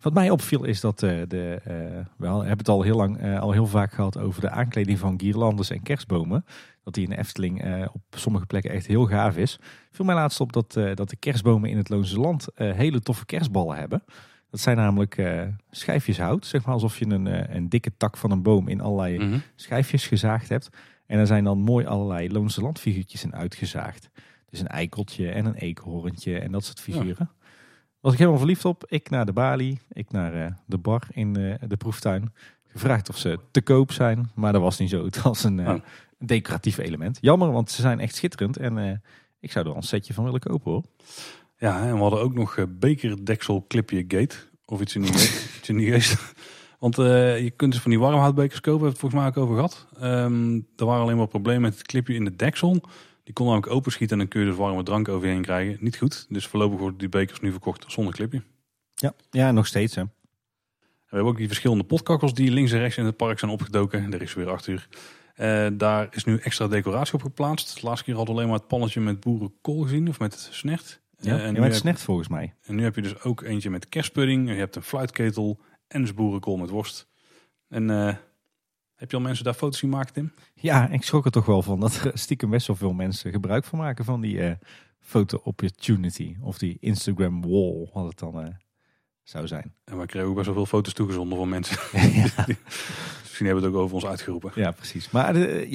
Speaker 2: Wat mij opviel is dat we hebben het al heel lang, al heel vaak gehad over de aankleding van guirlandes en kerstbomen. Dat die in de Efteling op sommige plekken echt heel gaaf is. Viel mij laatst op dat de kerstbomen in het Loonse Land hele toffe kerstballen hebben. Dat zijn namelijk schijfjes hout. Zeg maar alsof je een dikke tak van een boom in allerlei schijfjes gezaagd hebt. En er zijn dan mooi allerlei Loonse Land figuurtjes in uitgezaagd. Dus een eikeltje en een eekhoorntje en dat soort figuren. Ja. Was ik helemaal verliefd op. Ik naar de balie, ik naar de bar in de proeftuin. Gevraagd of ze te koop zijn, maar dat was niet zo. Het was een decoratief element. Jammer, want ze zijn echt schitterend. En ik zou er al een setje van willen kopen hoor.
Speaker 1: Ja, en we hadden ook nog bekerdeksel clipje gate. Of iets in die geest. Want je kunt dus van die warmhoutbekers kopen. Hebben we het volgens mij ook over gehad. Er waren alleen maar problemen met het clipje in de deksel. Die kon namelijk openschieten en dan kun je dus warme drank overheen krijgen. Niet goed. Dus voorlopig worden die bekers nu verkocht zonder clipje.
Speaker 2: Ja, nog steeds hè.
Speaker 1: We hebben ook die verschillende potkakkels die links en rechts in het park zijn opgedoken. Er is weer 8 uur. Daar is nu extra decoratie op geplaatst. De laatste keer hadden we alleen maar het pannetje met boerenkool gezien. Of met snert.
Speaker 2: Ja, met snert volgens mij.
Speaker 1: En nu heb je dus ook eentje met kerstpudding. Je hebt een fluitketel en dus boerenkool met worst. En heb je al mensen daar foto's zien maken, Tim?
Speaker 2: Ja, ik schrok er toch wel van dat er stiekem best wel veel mensen gebruik van maken van die foto-opportunity. Of die Instagram wall, wat het dan zou zijn.
Speaker 1: En wij kregen ook best wel veel foto's toegezonden van mensen.
Speaker 2: Ja.
Speaker 1: Misschien hebben we het ook over ons uitgeroepen.
Speaker 2: Ja, precies. Maar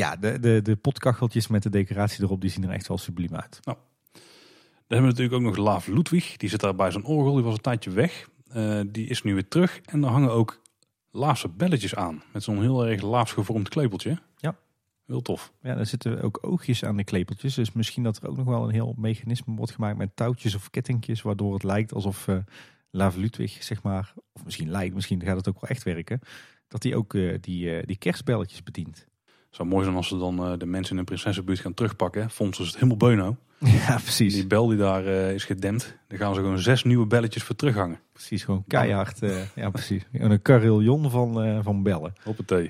Speaker 2: de potkacheltjes met de decoratie erop, die zien er echt wel subliem uit.
Speaker 1: Nou, dan hebben we natuurlijk ook nog Laaf Ludwig. Die zit daar bij zijn orgel. Die was een tijdje weg. Die is nu weer terug. En er hangen ook Laafse belletjes aan. Met zo'n heel erg Laafs gevormd klepeltje.
Speaker 2: Ja.
Speaker 1: Heel tof.
Speaker 2: Ja, daar zitten ook oogjes aan de klepeltjes. Dus misschien dat er ook nog wel een heel mechanisme wordt gemaakt met touwtjes of kettingjes. Waardoor het lijkt alsof Laaf Ludwig, zeg maar, of misschien gaat het ook wel echt werken. Dat hij ook die kerstbelletjes bedient.
Speaker 1: Het zou mooi zijn als ze dan de mensen in een prinsessenbuurt gaan terugpakken. Vond ze het helemaal beuno.
Speaker 2: Ja, precies.
Speaker 1: Die bel die daar is gedempt. Daar gaan ze gewoon 6 nieuwe belletjes voor terughangen.
Speaker 2: Precies, gewoon keihard. Ja, precies. Een carillon van bellen.
Speaker 1: Hoppatee.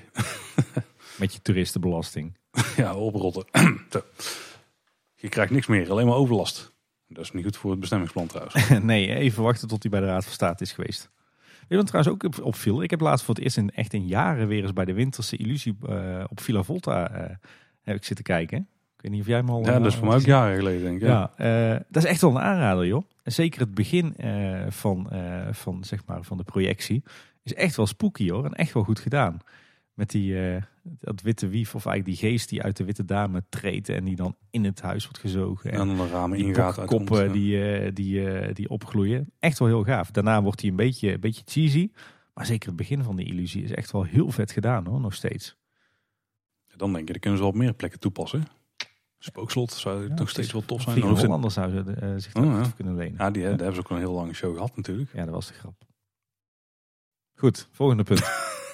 Speaker 2: Met je toeristenbelasting.
Speaker 1: Ja, oprotten. Je krijgt niks meer, alleen maar overlast. Dat is niet goed voor het bestemmingsplan trouwens.
Speaker 2: Nee, even wachten tot hij bij de Raad van State is geweest. Weet je wat trouwens ook opviel? Ik heb laatst voor het eerst in jaren weer eens bij de Winterse Illusie op Villa Volta heb ik zitten kijken. Ik weet niet of jij hem al...
Speaker 1: Ja, dat is voor mij ook jaren geleden, denk ik.
Speaker 2: Ja, dat is echt wel een aanrader, joh. En zeker het begin van de projectie is echt wel spooky, hoor. En echt wel goed gedaan. Met dat witte wief, of eigenlijk die geest die uit de witte dame treedt en die dan in het huis wordt gezogen. En
Speaker 1: dan de ramen ingaat.
Speaker 2: Koppen die opgloeien. Echt wel heel gaaf. Daarna wordt hij een beetje cheesy. Maar zeker het begin van de illusie is echt wel heel vet gedaan, hoor, nog steeds.
Speaker 1: Dan denk je, dat kunnen ze wel op meer plekken toepassen. Spookslot zou nog steeds wel tof zijn.
Speaker 2: Anders zou ze zich daar kunnen lenen.
Speaker 1: Ja, daar hebben ze ook een heel lange show gehad natuurlijk.
Speaker 2: Ja, dat was de grap. Goed, volgende punt.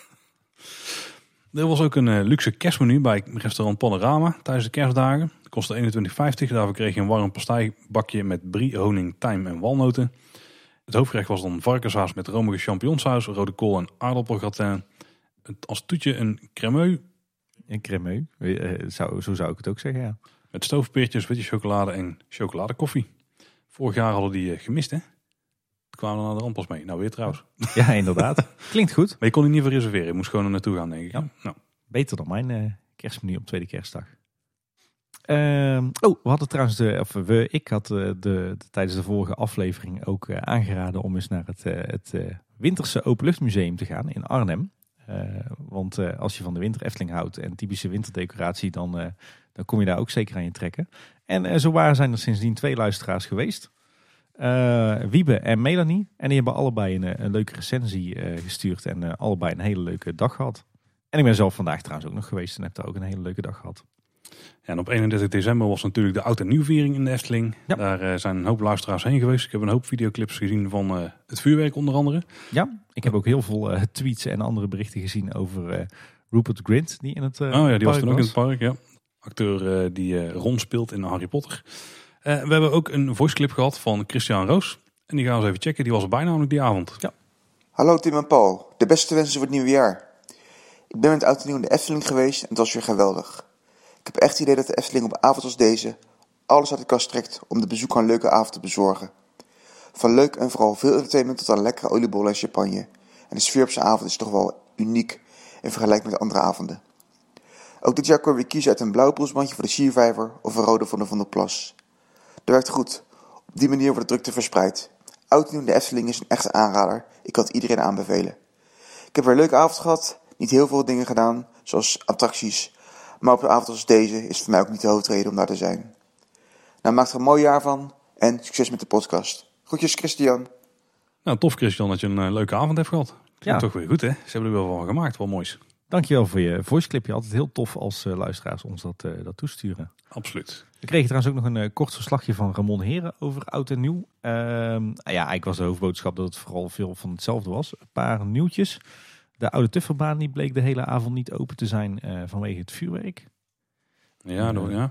Speaker 1: Er was ook een luxe kerstmenu bij restaurant Panorama tijdens de kerstdagen. Het kostte 21,50. Daarvoor kreeg je een warm pastijbakje met brie, honing, tijm en walnoten. Het hoofdgerecht was dan varkenshaas met romige champignonsaus, rode kool en aardappelgratin. Als toetje een cremeux.
Speaker 2: Een cremeux, zo zou ik het ook zeggen, ja.
Speaker 1: Met stoofpeertjes, witte chocolade en chocoladekoffie. Vorig jaar hadden die gemist, hè? Kwamen we naar de randpas mee. Nou, weer trouwens.
Speaker 2: Ja, inderdaad. Klinkt goed.
Speaker 1: Maar je kon er niet voor reserveren. Je moest gewoon er naartoe gaan, denk ik.
Speaker 2: Ja.
Speaker 1: Nou.
Speaker 2: Beter dan mijn kerstmenu op tweede kerstdag. We hadden trouwens ik had tijdens de vorige aflevering ook aangeraden om eens naar het Winterse Openluchtmuseum te gaan in Arnhem. Want als je van de winter Efteling houdt en typische winterdecoratie, dan kom je daar ook zeker aan je trekken. En zowaar zijn er sindsdien 2 luisteraars geweest. Wiebe en Melanie. En die hebben allebei een leuke recensie gestuurd en allebei een hele leuke dag gehad. En ik ben zelf vandaag trouwens ook nog geweest en heb daar ook een hele leuke dag gehad.
Speaker 1: Ja, en op 31 december was natuurlijk de oud- en nieuwviering in de Efteling. Ja. Daar zijn een hoop luisteraars heen geweest. Ik heb een hoop videoclips gezien van het vuurwerk onder andere.
Speaker 2: Ja, ik heb ook heel veel tweets en andere berichten gezien over Rupert Grint die in het
Speaker 1: die was toen ook in het park, ja. Acteur die Ron speelt in Harry Potter. We hebben ook een voiceclip gehad van Christian Roos. En die gaan we eens even checken. Die was er bijna namelijk die avond. Ja.
Speaker 3: Hallo Tim en Paul. De beste wensen voor het nieuwe jaar. Ik ben met oud en nieuw in de Efteling geweest en het was weer geweldig. Ik heb echt het idee dat de Efteling op een avond als deze alles uit de kast trekt om de bezoeker een leuke avond te bezorgen. Van leuk en vooral veel entertainment tot aan lekkere oliebollen en champagne. En de sfeer op zijn avond is toch wel uniek in vergelijking met andere avonden. Ook dit jaar kon je kiezen uit een blauw poelsbandje voor de Siervijver of een rode van de Plas. Dat werkt goed. Op die manier wordt de drukte verspreid. Oud en nieuw in de Efteling is een echte aanrader. Ik kan het iedereen aanbevelen. Ik heb weer een leuke avond gehad. Niet heel veel dingen gedaan, zoals attracties. Maar op een avond als deze is het voor mij ook niet de hoofdreden om daar te zijn. Nou, maak er een mooi jaar van en succes met de podcast. Groetjes, Christian.
Speaker 1: Nou, tof Christian dat je een leuke avond hebt gehad. Klinkt
Speaker 2: Ja.
Speaker 1: toch weer goed hè? Ze hebben er wel van gemaakt, wel moois.
Speaker 2: Dankjewel voor je voiceclipje. Altijd heel tof als luisteraars ons dat toesturen.
Speaker 1: Absoluut.
Speaker 2: We kregen trouwens ook nog een kort verslagje van Ramon Heren over oud en nieuw. Eigenlijk was de hoofdboodschap dat het vooral veel van hetzelfde was. Een paar nieuwtjes. De oude Tufferbaan die bleek de hele avond niet open te zijn vanwege het vuurwerk.
Speaker 1: Ja, ja.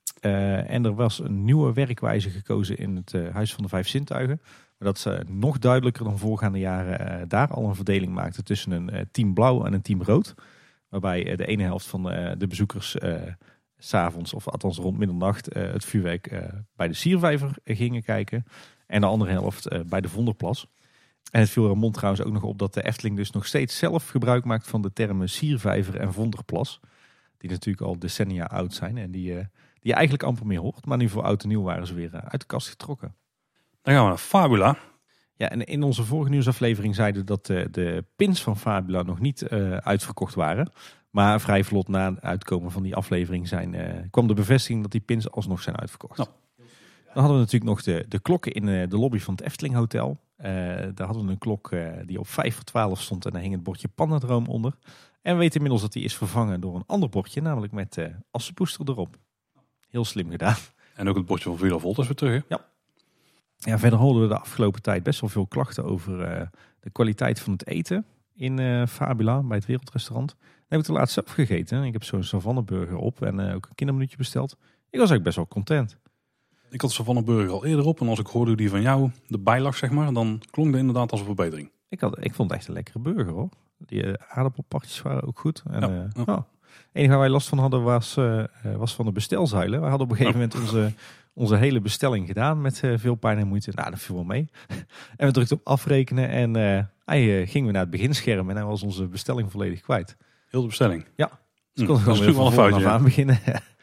Speaker 2: En er was een nieuwe werkwijze gekozen in het Huis van de Vijf Zintuigen. Maar dat ze nog duidelijker dan voorgaande jaren daar al een verdeling maakten tussen een team blauw en een team rood. Waarbij de ene helft van de bezoekers 's avonds, of althans rond middernacht, het vuurwerk bij de Siervijver gingen kijken. En de andere helft bij de Vondelplas. En het viel Ramon trouwens ook nog op dat de Efteling dus nog steeds zelf gebruik maakt van de termen Siervijver en Vonderplas. Die natuurlijk al decennia oud zijn en die je eigenlijk amper meer hoort. Maar nu voor oud en nieuw waren ze weer uit de kast getrokken.
Speaker 1: Dan gaan we naar Fabula.
Speaker 2: Ja, en in onze vorige nieuwsaflevering zeiden dat de pins van Fabula nog niet uitverkocht waren. Maar vrij vlot na het uitkomen van die aflevering kwam de bevestiging dat die pins alsnog zijn uitverkocht.
Speaker 1: Ja.
Speaker 2: Dan hadden we natuurlijk nog de klokken in de lobby van het Efteling Hotel. Daar hadden we een klok die op 5 voor 12 stond en daar hing het bordje Pandadroom onder. En we weten inmiddels dat die is vervangen door een ander bordje, namelijk met Assepoester erop. Heel slim gedaan.
Speaker 1: En ook het bordje van Villa Volta is weer terug hè?
Speaker 2: Ja, verder hoorden we de afgelopen tijd best wel veel klachten over de kwaliteit van het eten in Fabula bij het Wereldrestaurant. Dat heb ik de laatst zelf gegeten. Ik heb zo'n savanneburger op en ook een kindermenuutje besteld. Ik was eigenlijk best wel content.
Speaker 1: Ik had de Savanneburger al eerder op en als ik hoorde hoe die van jou erbij lag zeg maar, dan klonk het inderdaad als een verbetering.
Speaker 2: Ik vond het echt een lekkere burger hoor. Die aardappelpartjes waren ook goed. En,
Speaker 1: Ja.
Speaker 2: Het enige waar wij last van hadden was van de bestelzuilen. We hadden op een gegeven moment onze hele bestelling gedaan met veel pijn en moeite. Nou, dat viel wel mee. En we drukten op afrekenen en hij ging weer naar het beginscherm en hij was onze bestelling volledig kwijt.
Speaker 1: Heel de bestelling.
Speaker 2: Ja, dus
Speaker 1: Dat
Speaker 2: kon
Speaker 1: is
Speaker 2: gewoon
Speaker 1: natuurlijk
Speaker 2: weer
Speaker 1: wel een
Speaker 2: van
Speaker 1: foutje.
Speaker 2: aan beginnen.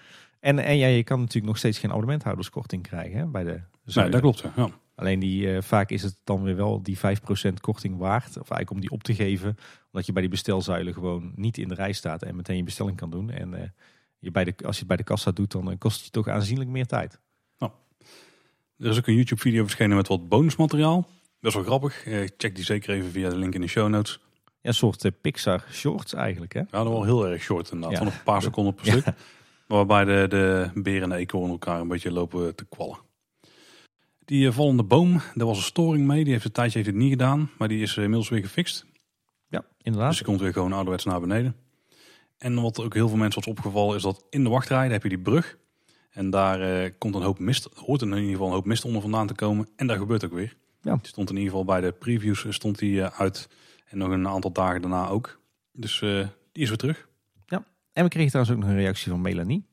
Speaker 2: En je kan natuurlijk nog steeds geen abonnementhouderskorting krijgen hè, bij de
Speaker 1: Nee,
Speaker 2: zuilen.
Speaker 1: dat klopt. Ja.
Speaker 2: Alleen vaak is het dan weer wel die 5% korting waard. Of eigenlijk om die op te geven. Omdat je bij die bestelzuilen gewoon niet in de rij staat en meteen je bestelling kan doen. En als je het bij de kassa doet, dan kost het je toch aanzienlijk meer tijd.
Speaker 1: Er is ook een YouTube video verschenen met wat bonusmateriaal. Best wel grappig. Check die zeker even via de link in de show notes.
Speaker 2: Ja, een soort Pixar shorts eigenlijk hè.
Speaker 1: Ja, dat wel heel erg short inderdaad.
Speaker 2: Ja.
Speaker 1: Van een paar seconden per stuk. Waarbij de beer en de eekhoorn elkaar een beetje lopen te kwallen. Die vallende boom, daar was een storing mee. Die heeft een tijdje het niet gedaan. Maar die is inmiddels weer gefixt.
Speaker 2: Ja, inderdaad.
Speaker 1: Dus die komt weer gewoon ouderwets naar beneden. En wat ook heel veel mensen was opgevallen is dat in de wachtrij daar heb je die brug. En daar komt een hoop mist, hoort in ieder geval een hoop mist onder vandaan te komen. En dat gebeurt ook weer.
Speaker 2: Ja.
Speaker 1: Die stond in ieder geval bij de previews stond die uit. En nog een aantal dagen daarna ook. Dus die is weer terug.
Speaker 2: En we kregen trouwens ook nog een reactie van Melanie.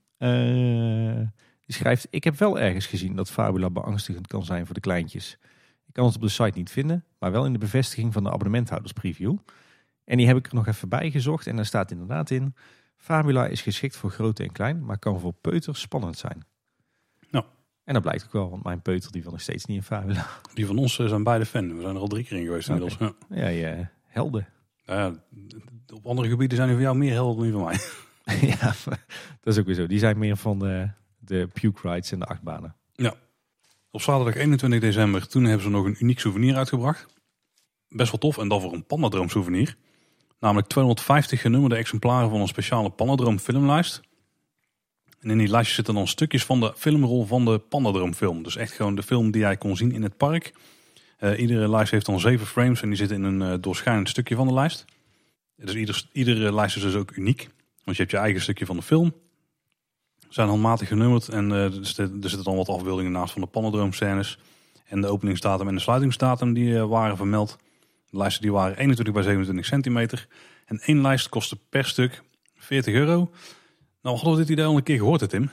Speaker 2: Die schrijft: ik heb wel ergens gezien dat Fabula beangstigend kan zijn voor de kleintjes. Ik kan het op de site niet vinden, maar wel in de bevestiging van de abonnementhouderspreview. En die heb ik er nog even bij gezocht en daar staat inderdaad in: Fabula is geschikt voor groot en klein, maar kan voor peuters spannend zijn.
Speaker 1: Nou.
Speaker 2: En dat blijkt ook wel, want mijn peuter die wil nog steeds niet in Fabula.
Speaker 1: Die van ons zijn beide fan. We zijn er al 3 keer in geweest inmiddels.
Speaker 2: Okay.
Speaker 1: Ja.
Speaker 2: Ja, helden.
Speaker 1: Ja, op andere gebieden zijn die van jou meer helder dan die van mij.
Speaker 2: Ja, dat is ook weer zo. Die zijn meer van de puke rides en de achtbanen.
Speaker 1: Ja. Op zaterdag 21 december, toen hebben ze nog een uniek souvenir uitgebracht. Best wel tof en dan voor een Pandadroom souvenir. Namelijk 250 genummerde exemplaren van een speciale Pandadroom filmlijst. En in die lijstje zitten dan stukjes van de filmrol van de Pandadroom film. Dus echt gewoon de film die jij kon zien in het park. Iedere lijst heeft dan 7 frames en die zitten in een doorschijnend stukje van de lijst. Dus iedere lijst is dus ook uniek. Want je hebt je eigen stukje van de film. Zijn handmatig genummerd en er zitten dan wat afbeeldingen naast van de Pandadroom scènes. En de openingsdatum en de sluitingsdatum die waren vermeld. De lijsten die waren 21 bij 27 centimeter. En 1 lijst kostte per stuk €40. Nou hadden we dit idee al een keer gehoord, Tim.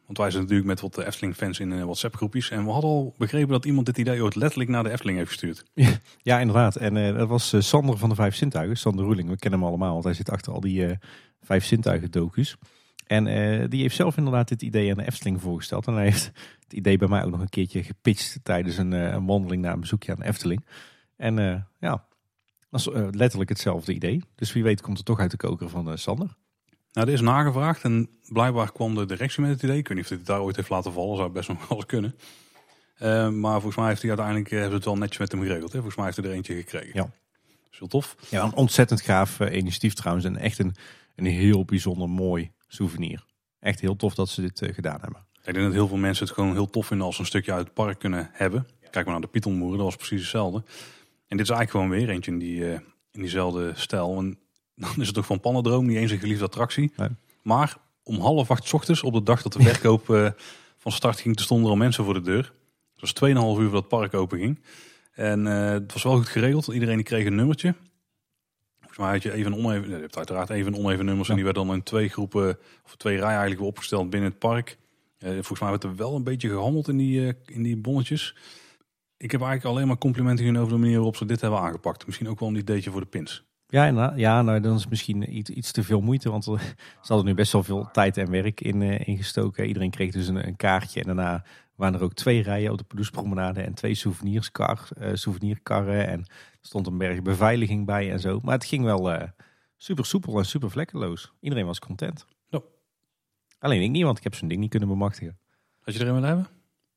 Speaker 1: Want wij zitten natuurlijk met wat Efteling-fans in WhatsApp-groepjes. En we hadden al begrepen dat iemand dit idee ooit letterlijk naar de Efteling heeft gestuurd.
Speaker 2: Ja, inderdaad. En dat was Sander van de Vijf Zintuigen. Sander Roeling, we kennen hem allemaal, want hij zit achter al die Vijf Zintuigen docu's. En die heeft zelf inderdaad dit idee aan de Efteling voorgesteld. En hij heeft het idee bij mij ook nog een keertje gepitcht tijdens een wandeling naar een bezoekje aan de Efteling. En dat is letterlijk hetzelfde idee. Dus wie weet komt het toch uit de koker van Sander.
Speaker 1: Nou, er is nagevraagd en blijkbaar kwam de directie met het idee. Ik weet niet of hij het daar ooit heeft laten vallen, zou best nog wel eens kunnen. Maar volgens mij heeft hij uiteindelijk hebben ze het wel netjes met hem geregeld. Hè? Volgens mij heeft hij er eentje gekregen.
Speaker 2: Ja.
Speaker 1: Dat is heel tof.
Speaker 2: Ja, een ontzettend gaaf initiatief trouwens. En echt een heel bijzonder mooi souvenir. Echt heel tof dat ze dit gedaan hebben.
Speaker 1: Ik denk dat heel veel mensen het gewoon heel tof vinden als ze een stukje uit het park kunnen hebben. Kijk maar naar de Pietelmoeren, dat was precies hetzelfde. En dit is eigenlijk gewoon weer eentje in diezelfde stijl. En dan is het toch van Pannendroom niet eens een geliefde attractie. Nee. Maar om 7:30 's ochtends, op de dag dat de verkoop van start ging, stonden er al mensen voor de deur. Het was 2,5 uur voordat het park open ging. En het was wel goed geregeld. Iedereen die kreeg een nummertje. Volgens mij had je even je hebt uiteraard even oneven nummers. Ja. En die werden dan in 2 groepen, of 2 rijen eigenlijk weer opgesteld binnen het park. Volgens mij werd er wel een beetje gehandeld in die bonnetjes. Ik heb eigenlijk alleen maar complimenten gezien over de manier waarop ze dit hebben aangepakt. Misschien ook wel een ideetje voor de pins.
Speaker 2: Ja, nou dan is het misschien iets te veel moeite. Want ze hadden nu best wel veel tijd en werk in gestoken. Iedereen kreeg dus een kaartje. En daarna waren er ook 2 rijen op de Pardoespromenade en 2 souvenirkarren. En er stond een berg beveiliging bij en zo. Maar het ging wel super soepel en super vlekkeloos. Iedereen was content.
Speaker 1: Ja.
Speaker 2: Alleen ik niet, want ik heb zo'n ding niet kunnen bemachtigen.
Speaker 1: Had je erin willen hebben?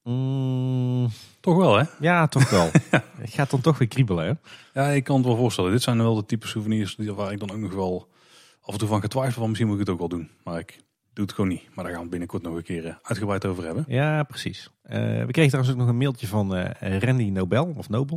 Speaker 1: Toch wel, hè?
Speaker 2: Ja, toch wel. Het gaat dan toch weer kriebelen, hè?
Speaker 1: Ja, ik kan het wel voorstellen. Dit zijn wel de type souvenirs waar ik dan ook nog wel af en toe van getwijfeld van. Misschien moet ik het ook wel doen. Maar ik doe het gewoon niet. Maar daar gaan we binnenkort nog een keer uitgebreid over hebben.
Speaker 2: Ja, precies. We kregen trouwens ook nog een mailtje van Randy Nobel.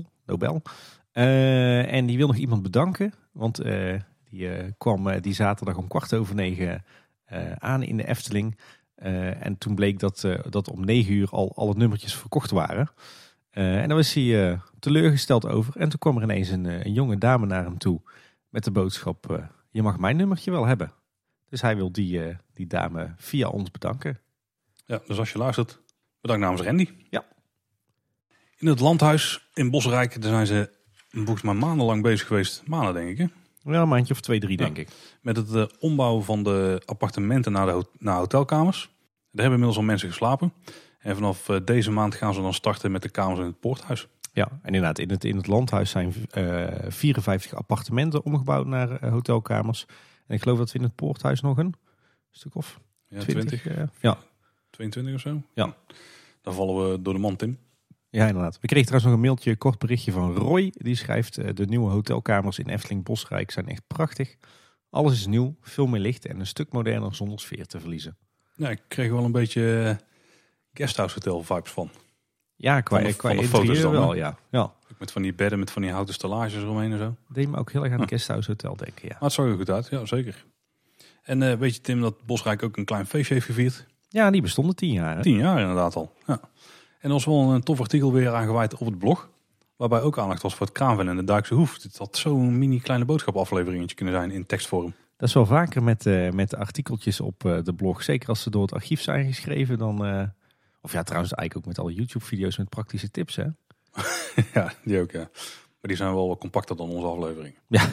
Speaker 2: En die wil nog iemand bedanken. Want die kwam die zaterdag om 9:15 aan in de Efteling. En toen bleek dat om 9 uur al alle nummertjes verkocht waren. En daar was hij teleurgesteld over. En toen kwam er ineens een jonge dame naar hem toe met de boodschap: je mag mijn nummertje wel hebben. Dus hij wil die dame via ons bedanken.
Speaker 1: Ja, dus als je luistert, bedankt namens Randy.
Speaker 2: Ja.
Speaker 1: In het landhuis in Bosrijk, daar zijn ze volgens mij maandenlang bezig geweest. Maanden, denk ik, hè?
Speaker 2: Ja, een maandje of 2, 3 denk ik.
Speaker 1: Met het ombouwen van de appartementen naar hotelkamers. Daar hebben inmiddels al mensen geslapen. En vanaf deze maand gaan ze dan starten met de kamers in het poorthuis.
Speaker 2: Ja, en inderdaad, in het landhuis zijn 54 appartementen omgebouwd naar hotelkamers. En ik geloof dat we in het poorthuis nog een stuk of 20.
Speaker 1: 22 of zo.
Speaker 2: Ja.
Speaker 1: Dan vallen we door de mand, Tim.
Speaker 2: Ja, inderdaad. We kregen trouwens nog een mailtje, kort berichtje van Roy. Die schrijft: de nieuwe hotelkamers in Efteling Bosrijk zijn echt prachtig. Alles is nieuw, veel meer licht en een stuk moderner zonder sfeer te verliezen.
Speaker 1: Ja, ik kreeg wel een beetje guesthouse hotel vibes van.
Speaker 2: Ja, qua
Speaker 1: foto's dan
Speaker 2: wel, ja.
Speaker 1: Met van die bedden, met van die houten stellages eromheen en zo.
Speaker 2: Deed me ook heel erg aan het guesthouse hotel denken, ja.
Speaker 1: Maar het zag er goed uit, ja, zeker. En weet je, Tim, dat Bosrijk ook een klein feestje heeft gevierd?
Speaker 2: Ja, die bestonden 10 jaar. Hè?
Speaker 1: 10 jaar inderdaad al, ja. En er was wel een tof artikel weer aangeweid op het blog. Waarbij ook aandacht was voor het Kraanvel en de Duikse Hoef. Dit had zo'n mini kleine boodschapafleveringetje kunnen zijn in tekstvorm.
Speaker 2: Dat is wel vaker met artikeltjes op de blog. Zeker als ze door het archief zijn geschreven. Dan, of ja, trouwens eigenlijk ook met alle YouTube-video's met praktische tips, hè?
Speaker 1: Ja, die ook, ja. Maar die zijn wel wat compacter dan onze aflevering.
Speaker 2: Ja.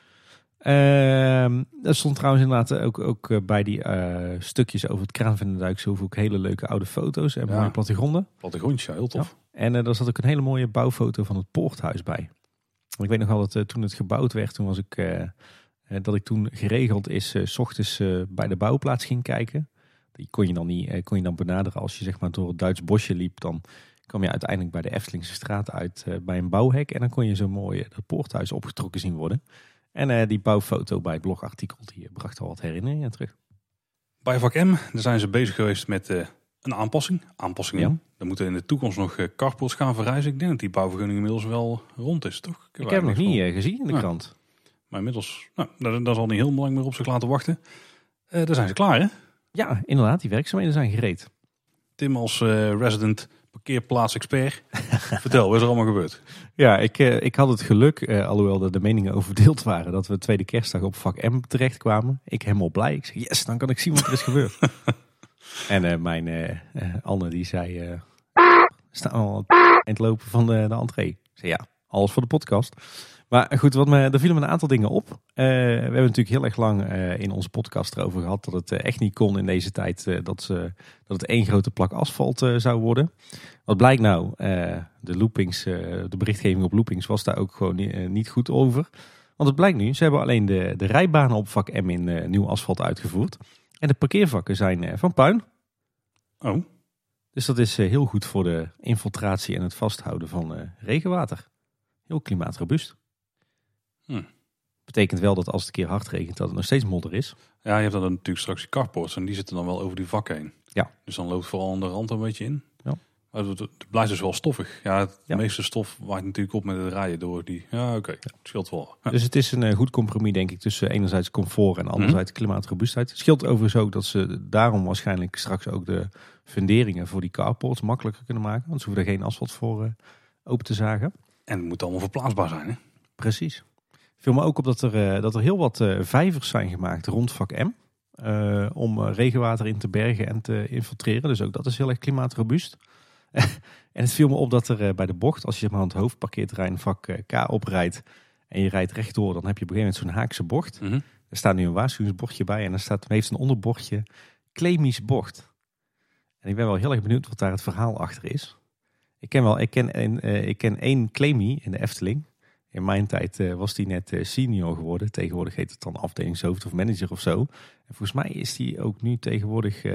Speaker 2: Er stond trouwens inderdaad ook bij die stukjes over het Kraanvel en de Duikse Hoef ook hele leuke oude foto's en mooie plattegronden.
Speaker 1: Plattegrondjes, ja, heel tof.
Speaker 2: Ja. En daar zat ook een hele mooie bouwfoto van het poorthuis bij. Ik weet nog wel dat toen het gebouwd werd, toen was ik... dat ik toen geregeld is 's ochtends bij de bouwplaats ging kijken. Die kon je dan benaderen als je zeg maar door het Duits bosje liep. Dan kwam je uiteindelijk bij de Eftelingse straat uit bij een bouwhek. En dan kon je zo mooi het poorthuis opgetrokken zien worden. En die bouwfoto bij het blogartikel die bracht al wat herinneringen terug.
Speaker 1: Bij vak M daar zijn ze bezig geweest met een aanpassing. Aanpassingen. Ja. Dan moeten in de toekomst nog carports gaan verrijzen. Ik denk dat die bouwvergunning inmiddels wel rond is, toch?
Speaker 2: Ik heb hem nog niet gezien in de krant.
Speaker 1: Maar inmiddels, daar zal niet heel lang meer op zich laten wachten. Daar zijn ze klaar, hè?
Speaker 2: Ja, inderdaad. Die werkzaamheden zijn gereed.
Speaker 1: Tim als resident parkeerplaats-expert. Vertel, wat is er allemaal gebeurd?
Speaker 2: Ja, ik had het geluk, alhoewel de meningen over verdeeld waren, dat we tweede kerstdag op vak M terecht kwamen. Ik helemaal blij. Ik zeg, yes, dan kan ik zien wat er is gebeurd. En mijn Anne die zei, staan al aan het lopen van de entree. Ik zei ja, alles voor de podcast. Maar goed, er vielen me een aantal dingen op. We hebben natuurlijk heel erg lang in onze podcast erover gehad dat het echt niet kon in deze tijd dat het één grote plak asfalt zou worden. Wat blijkt nou? De loopings, de berichtgeving op loopings was daar ook gewoon niet goed over. Want het blijkt nu, ze hebben alleen de rijbanen op vak M in nieuw asfalt uitgevoerd. En de parkeervakken zijn van puin.
Speaker 1: Oh.
Speaker 2: Dus dat is heel goed voor de infiltratie en het vasthouden van regenwater. Heel klimaatrobuust. Betekent wel dat als het een keer hard regent dat het nog steeds modder is.
Speaker 1: Ja, je hebt dan natuurlijk straks die carports en die zitten dan wel over die vakken heen.
Speaker 2: Ja.
Speaker 1: Dus dan loopt het vooral aan de rand een beetje in.
Speaker 2: Ja.
Speaker 1: Maar het blijft dus wel stoffig. Ja, de meeste stof waait natuurlijk op met het rijden door die. Ja, oké. Het scheelt wel. Ja.
Speaker 2: Dus het is een goed compromis denk ik tussen enerzijds comfort en anderzijds klimaatrobuustheid. Het scheelt overigens ook dat ze daarom waarschijnlijk straks ook de funderingen voor die carports makkelijker kunnen maken. Want ze hoeven er geen asfalt voor open te zagen.
Speaker 1: En het moet allemaal verplaatsbaar zijn, hè?
Speaker 2: Precies. Viel me ook op dat er heel wat vijvers zijn gemaakt rond vak M. Om regenwater in te bergen en te infiltreren. Dus ook dat is heel erg klimaatrobuust. En het viel me op dat er bij de bocht, als je aan het hoofdparkeerterrein vak K oprijdt en je rijdt rechtdoor, dan heb je op een gegeven moment zo'n haakse bocht. Er staat nu een waarschuwingsbordje bij en er heeft een onderbordje Klemisch bocht. En ik ben wel heel erg benieuwd wat daar het verhaal achter is. Ik ken één Klemi in de Efteling. In mijn tijd was die net senior geworden. Tegenwoordig heet het dan afdelingshoofd of manager of zo. En volgens mij is die ook nu tegenwoordig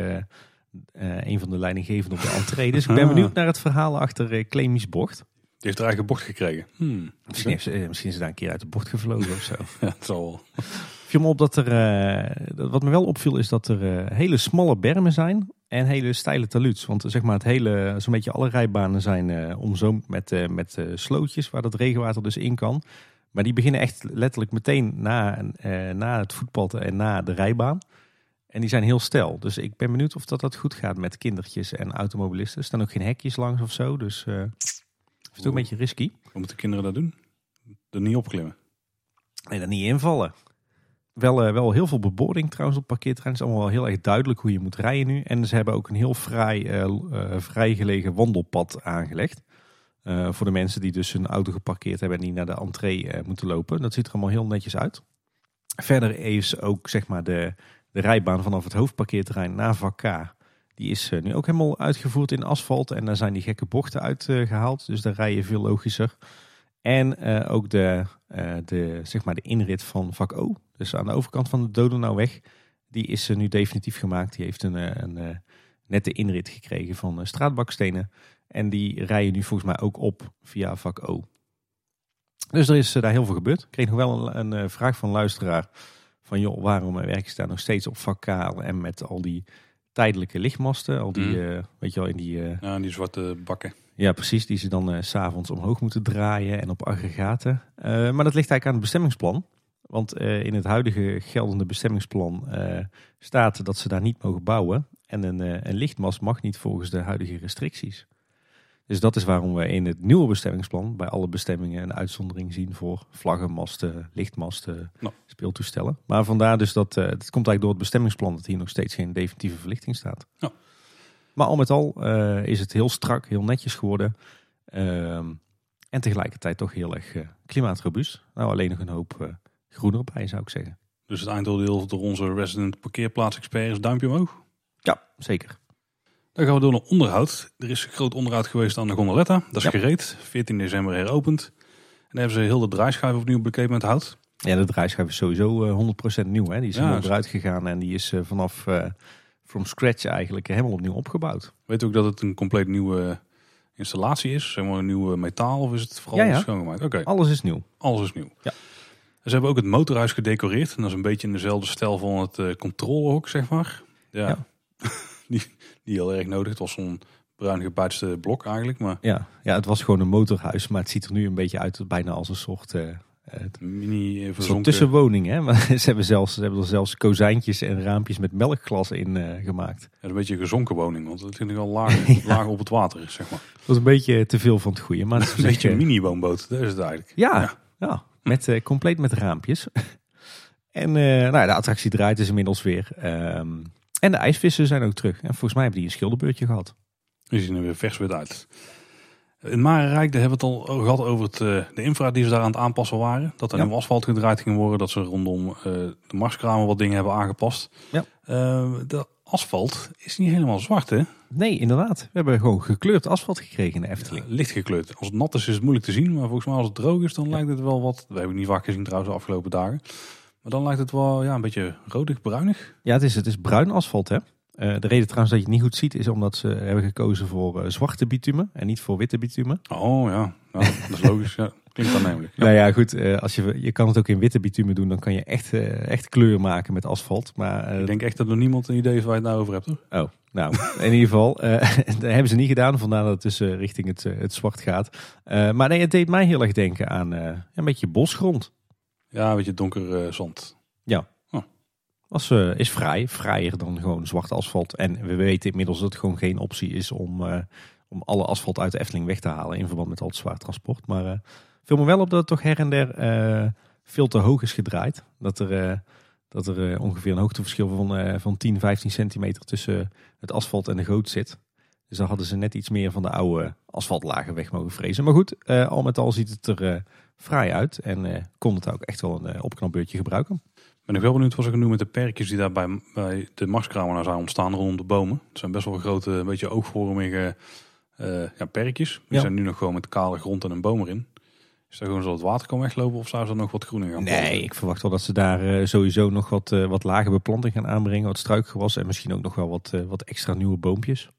Speaker 2: een van de leidinggevenden op de entree. Dus ik ben benieuwd naar het verhaal achter Klemisch bocht.
Speaker 1: Die heeft er eigen bocht gekregen.
Speaker 2: Misschien is ze daar een keer uit de bocht gevlogen of zo.
Speaker 1: Ja, het zal wel.
Speaker 2: Viel me op dat wat me wel opviel is dat er hele smalle bermen zijn en hele steile taluds. Want zeg maar zo'n beetje alle rijbanen zijn omzoomd met slootjes waar dat regenwater dus in kan. Maar die beginnen echt letterlijk meteen na het voetpad en na de rijbaan. En die zijn heel steil. Dus ik ben benieuwd of dat goed gaat met kindertjes en automobilisten. Er staan ook geen hekjes langs of zo. Dus het is ook een beetje risky.
Speaker 1: Wat moeten kinderen dat doen? Er niet opklimmen?
Speaker 2: Nee, dat niet invallen. Wel heel veel bebording trouwens op parkeerterrein. Het is allemaal wel heel erg duidelijk hoe je moet rijden nu. En ze hebben ook een heel vrijgelegen wandelpad aangelegd. Voor de mensen die dus hun auto geparkeerd hebben en die naar de entree moeten lopen. Dat ziet er allemaal heel netjes uit. Verder is ook zeg maar de rijbaan vanaf het hoofdparkeerterrein naar vak K. Die is nu ook helemaal uitgevoerd in asfalt. En daar zijn die gekke bochten uitgehaald. Dus daar rij je veel logischer. En ook de inrit van vak O. Dus aan de overkant van de Dodenauweg. Die is nu definitief gemaakt. Die heeft een nette inrit gekregen van straatbakstenen. En die rijden nu volgens mij ook op via vak O. Dus er is daar heel veel gebeurd. Ik kreeg nog wel een vraag van een luisteraar. Van joh, waarom werken ze daar nog steeds op vak K en met al die tijdelijke lichtmasten? Al die, weet je wel, in die...
Speaker 1: die zwarte bakken.
Speaker 2: Ja, precies. Die ze dan 's avonds omhoog moeten draaien en op aggregaten. Maar dat ligt eigenlijk aan het bestemmingsplan. Want in het huidige geldende bestemmingsplan staat dat ze daar niet mogen bouwen. En een lichtmast mag niet volgens de huidige restricties. Dus dat is waarom we in het nieuwe bestemmingsplan bij alle bestemmingen een uitzondering zien voor vlaggenmasten, lichtmasten, speeltoestellen. Maar vandaar dus dat het komt eigenlijk door het bestemmingsplan dat hier nog steeds geen definitieve verlichting staat. Ja. Maar al met al is het heel strak, heel netjes geworden. En tegelijkertijd toch heel erg klimaatrobuust. Nou, alleen nog een hoop groen erbij zou ik zeggen.
Speaker 1: Dus het eindoordeel door onze resident parkeerplaats-expert is duimpje omhoog?
Speaker 2: Ja, zeker.
Speaker 1: Dan gaan we door naar onderhoud. Er is groot onderhoud geweest aan de gondoletta. Dat is gereed. 14 december heropend. En dan hebben ze heel de draaischijf opnieuw bekleed met hout.
Speaker 2: Ja, de draaischijf is sowieso 100% nieuw. Hè? Die is helemaal eruit gegaan en die is vanaf from scratch eigenlijk helemaal opnieuw opgebouwd.
Speaker 1: Weet u ook dat het een compleet nieuwe installatie is? Zeg maar een nieuwe metaal of is het vooral schoongemaakt? Okay.
Speaker 2: Alles is nieuw.
Speaker 1: Alles is nieuw.
Speaker 2: Ja.
Speaker 1: Ze hebben ook het motorhuis gedecoreerd. En dat is een beetje in dezelfde stijl van het controlehok, zeg maar. Ja. Niet heel erg nodig. Het was zo'n bruin gebuitste blok eigenlijk. Maar...
Speaker 2: Ja, het was gewoon een motorhuis. Maar het ziet er nu een beetje uit bijna als een soort...
Speaker 1: mini
Speaker 2: verzonken
Speaker 1: tussenwoning,
Speaker 2: hè? Maar ze hebben er zelfs kozijntjes en raampjes met melkglas in gemaakt.
Speaker 1: Ja, een beetje een gezonken woning, want het is nogal laag op het water, zeg maar.
Speaker 2: Dat was een beetje te veel van het goede. Maar het is
Speaker 1: een beetje een mini-woonboot, dat is het eigenlijk.
Speaker 2: Ja. Compleet met raampjes. En de attractie draait dus inmiddels weer. En de ijsvissen zijn ook terug. En volgens mij hebben die een schilderbeurtje gehad.
Speaker 1: Die zien er weer vers wit uit. In Marenrijk daar hebben we het al gehad over de infra die ze daar aan het aanpassen waren. Dat er nieuw asfalt gedraaid ging worden. Dat ze rondom de marskramen wat dingen hebben aangepast.
Speaker 2: Ja.
Speaker 1: De asfalt is niet helemaal zwart, hè?
Speaker 2: Nee, inderdaad. We hebben gewoon gekleurd asfalt gekregen in de Efteling.
Speaker 1: Ja, licht gekleurd. Als het nat is het moeilijk te zien. Maar volgens mij als het droog is dan lijkt het wel wat... Dat heb ik niet vaak gezien trouwens de afgelopen dagen. Maar dan lijkt het wel een beetje rodig, bruinig.
Speaker 2: Ja, het is bruin asfalt, hè. De reden trouwens dat je het niet goed ziet is omdat ze hebben gekozen voor zwarte bitumen en niet voor witte bitumen.
Speaker 1: Oh ja, dat is logisch. Ja, klinkt aannemelijk. Ja.
Speaker 2: Nou ja, goed. Als je kan het ook in witte bitumen doen, dan kan je echt kleur maken met asfalt. Maar,
Speaker 1: ik denk echt dat er niemand een idee heeft waar je het nou over hebt, hoor.
Speaker 2: Oh, nou, in ieder geval. Dat hebben ze niet gedaan, vandaar dat het dus richting het zwart gaat. Maar nee, het deed mij heel erg denken aan een beetje bosgrond.
Speaker 1: Ja, een beetje donker zand.
Speaker 2: Ja. Is fraaier dan gewoon zwart asfalt. En we weten inmiddels dat het gewoon geen optie is om alle asfalt uit de Efteling weg te halen in verband met al het zwaar transport. Maar viel me wel op dat het toch her en der veel te hoog is gedraaid. Dat er ongeveer een hoogteverschil van 10, 15 centimeter tussen het asfalt en de goot zit. Dus daar hadden ze net iets meer van de oude asfaltlagen weg mogen frezen. Maar goed, al met al ziet het er fraai uit en kon het ook echt wel een opknapbeurtje gebruiken.
Speaker 1: Ben ik wel benieuwd wat ze gaan doen met de perkjes die daar bij de marskramen nou zijn ontstaan rondom de bomen. Het zijn best wel grote, een beetje oogvormige perkjes. Die zijn nu nog gewoon met kale grond en een boom erin. Is dat gewoon zo het water kan weglopen of zou ze er nog wat groener gaan planten?
Speaker 2: Nee, ik verwacht wel dat ze daar sowieso nog wat lage beplanting gaan aanbrengen. Wat struikgewas en misschien ook nog wel wat extra nieuwe boompjes.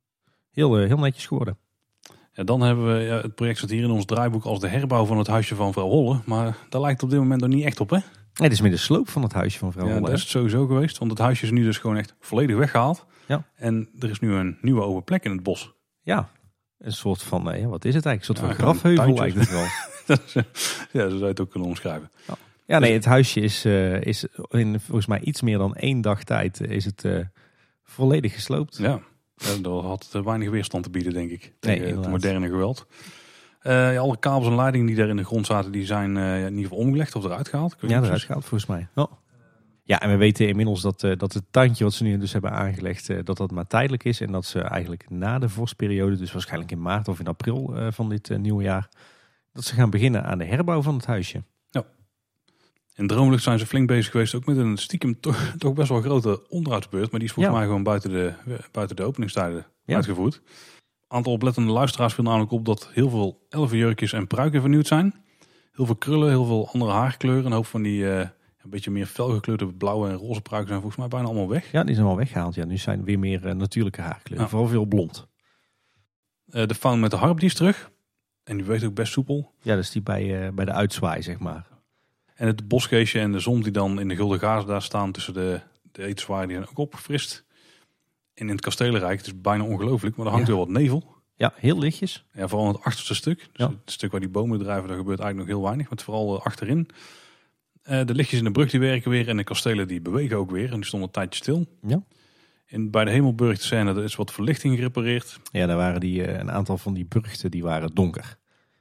Speaker 2: Heel netjes geworden.
Speaker 1: Ja, dan hebben we het project staat hier in ons draaiboek als de herbouw van het huisje van vrouw Holle. Maar daar lijkt het op dit moment nog niet echt op, hè?
Speaker 2: Nee, het is meer de sloop van het huisje van vrouw Holle.
Speaker 1: Ja, dat is het sowieso geweest. Want het huisje is nu dus gewoon echt volledig weggehaald.
Speaker 2: Ja.
Speaker 1: En er is nu een nieuwe open plek in het bos.
Speaker 2: Ja, een soort van, wat is het eigenlijk? Een soort van
Speaker 1: Ja,
Speaker 2: grafheuvel lijkt het wel.
Speaker 1: Ja, zo zou je het ook kunnen omschrijven.
Speaker 2: Ja, nee, het huisje is in volgens mij iets meer dan 1 dag tijd is het volledig gesloopt.
Speaker 1: Ja, dat had weinig weerstand te bieden, denk ik. Tegen het moderne geweld. Alle kabels en leidingen die daar in de grond zaten, die zijn in ieder geval omgelegd of eruit gehaald.
Speaker 2: Ja, eruit gehaald volgens mij. Oh. Ja, en we weten inmiddels dat het tuintje wat ze nu dus hebben aangelegd, dat maar tijdelijk is. En dat ze eigenlijk na de vorstperiode, dus waarschijnlijk in maart of in april van dit nieuwe jaar, dat ze gaan beginnen aan de herbouw van het huisje.
Speaker 1: Ja. In Droomlucht zijn ze flink bezig geweest, ook met een stiekem toch best wel grote onderhoudsbeurt. Maar die is volgens mij gewoon buiten de openingstijden uitgevoerd. Een aantal oplettende luisteraars viel namelijk op dat heel veel elfenjurkjes en pruiken vernieuwd zijn. Heel veel krullen, heel veel andere haarkleuren. Een hoop van die een beetje meer felgekleurde blauwe en roze pruiken zijn volgens mij bijna allemaal weg.
Speaker 2: Ja, die zijn al weggehaald. Ja, nu zijn weer meer natuurlijke haarkleuren. Ja. Vooral veel blond.
Speaker 1: De faun met de harp die is terug. En die weegt ook best soepel.
Speaker 2: Ja, dus die bij de uitzwaai, zeg maar.
Speaker 1: En het bosgeestje en de zon die dan in de gulden gaas daar staan tussen de etenzwaai, die zijn ook opgefrist. En in het Kastelenrijk, het is bijna ongelooflijk, maar er hangt wel wat nevel.
Speaker 2: Ja, heel lichtjes.
Speaker 1: Ja, vooral in het achterste stuk. Dus het stuk waar die bomen drijven, daar gebeurt eigenlijk nog heel weinig. Maar vooral achterin. De lichtjes in de brug die werken weer en de kastelen die bewegen ook weer. En die stonden een tijdje stil.
Speaker 2: Ja.
Speaker 1: Bij de Hemelburg te zijn, er is wat verlichting gerepareerd.
Speaker 2: Ja, daar waren een aantal van die burchten die waren donker.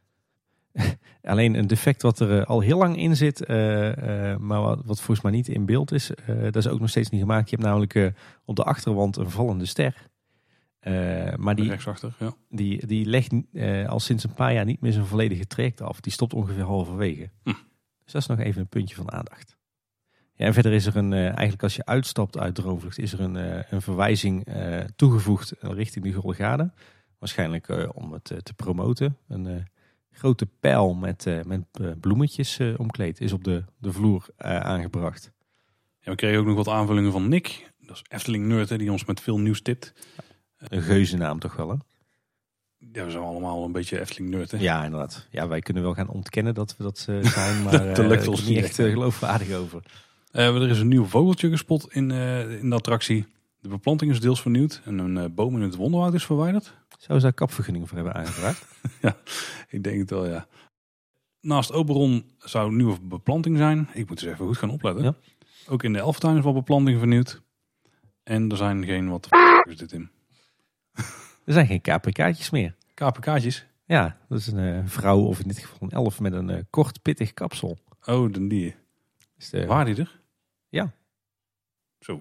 Speaker 2: Alleen een defect wat er al heel lang in zit, maar wat volgens mij niet in beeld is, dat is ook nog steeds niet gemaakt. Je hebt namelijk op de achterwand een vallende ster. Maar
Speaker 1: rechtsachter, ja.
Speaker 2: Die legt al sinds een paar jaar niet meer zijn volledige traject af. Die stopt ongeveer halverwege. Dus dat is nog even een puntje van aandacht. Ja, en verder is er eigenlijk als je uitstapt uit Droomvlucht, is er een verwijzing toegevoegd richting de Gulden. Waarschijnlijk om het te promoten. Een grote pijl met bloemetjes omkleed is op de vloer aangebracht.
Speaker 1: Ja, we kregen ook nog wat aanvullingen van Nick. Dat is Efteling Nerd, die ons met veel nieuws tipt.
Speaker 2: Een geuzennaam toch wel, hè?
Speaker 1: Ja, we zijn allemaal een beetje Efteling Nerd, hè?
Speaker 2: Ja, inderdaad. Ja, wij kunnen wel gaan ontkennen dat we dat zijn, maar
Speaker 1: dat lukt ons
Speaker 2: niet echt geloofwaardig over.
Speaker 1: Er is een nieuw vogeltje gespot in de attractie. De beplanting is deels vernieuwd en een boom in het Wonderwoud is verwijderd.
Speaker 2: Zou ze daar kapvergunning voor hebben aangevraagd?
Speaker 1: Ja, ik denk het wel, ja. Naast Oberon zou nieuwe beplanting zijn. Ik moet eens even goed gaan opletten. Ja. Ook in de Elftuin is wat beplanting vernieuwd. En er zijn geen wat is dit in.
Speaker 2: Er zijn geen KPK'tjes meer.
Speaker 1: KPK'tjes?
Speaker 2: Ja, dat is een vrouw of in dit geval een elf met een kort pittig kapsel.
Speaker 1: Oh, die. Waar die er?
Speaker 2: Ja.
Speaker 1: Zo,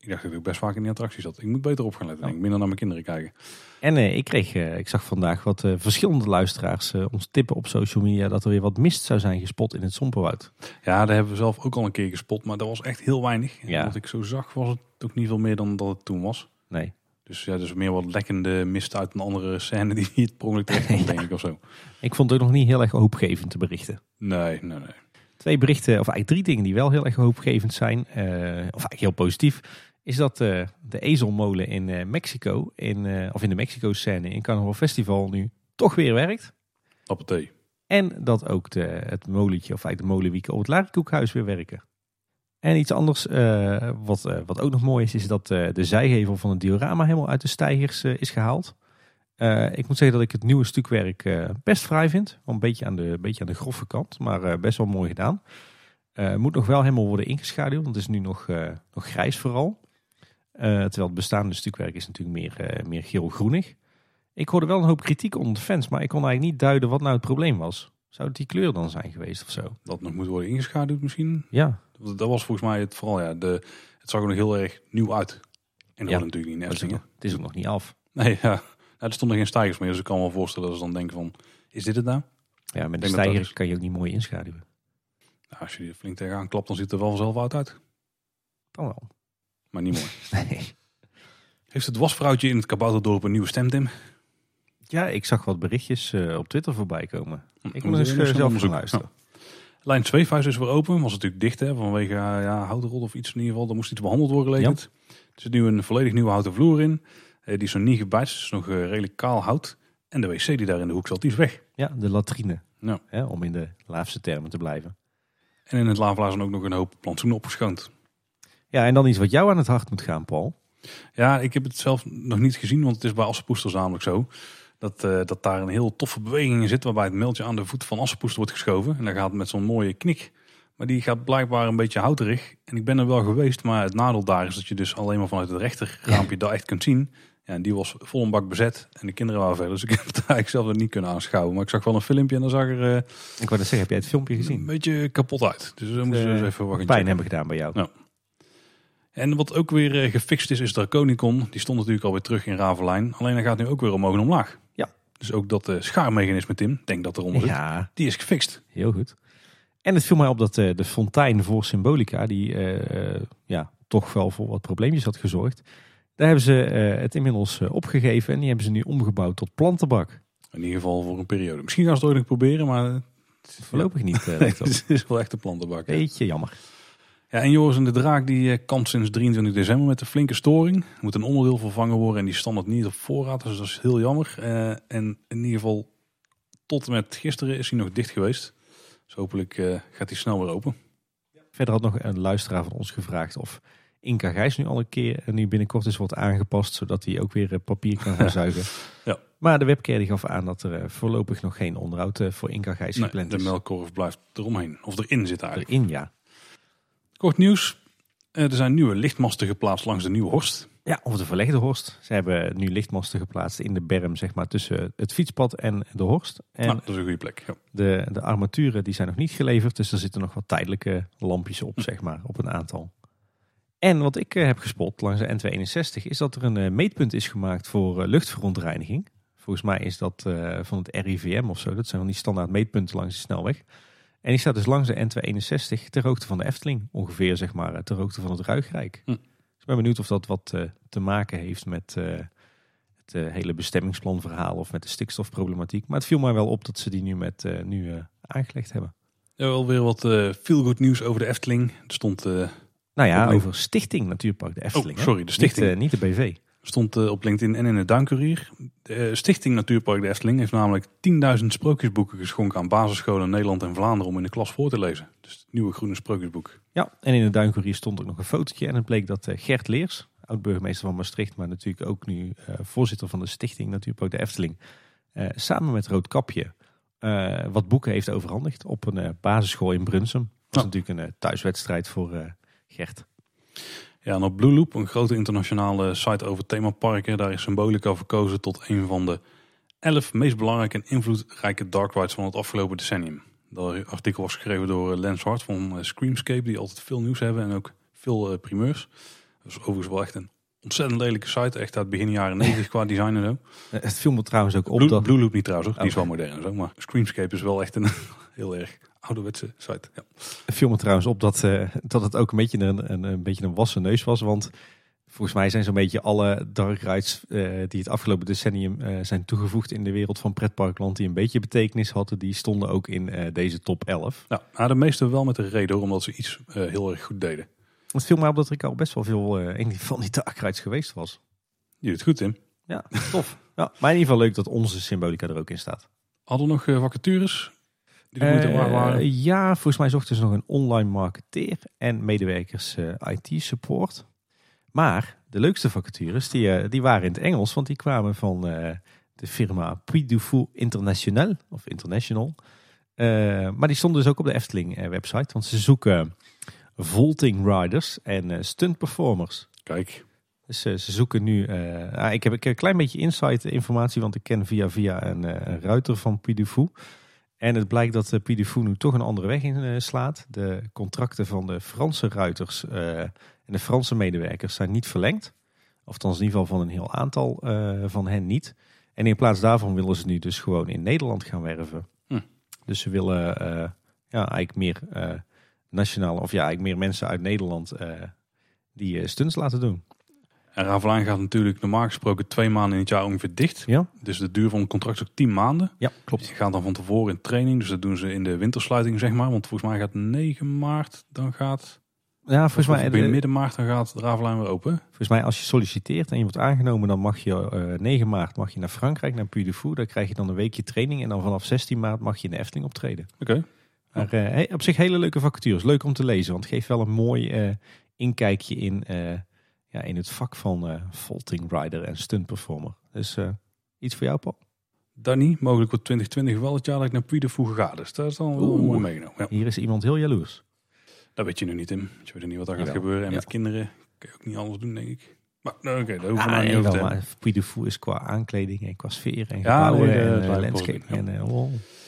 Speaker 1: Ik dacht dat ik best vaak in die attractie zat. Ik moet beter op gaan letten. Denk ik. Minder naar mijn kinderen kijken.
Speaker 2: En ik zag vandaag wat verschillende luisteraars ons tippen op social media dat er weer wat mist zou zijn gespot in het Sompenwoud.
Speaker 1: Ja, daar hebben we zelf ook al een keer gespot. Maar dat was echt heel weinig.
Speaker 2: Ja.
Speaker 1: En wat ik zo zag was het ook niet veel meer dan dat het toen was.
Speaker 2: Nee.
Speaker 1: Dus ja, dus meer wat lekkende mist uit een andere scène die niet per ongeluk terecht komt, denk ik of zo.
Speaker 2: Ik vond het ook nog niet heel erg hoopgevend te berichten.
Speaker 1: Nee.
Speaker 2: 2 berichten, of eigenlijk 3 dingen die wel heel erg hoopgevend zijn. Of eigenlijk heel positief. Is dat de ezelmolen in Mexico, of in de Mexico-scène in Carnaval Festival nu toch weer werkt.
Speaker 1: Appelthee.
Speaker 2: En dat ook het molentje, of eigenlijk de molenwieken op het Larikoekhuis weer werken. En iets anders, wat ook nog mooi is dat de zijgevel van het diorama helemaal uit de steigers is gehaald. Ik moet zeggen dat ik het nieuwe stukwerk best fraai vind. Wel een beetje aan de grove kant, maar best wel mooi gedaan. Moet nog wel helemaal worden ingeschaduwd, want het is nu nog grijs vooral. Terwijl het bestaande stukwerk is natuurlijk meer geel-groenig. Ik hoorde wel een hoop kritiek onder de fans, maar ik kon eigenlijk niet duiden wat nou het probleem was. Zou het die kleur dan zijn geweest of zo?
Speaker 1: Dat nog moet worden ingeschaduwd misschien?
Speaker 2: Ja.
Speaker 1: Dat was volgens mij het vooral, ja. Het zag er nog heel erg nieuw uit. En dat was natuurlijk niet in Efteling.
Speaker 2: Het is ook nog niet af.
Speaker 1: Nee, ja. Er stonden geen stijgers meer, dus ik kan me wel voorstellen dat ze dan denken van, is dit het nou?
Speaker 2: Ja, met de stijgers kan je ook niet mooi inschaduwen.
Speaker 1: Nou, als je er flink tegenaan klapt, dan ziet het er wel vanzelf uit.
Speaker 2: Dan wel.
Speaker 1: Maar niet mooi.
Speaker 2: Nee.
Speaker 1: Heeft het wasvrouwtje in het Kabouterdorp een nieuwe stem, Tim?
Speaker 2: Ja, ik zag wat berichtjes op Twitter voorbij komen. Ik moet
Speaker 1: eens
Speaker 2: eens zelf
Speaker 1: onderzoeken.
Speaker 2: gaan luisteren.
Speaker 1: Lijn 2 is weer open. Was natuurlijk dicht, hè, vanwege houten rot of iets in ieder geval. Er moest iets behandeld worden geleverd. Er zit nu een volledig nieuwe houten vloer in. Die is nog niet gebijtst. Het is nog redelijk kaal hout. En de wc die daar in de hoek zat, die is weg.
Speaker 2: Ja, de latrine.
Speaker 1: Ja.
Speaker 2: Hè, om in de laafste termen te blijven.
Speaker 1: En in het lavelaar zijn ook nog een hoop plantsoenen opgeschoond.
Speaker 2: Ja, en dan iets wat jou aan het hart moet gaan, Paul.
Speaker 1: Ja, ik heb het zelf nog niet gezien, want het is bij Assepoester namelijk zo. Dat daar een heel toffe beweging in zit, waarbij het meeltje aan de voet van Assepoester wordt geschoven. En dan gaat het met zo'n mooie knik. Maar die gaat blijkbaar een beetje houterig. En ik ben er wel geweest, maar het nadeel daar is dat je dus alleen maar vanuit het rechterraampje dat echt kunt zien. Ja, en die was vol een bak bezet en de kinderen waren verder. Dus ik heb het eigenlijk zelf nog niet kunnen aanschouwen. Maar ik zag wel een filmpje en dan zag er
Speaker 2: Ik wou net zeggen, heb jij het filmpje gezien?
Speaker 1: een beetje kapot uit. Dus dan moesten we dus even wat
Speaker 2: pijn hebben gedaan bij jou.
Speaker 1: Ja. En wat ook weer gefixt is Draconicon. Die stond natuurlijk alweer terug in Ravelijn. Alleen hij gaat nu ook weer omhoog en omlaag.
Speaker 2: Ja.
Speaker 1: Dus ook dat schaarmechanisme, Tim, denk dat eronder zit, die is gefixt.
Speaker 2: Heel goed. En het viel mij op dat de fontein voor Symbolica, die toch wel voor wat probleempjes had gezorgd. Daar hebben ze het inmiddels opgegeven en die hebben ze nu omgebouwd tot plantenbak.
Speaker 1: In ieder geval voor een periode. Misschien gaan ze het ooit nog proberen, maar
Speaker 2: Voorlopig niet.
Speaker 1: het is wel echt een plantenbak.
Speaker 2: Beetje jammer.
Speaker 1: Ja, en Joris en de Draak die kampt sinds 23 december met een flinke storing. Er moet een onderdeel vervangen worden en die standaard niet op voorraad. Dus dat is heel jammer. En in ieder geval tot en met gisteren is hij nog dicht geweest. Dus hopelijk gaat hij snel weer open.
Speaker 2: Verder had nog een luisteraar van ons gevraagd of Inca Gijs nu al een keer nu binnenkort is wordt aangepast. Zodat hij ook weer papier kan gaan zuigen.
Speaker 1: Ja.
Speaker 2: Maar de webcare die gaf aan dat er voorlopig nog geen onderhoud voor Inca Gijs gepland
Speaker 1: de
Speaker 2: is.
Speaker 1: melkkorf blijft eromheen. Of erin zit eigenlijk.
Speaker 2: Erin, ja.
Speaker 1: Kort nieuws. Er zijn nieuwe lichtmasten geplaatst langs de Nieuwe Horst.
Speaker 2: Ja, of de verlegde Horst. Ze hebben nu lichtmasten geplaatst in de berm, zeg maar, tussen het fietspad en de Horst. En
Speaker 1: Dat is een goede plek. Ja.
Speaker 2: de armaturen die zijn nog niet geleverd, dus er zitten nog wat tijdelijke lampjes op, zeg maar, op een aantal. En wat ik heb gespot langs de N261 is dat er een meetpunt is gemaakt voor luchtverontreiniging. Volgens mij is dat van het RIVM of zo. Dat zijn van die standaard meetpunten langs de snelweg. En die staat dus langs de N261 ter hoogte van de Efteling. Ongeveer, zeg maar, ter hoogte van het Ruigrijk. Dus ik ben benieuwd of dat wat te maken heeft met het hele bestemmingsplanverhaal of met de stikstofproblematiek. Maar het viel mij wel op dat ze die nu aangelegd hebben.
Speaker 1: Ja, wel weer wat feel-good nieuws over de Efteling. Er stond...
Speaker 2: over Stichting Natuurpark de Efteling.
Speaker 1: Oh, sorry, de Stichting.
Speaker 2: Niet de BV.
Speaker 1: Stond op LinkedIn en in het Duinkurier. De Stichting Natuurpark de Efteling heeft namelijk 10.000 sprookjesboeken geschonken aan basisscholen in Nederland en Vlaanderen om in de klas voor te lezen. Dus het nieuwe groene sprookjesboek.
Speaker 2: Ja, en in het Duinkurier stond ook nog een fotootje. En het bleek dat Gert Leers, oud-burgemeester van Maastricht, maar natuurlijk ook nu voorzitter van de Stichting Natuurpark de Efteling, samen met Roodkapje wat boeken heeft overhandigd op een basisschool in Brunsum. Dat is natuurlijk een thuiswedstrijd voor Gert.
Speaker 1: Ja, en op Blue Loop, een grote internationale site over themaparken, daar is Symbolica verkozen tot een van de 11 meest belangrijke en invloedrijke dark rides van het afgelopen decennium. Dat artikel was geschreven door Lance Hart van Screamscape, die altijd veel nieuws hebben en ook veel primeurs. Dat is overigens wel echt een ontzettend lelijke site. Echt uit begin jaren 90 qua design en zo.
Speaker 2: Het viel me trouwens ook op dat...
Speaker 1: Blue Loop niet trouwens, hoor. Die is wel modern en zo. Maar Screamscape is wel echt een heel erg ouderwetse site. Ja.
Speaker 2: Het viel me trouwens op dat het ook een beetje een beetje een wassen neus was. Want volgens mij zijn zo'n beetje alle dark rides die het afgelopen decennium zijn toegevoegd in de wereld van pretparkland, die een beetje betekenis hadden, die stonden ook in deze top 11.
Speaker 1: Nou, de meeste wel met de reden, omdat ze iets heel erg goed deden.
Speaker 2: Het viel me op dat ik al best wel veel van die dark rides geweest was.
Speaker 1: Je doet het goed, Tim.
Speaker 2: Ja, tof. Ja, maar in ieder geval leuk dat onze symbolica er ook in staat.
Speaker 1: Hadden we nog vacatures die de moeite waard waren?
Speaker 2: Ja, volgens mij zochten ze nog een online marketeer en medewerkers IT-support. Maar de leukste vacatures die waren in het Engels, want die kwamen van de firma Puy du Fou International. Maar die stonden dus ook op de Efteling website, want ze zoeken vaulting riders en stunt performers.
Speaker 1: Kijk.
Speaker 2: Dus ze zoeken nu... ik heb een klein beetje insight informatie, want ik ken via een ruiter van Puy du Fou. En het blijkt dat Puy du Fou nu toch een andere weg inslaat. De contracten van de Franse ruiters en de Franse medewerkers zijn niet verlengd. Althans in ieder geval van een heel aantal van hen niet. En in plaats daarvan willen ze nu dus gewoon in Nederland gaan werven. Dus ze willen eigenlijk meer nationale, of eigenlijk meer mensen uit Nederland die stunts laten doen.
Speaker 1: En Ravelijn gaat natuurlijk normaal gesproken 2 maanden in het jaar ongeveer dicht.
Speaker 2: Ja?
Speaker 1: Dus de duur van het contract is ook 10 maanden.
Speaker 2: Ja, klopt.
Speaker 1: Je gaat dan van tevoren in training. Dus dat doen ze in de wintersluiting, zeg maar. Want volgens mij gaat 9 maart, dan gaat...
Speaker 2: Ja, volgens mij...
Speaker 1: midden maart dan gaat de Ravelijn weer open.
Speaker 2: Volgens mij als je solliciteert en je wordt aangenomen, dan mag je 9 maart mag je naar Frankrijk, naar Puy du Fou. Daar krijg je dan een weekje training. En dan vanaf 16 maart mag je in de Efteling optreden.
Speaker 1: Oké.
Speaker 2: Maar op zich hele leuke vacatures. Leuk om te lezen, want het geeft wel een mooi inkijkje in het vak van vaulting rider en stunt performer. Dus iets voor jou, Paul?
Speaker 1: Danny, mogelijk wordt 2020 wel het jaar dat ik naar Puy du Fou ga. Dus dat is dan wel mooi meegenomen. Ja.
Speaker 2: Hier is iemand heel jaloers.
Speaker 1: Dat weet je nu niet, Tim. Je weet niet wat er gaat
Speaker 2: Jawel.
Speaker 1: gebeuren. En
Speaker 2: Ja.
Speaker 1: met kinderen kun je ook niet alles doen, denk ik. Maar daar hoeven we nou niet over te hebben.
Speaker 2: Maar Puy du Fou is qua aankleding en qua sfeer en
Speaker 1: Ja,
Speaker 2: gebouwen
Speaker 1: nee,
Speaker 2: en
Speaker 1: dat lijkt me
Speaker 2: landscape.
Speaker 1: positief,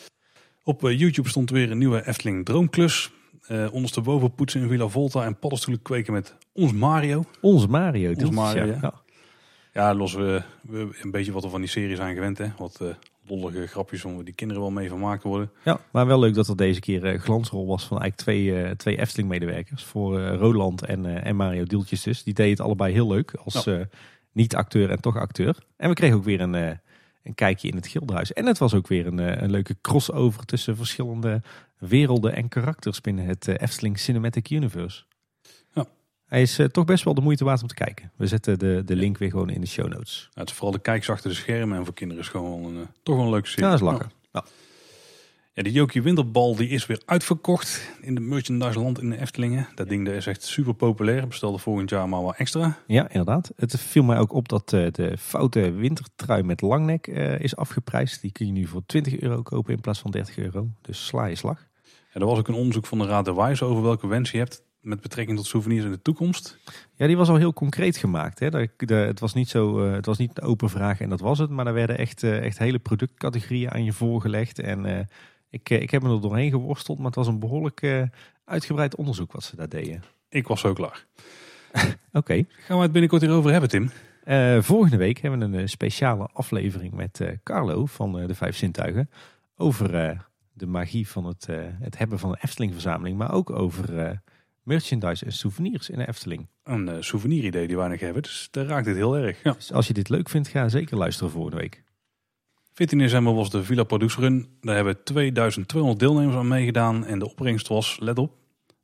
Speaker 1: Op YouTube stond weer een nieuwe Efteling Droomklus. Ondersteboven poetsen in Villa Volta en paddenstoelen kweken met ons Mario.
Speaker 2: Onze Mario.
Speaker 1: Ons Mario,
Speaker 2: ja.
Speaker 1: ja. Ja, lossen we een beetje wat we van die serie zijn gewend. Hè? Wat lollige grapjes om die kinderen wel mee vermaakt worden.
Speaker 2: Ja, maar wel leuk dat er deze keer glansrol was van eigenlijk twee Efteling-medewerkers. Voor Roland en Mario Dieltjes dus. Die deden het allebei heel leuk als niet-acteur en toch acteur. En we kregen ook weer een kijkje in het Gildenhuis. En het was ook weer een leuke crossover tussen verschillende werelden en karakters binnen het Efteling Cinematic Universe.
Speaker 1: Ja.
Speaker 2: Hij is toch best wel de moeite waard om te kijken. We zetten de link weer gewoon in de show notes.
Speaker 1: Ja, het is vooral de kijks achter de schermen. En voor kinderen is gewoon toch wel een leuke serie.
Speaker 2: Ja, dat is lachen. Ja.
Speaker 1: Ja, die Jokie Winterbal die is weer uitverkocht in de merchandise land in de Eftelingen. Dat ding is echt super populair. Bestelde volgend jaar maar wat extra.
Speaker 2: Ja, inderdaad. Het viel mij ook op dat de foute wintertrui met langnek is afgeprijsd. Die kun je nu voor €20 kopen in plaats van €30. Dus sla je slag.
Speaker 1: Ja, er was ook een onderzoek van de Raad der Wijze over welke wens je hebt met betrekking tot souvenirs in de toekomst.
Speaker 2: Ja, die was al heel concreet gemaakt. Hè. Het was niet het was niet een open vraag en dat was het. Maar daar werden echt hele productcategorieën aan je voorgelegd. En ik heb me er doorheen geworsteld. Maar het was een behoorlijk uitgebreid onderzoek wat ze daar deden.
Speaker 1: Ik was zo klaar.
Speaker 2: Oké.
Speaker 1: Gaan we het binnenkort hierover hebben, Tim?
Speaker 2: Volgende week hebben we een speciale aflevering met Carlo van de 5 Zintuigen. Over de magie van het hebben van een Efteling-verzameling. Maar ook over merchandise en souvenirs in de Efteling.
Speaker 1: Een souveniridee die wij nog hebben. Dus daar raakt dit heel erg. Ja.
Speaker 2: Dus als je dit leuk vindt, ga zeker luisteren volgende week.
Speaker 1: 14 december was de Villa Produce Run. Daar hebben 2200 deelnemers aan meegedaan. En de opbrengst was, let op,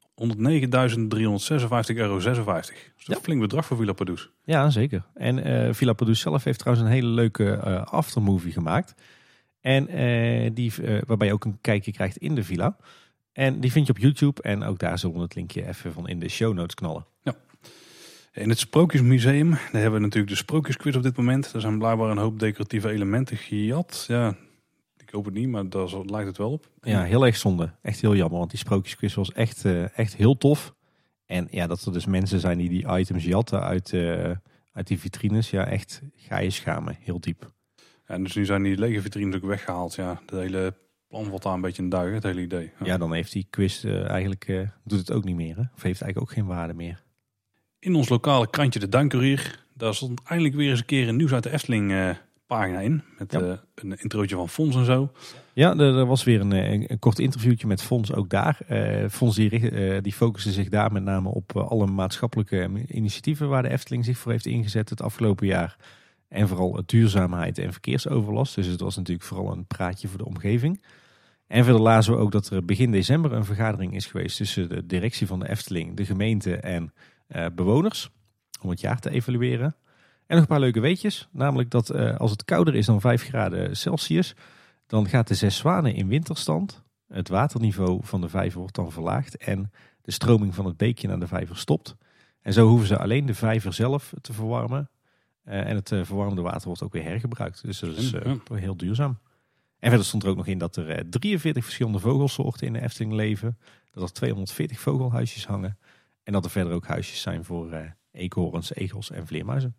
Speaker 1: €109.356,56. Dus dat is een flink bedrag voor Villa Produce.
Speaker 2: Ja, zeker. En Villa Produce zelf heeft trouwens een hele leuke aftermovie gemaakt. En waarbij je ook een kijkje krijgt in de villa. En die vind je op YouTube. En ook daar zullen we het linkje even van in de show notes knallen.
Speaker 1: Ja. In het Sprookjesmuseum, daar hebben we natuurlijk de Sprookjesquiz op dit moment. Er zijn blijkbaar een hoop decoratieve elementen gejat. Ja, ik hoop het niet, maar daar lijkt het wel op.
Speaker 2: Ja, heel erg zonde. Echt heel jammer, want die Sprookjesquiz was echt heel tof. En ja, dat er dus mensen zijn die items jatten uit die vitrines. Ja, echt ga je schamen. Heel diep.
Speaker 1: Ja, dus nu zijn die lege vitrines ook weggehaald. Ja, de hele plan valt daar een beetje in duigen, het hele idee.
Speaker 2: Ja, dan heeft die quiz eigenlijk doet het ook niet meer. Hè? Of heeft eigenlijk ook geen waarde meer.
Speaker 1: In ons lokale krantje De Duincourier, daar stond eindelijk weer eens een keer een nieuws uit de Efteling pagina in. Met een introotje van Fons en zo.
Speaker 2: Ja, er was weer een kort interviewtje met Fons ook daar. Fons die focuste zich daar met name op alle maatschappelijke initiatieven waar de Efteling zich voor heeft ingezet het afgelopen jaar. En vooral duurzaamheid en verkeersoverlast. Dus het was natuurlijk vooral een praatje voor de omgeving. En verder lazen we ook dat er begin december een vergadering is geweest tussen de directie van de Efteling, de gemeente en bewoners. Om het jaar te evalueren. En nog een paar leuke weetjes. Namelijk dat als het kouder is dan 5 graden Celsius, dan gaat de 6 Zwanen in winterstand. Het waterniveau van de vijver wordt dan verlaagd en de stroming van het beekje naar de vijver stopt. En zo hoeven ze alleen de vijver zelf te verwarmen. En het verwarmde water wordt ook weer hergebruikt. Dus dat is heel duurzaam. En verder stond er ook nog in dat er 43 verschillende vogelsoorten in de Efteling leven. Dat er 240 vogelhuisjes hangen. En dat er verder ook huisjes zijn voor eekhoorns, egels en vleermuizen.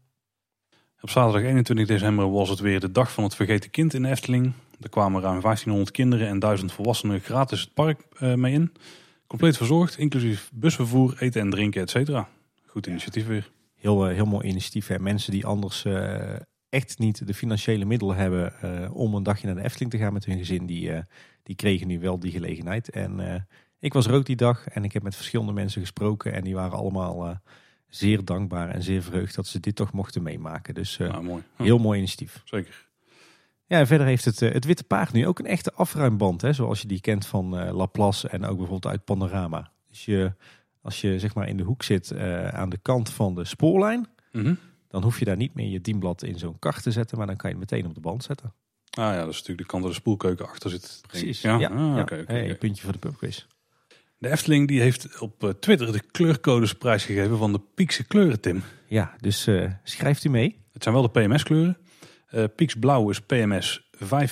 Speaker 1: Op zaterdag 21 december was het weer de dag van het vergeten kind in de Efteling. Er kwamen ruim 1500 kinderen en 1000 volwassenen gratis het park mee in. Compleet verzorgd, inclusief busvervoer, eten en drinken, et cetera. Goed initiatief weer.
Speaker 2: Heel mooi initiatief. Hè? Mensen die anders echt niet de financiële middelen hebben om een dagje naar de Efteling te gaan met hun gezin. Die kregen nu wel die gelegenheid. En ik was er ook die dag en ik heb met verschillende mensen gesproken. En die waren allemaal zeer dankbaar en zeer verheugd dat ze dit toch mochten meemaken. Dus
Speaker 1: mooi.
Speaker 2: Heel mooi initiatief.
Speaker 1: Zeker.
Speaker 2: Ja, en verder heeft het Witte Paard nu ook een echte afruimband. Hè? Zoals je die kent van Laplace en ook bijvoorbeeld uit Panorama. Dus als je zeg maar in de hoek zit aan de kant van de spoorlijn, dan hoef je daar niet meer je dienblad in zo'n kar te zetten, maar dan kan je het meteen op de band zetten.
Speaker 1: Ah ja, dat is natuurlijk de kant waar de spoelkeuken achter zit.
Speaker 2: Precies.
Speaker 1: Ja.
Speaker 2: Een puntje voor de pubquiz.
Speaker 1: De Efteling die heeft op Twitter de kleurcodes prijsgegeven van de Piekse kleuren, Tim.
Speaker 2: Ja, dus schrijft u mee.
Speaker 1: Het zijn wel de PMS-kleuren. Pieks Blauw is PMS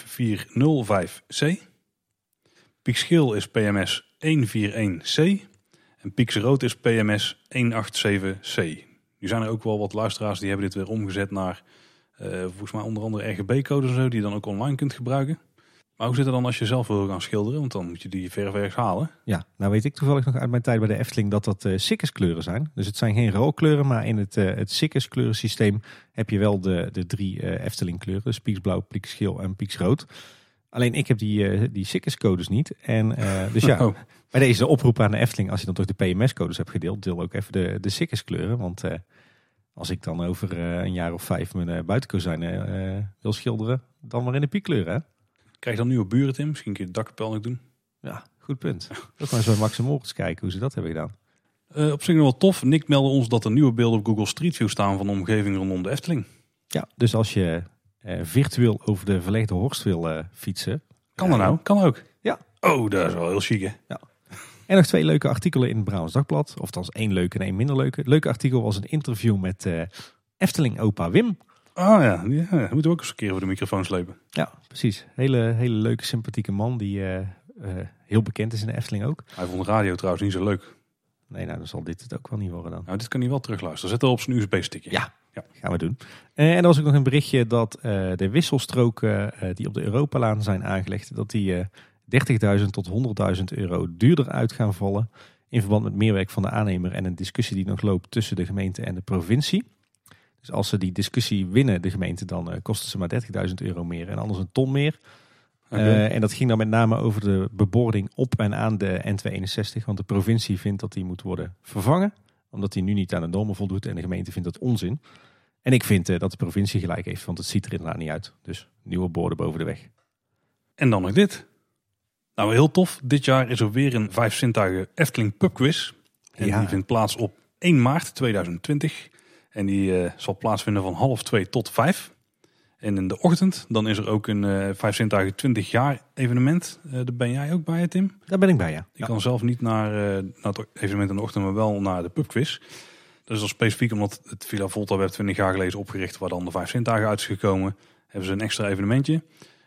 Speaker 1: 5405C. Pieks Geel is PMS 141C. En Pieks Rood is PMS 187C. Nu zijn er ook wel wat luisteraars die hebben dit weer omgezet naar volgens mij onder andere RGB-codes en zo, die je dan ook online kunt gebruiken. Maar hoe zit het dan als je zelf wil gaan schilderen? Want dan moet je die verf ergens halen. Ja,
Speaker 2: nou weet ik toevallig nog uit mijn tijd bij de Efteling dat Sikkes kleuren zijn. Dus het zijn geen rookkleuren, maar in het Sikkes kleurensysteem heb je wel de 3 Efteling kleuren. Dus Pieks Blauw, Pieks Geel en Pieks Rood. Alleen ik heb die Sikkes codes niet. En dus ja, bij deze oproep aan de Efteling, als je dan toch de PMS-codes hebt gedeeld, deel ook even de Sikkes kleuren. Want als ik dan over een jaar of 5 mijn buitenkozijnen wil schilderen, dan maar in de piekkleuren, hè?
Speaker 1: Krijg je dan nieuwe buren, Tim? Misschien kun je het dakkapel nog doen.
Speaker 2: Ja, goed punt. Dat gaan we zo bij Max en Moritz kijken hoe ze dat hebben gedaan.
Speaker 1: Op zich nog wel tof. Nick meldde ons dat er nieuwe beelden op Google Street View staan van de omgeving rondom de Efteling.
Speaker 2: Ja, dus als je virtueel over de verlegde Horst wil fietsen.
Speaker 1: Kan dat nou? Kan ook.
Speaker 2: Ja.
Speaker 1: Oh, dat is wel heel chic, hè?
Speaker 2: Ja. En nog 2 leuke artikelen in het Brabants Dagblad. Of althans 1 leuke en 1 minder leuke. Het leuke artikel was een interview met Efteling-opa Wim.
Speaker 1: Ah ja, moeten we ook eens een keer over de microfoon slepen.
Speaker 2: Ja, precies. Hele leuke, sympathieke man die heel bekend is in de Efteling ook.
Speaker 1: Hij vond de radio trouwens niet zo leuk.
Speaker 2: Nee, nou dan zal dit het ook wel niet worden dan.
Speaker 1: Nou, dit kan hij wel terugluisteren. Zet er op zijn USB-stickje.
Speaker 2: Ja, gaan we doen. En er was ook nog een berichtje dat de wisselstroken die op de Europalaan zijn aangelegd, dat die 30.000 tot 100.000 euro duurder uit gaan vallen. In verband met meerwerk van de aannemer en een discussie die nog loopt tussen de gemeente en de provincie. Dus als ze die discussie winnen, de gemeente, dan kosten ze maar 30.000 euro meer en anders een ton meer. Okay. En dat ging dan met name over de bebording op en aan de N261. Want de provincie vindt dat die moet worden vervangen. Omdat die nu niet aan de normen voldoet en de gemeente vindt dat onzin. En ik vind dat de provincie gelijk heeft, want het ziet er inderdaad niet uit. Dus nieuwe borden boven de weg.
Speaker 1: En dan nog dit. Nou, heel tof. Dit jaar is er weer een 5 zintuigen Efteling pubquiz. En die vindt plaats op 1 maart 2020. En die zal plaatsvinden van 1:30 tot 5. En in de ochtend, dan is er ook een 5 zintuigen 20 jaar evenement. Daar ben jij ook bij, Tim?
Speaker 2: Daar ben ik bij, ja.
Speaker 1: Ik kan zelf niet naar het evenement in de ochtend, maar wel naar de pubquiz. Dat is dan specifiek omdat het Villa Volta werd 20 jaar geleden opgericht, waar dan de 5 zintuigen uit is gekomen. Hebben ze een extra evenementje.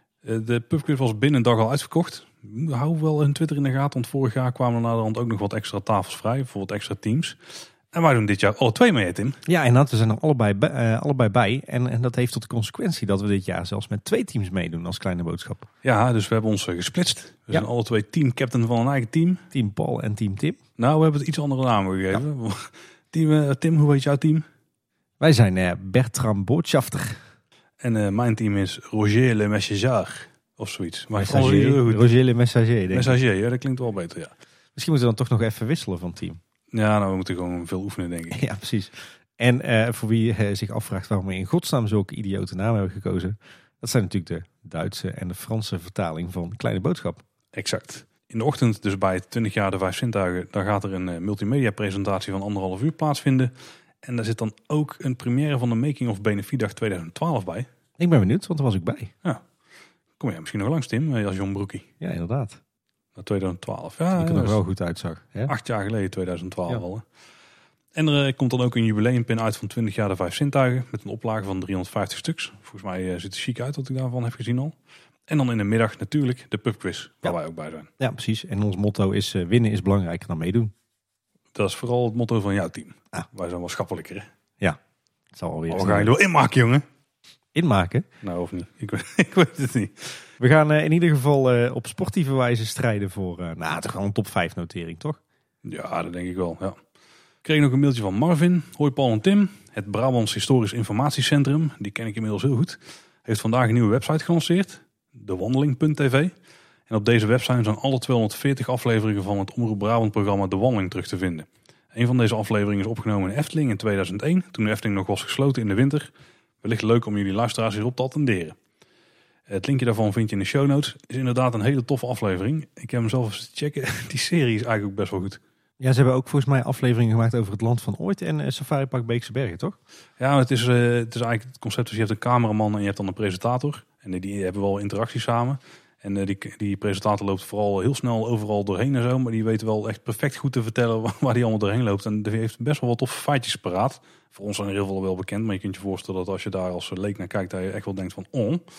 Speaker 1: De pubquiz was binnen een dag al uitverkocht. Hou wel hun Twitter in de gaten, want vorig jaar kwamen er na de hand ook nog wat extra tafels vrij, bijvoorbeeld extra teams. En wij doen dit jaar alle 2 mee, Tim.
Speaker 2: Ja, inderdaad, we zijn er allebei bij. En dat heeft tot de consequentie dat we dit jaar zelfs met 2 teams meedoen als kleine boodschap.
Speaker 1: Ja, dus we hebben ons gesplitst. We zijn alle 2 teamcaptain van een eigen team.
Speaker 2: Team Paul en Team Tim.
Speaker 1: Nou, we hebben het iets andere namen gegeven. Ja. Tim, hoe heet jouw team?
Speaker 2: Wij zijn Bertram Botschafter.
Speaker 1: En mijn team is Roger Le Messager. Of zoiets. Maar
Speaker 2: Roger Le Messager, denk ik.
Speaker 1: Messager, ja, dat klinkt wel beter, ja.
Speaker 2: Misschien moeten we dan toch nog even wisselen van team.
Speaker 1: Ja, nou, we moeten gewoon veel oefenen, denk ik.
Speaker 2: Ja, precies. En voor wie zich afvraagt waarom we in godsnaam zulke idiote namen hebben gekozen. Dat zijn natuurlijk de Duitse en de Franse vertaling van Kleine Boodschap.
Speaker 1: Exact. In de ochtend, dus bij 20 jaar de 5 zintuigen, daar gaat er een multimedia presentatie van 1,5 uur plaatsvinden. En daar zit dan ook een première van de Making of Benefietdag 2012 bij.
Speaker 2: Ik ben benieuwd, want daar was ik bij.
Speaker 1: Ja. Kom jij misschien nog langs, Tim, als John Broekie?
Speaker 2: Ja, inderdaad.
Speaker 1: naar 2012. Ja,
Speaker 2: die er nog wel goed uitzag. Hè?
Speaker 1: 8 jaar geleden, 2012 al. Hè? En er komt dan ook een jubileumpin uit van 20 jaar de 5 zintuigen. Met een oplage van 350 stuks. Volgens mij ziet het chic uit wat ik daarvan heb gezien al. En dan in de middag natuurlijk de pubquiz, waar wij ook bij zijn.
Speaker 2: Ja, precies. En ons motto is winnen is belangrijker dan meedoen.
Speaker 1: Dat is vooral het motto van jouw team. Wij zijn wel schappelijker. Hè?
Speaker 2: Ja, het zal alweer.
Speaker 1: We gaan je door inmaken, jongen.
Speaker 2: Inmaken?
Speaker 1: Nou, of niet. Ik weet het niet.
Speaker 2: We gaan in ieder geval op sportieve wijze strijden voor toch wel een top 5 notering, toch?
Speaker 1: Ja, dat denk ik wel. Ja. Ik kreeg nog een mailtje van Marvin. Hoi Paul en Tim. Het Brabants Historisch Informatiecentrum, die ken ik inmiddels heel goed, heeft vandaag een nieuwe website gelanceerd. Dewandeling.tv. En op deze website zijn alle 240 afleveringen van het Omroep Brabant programma De Wandeling terug te vinden. Een van deze afleveringen is opgenomen in Efteling in 2001, toen de Efteling nog was gesloten in de winter. Wellicht leuk om jullie luisteraars hierop te attenderen. Het linkje daarvan vind je in de show notes. Is inderdaad een hele toffe aflevering. Ik heb hem zelf eens checken. Die serie is eigenlijk ook best wel goed.
Speaker 2: Ja, ze hebben ook volgens mij afleveringen gemaakt over het land van ooit en Safari Park Beekse Bergen, toch?
Speaker 1: Ja, het is eigenlijk het concept. Dus je hebt een cameraman en je hebt dan een presentator. En die hebben wel interactie samen. En die presentator loopt vooral heel snel overal doorheen en zo. Maar die weet wel echt perfect goed te vertellen waar die allemaal doorheen loopt. En die heeft best wel wat toffe feitjes paraat. Voor ons zijn er heel veel wel bekend. Maar je kunt je voorstellen dat als je daar als leek naar kijkt, dat je echt wel denkt van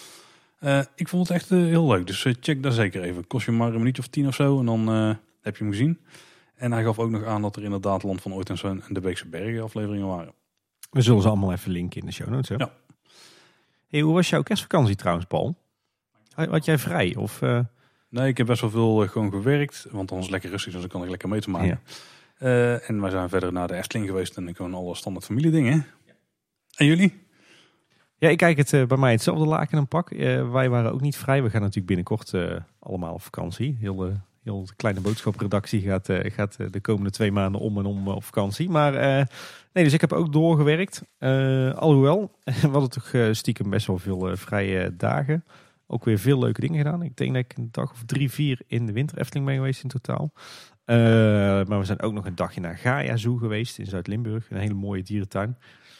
Speaker 1: ik vond het echt heel leuk. Dus check daar zeker even. Kost je maar een minuutje of 10 of zo. En dan heb je hem gezien. En hij gaf ook nog aan dat er inderdaad Land van Ooit en de Beekse Bergen afleveringen waren.
Speaker 2: We zullen ze allemaal even linken in de show notes. Hè?
Speaker 1: Ja.
Speaker 2: Hey, hoe was jouw kerstvakantie trouwens, Paul? Had jij vrij? Of,
Speaker 1: Nee, ik heb best wel veel gewoon gewerkt. Want dan is het lekker rustig, dus dan kan ik lekker mee te maken. Ja. En wij zijn verder naar de Efteling geweest. En gewoon alle standaard familiedingen. Ja. En jullie?
Speaker 2: Ja, ik kijk het bij mij hetzelfde laken en pak. Wij waren ook niet vrij. We gaan natuurlijk binnenkort allemaal op vakantie. Heel de Kleine Boodschapredactie gaat de komende 2 maanden om en om op vakantie. Maar nee, dus ik heb ook doorgewerkt. Alhoewel, we hadden toch stiekem best wel veel vrije dagen. Ook weer veel leuke dingen gedaan. Ik denk dat ik een dag of 3, 4 in de winter Efteling ben geweest in totaal. Maar we zijn ook nog een dagje naar Gaia Zoo geweest in Zuid-Limburg. Een hele mooie dierentuin.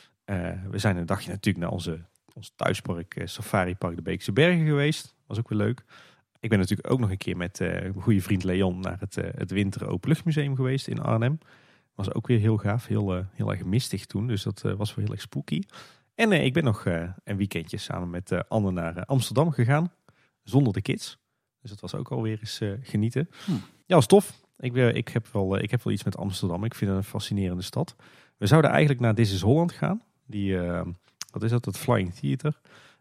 Speaker 2: We zijn een dagje natuurlijk naar ons thuispark Safari Park de Beekse Bergen geweest. Was ook weer leuk. Ik ben natuurlijk ook nog een keer met mijn goede vriend Leon naar het Winter Openluchtmuseum geweest in Arnhem. Was ook weer heel gaaf. Heel erg mistig toen. Dus dat was wel heel erg spooky. En ik ben nog een weekendje samen met Anne naar Amsterdam gegaan. Zonder de kids. Dus dat was ook alweer eens genieten. Ja, was tof. Ik heb wel iets met Amsterdam. Ik vind het een fascinerende stad. We zouden eigenlijk naar This is Holland gaan. Wat is dat? Het Flying Theater.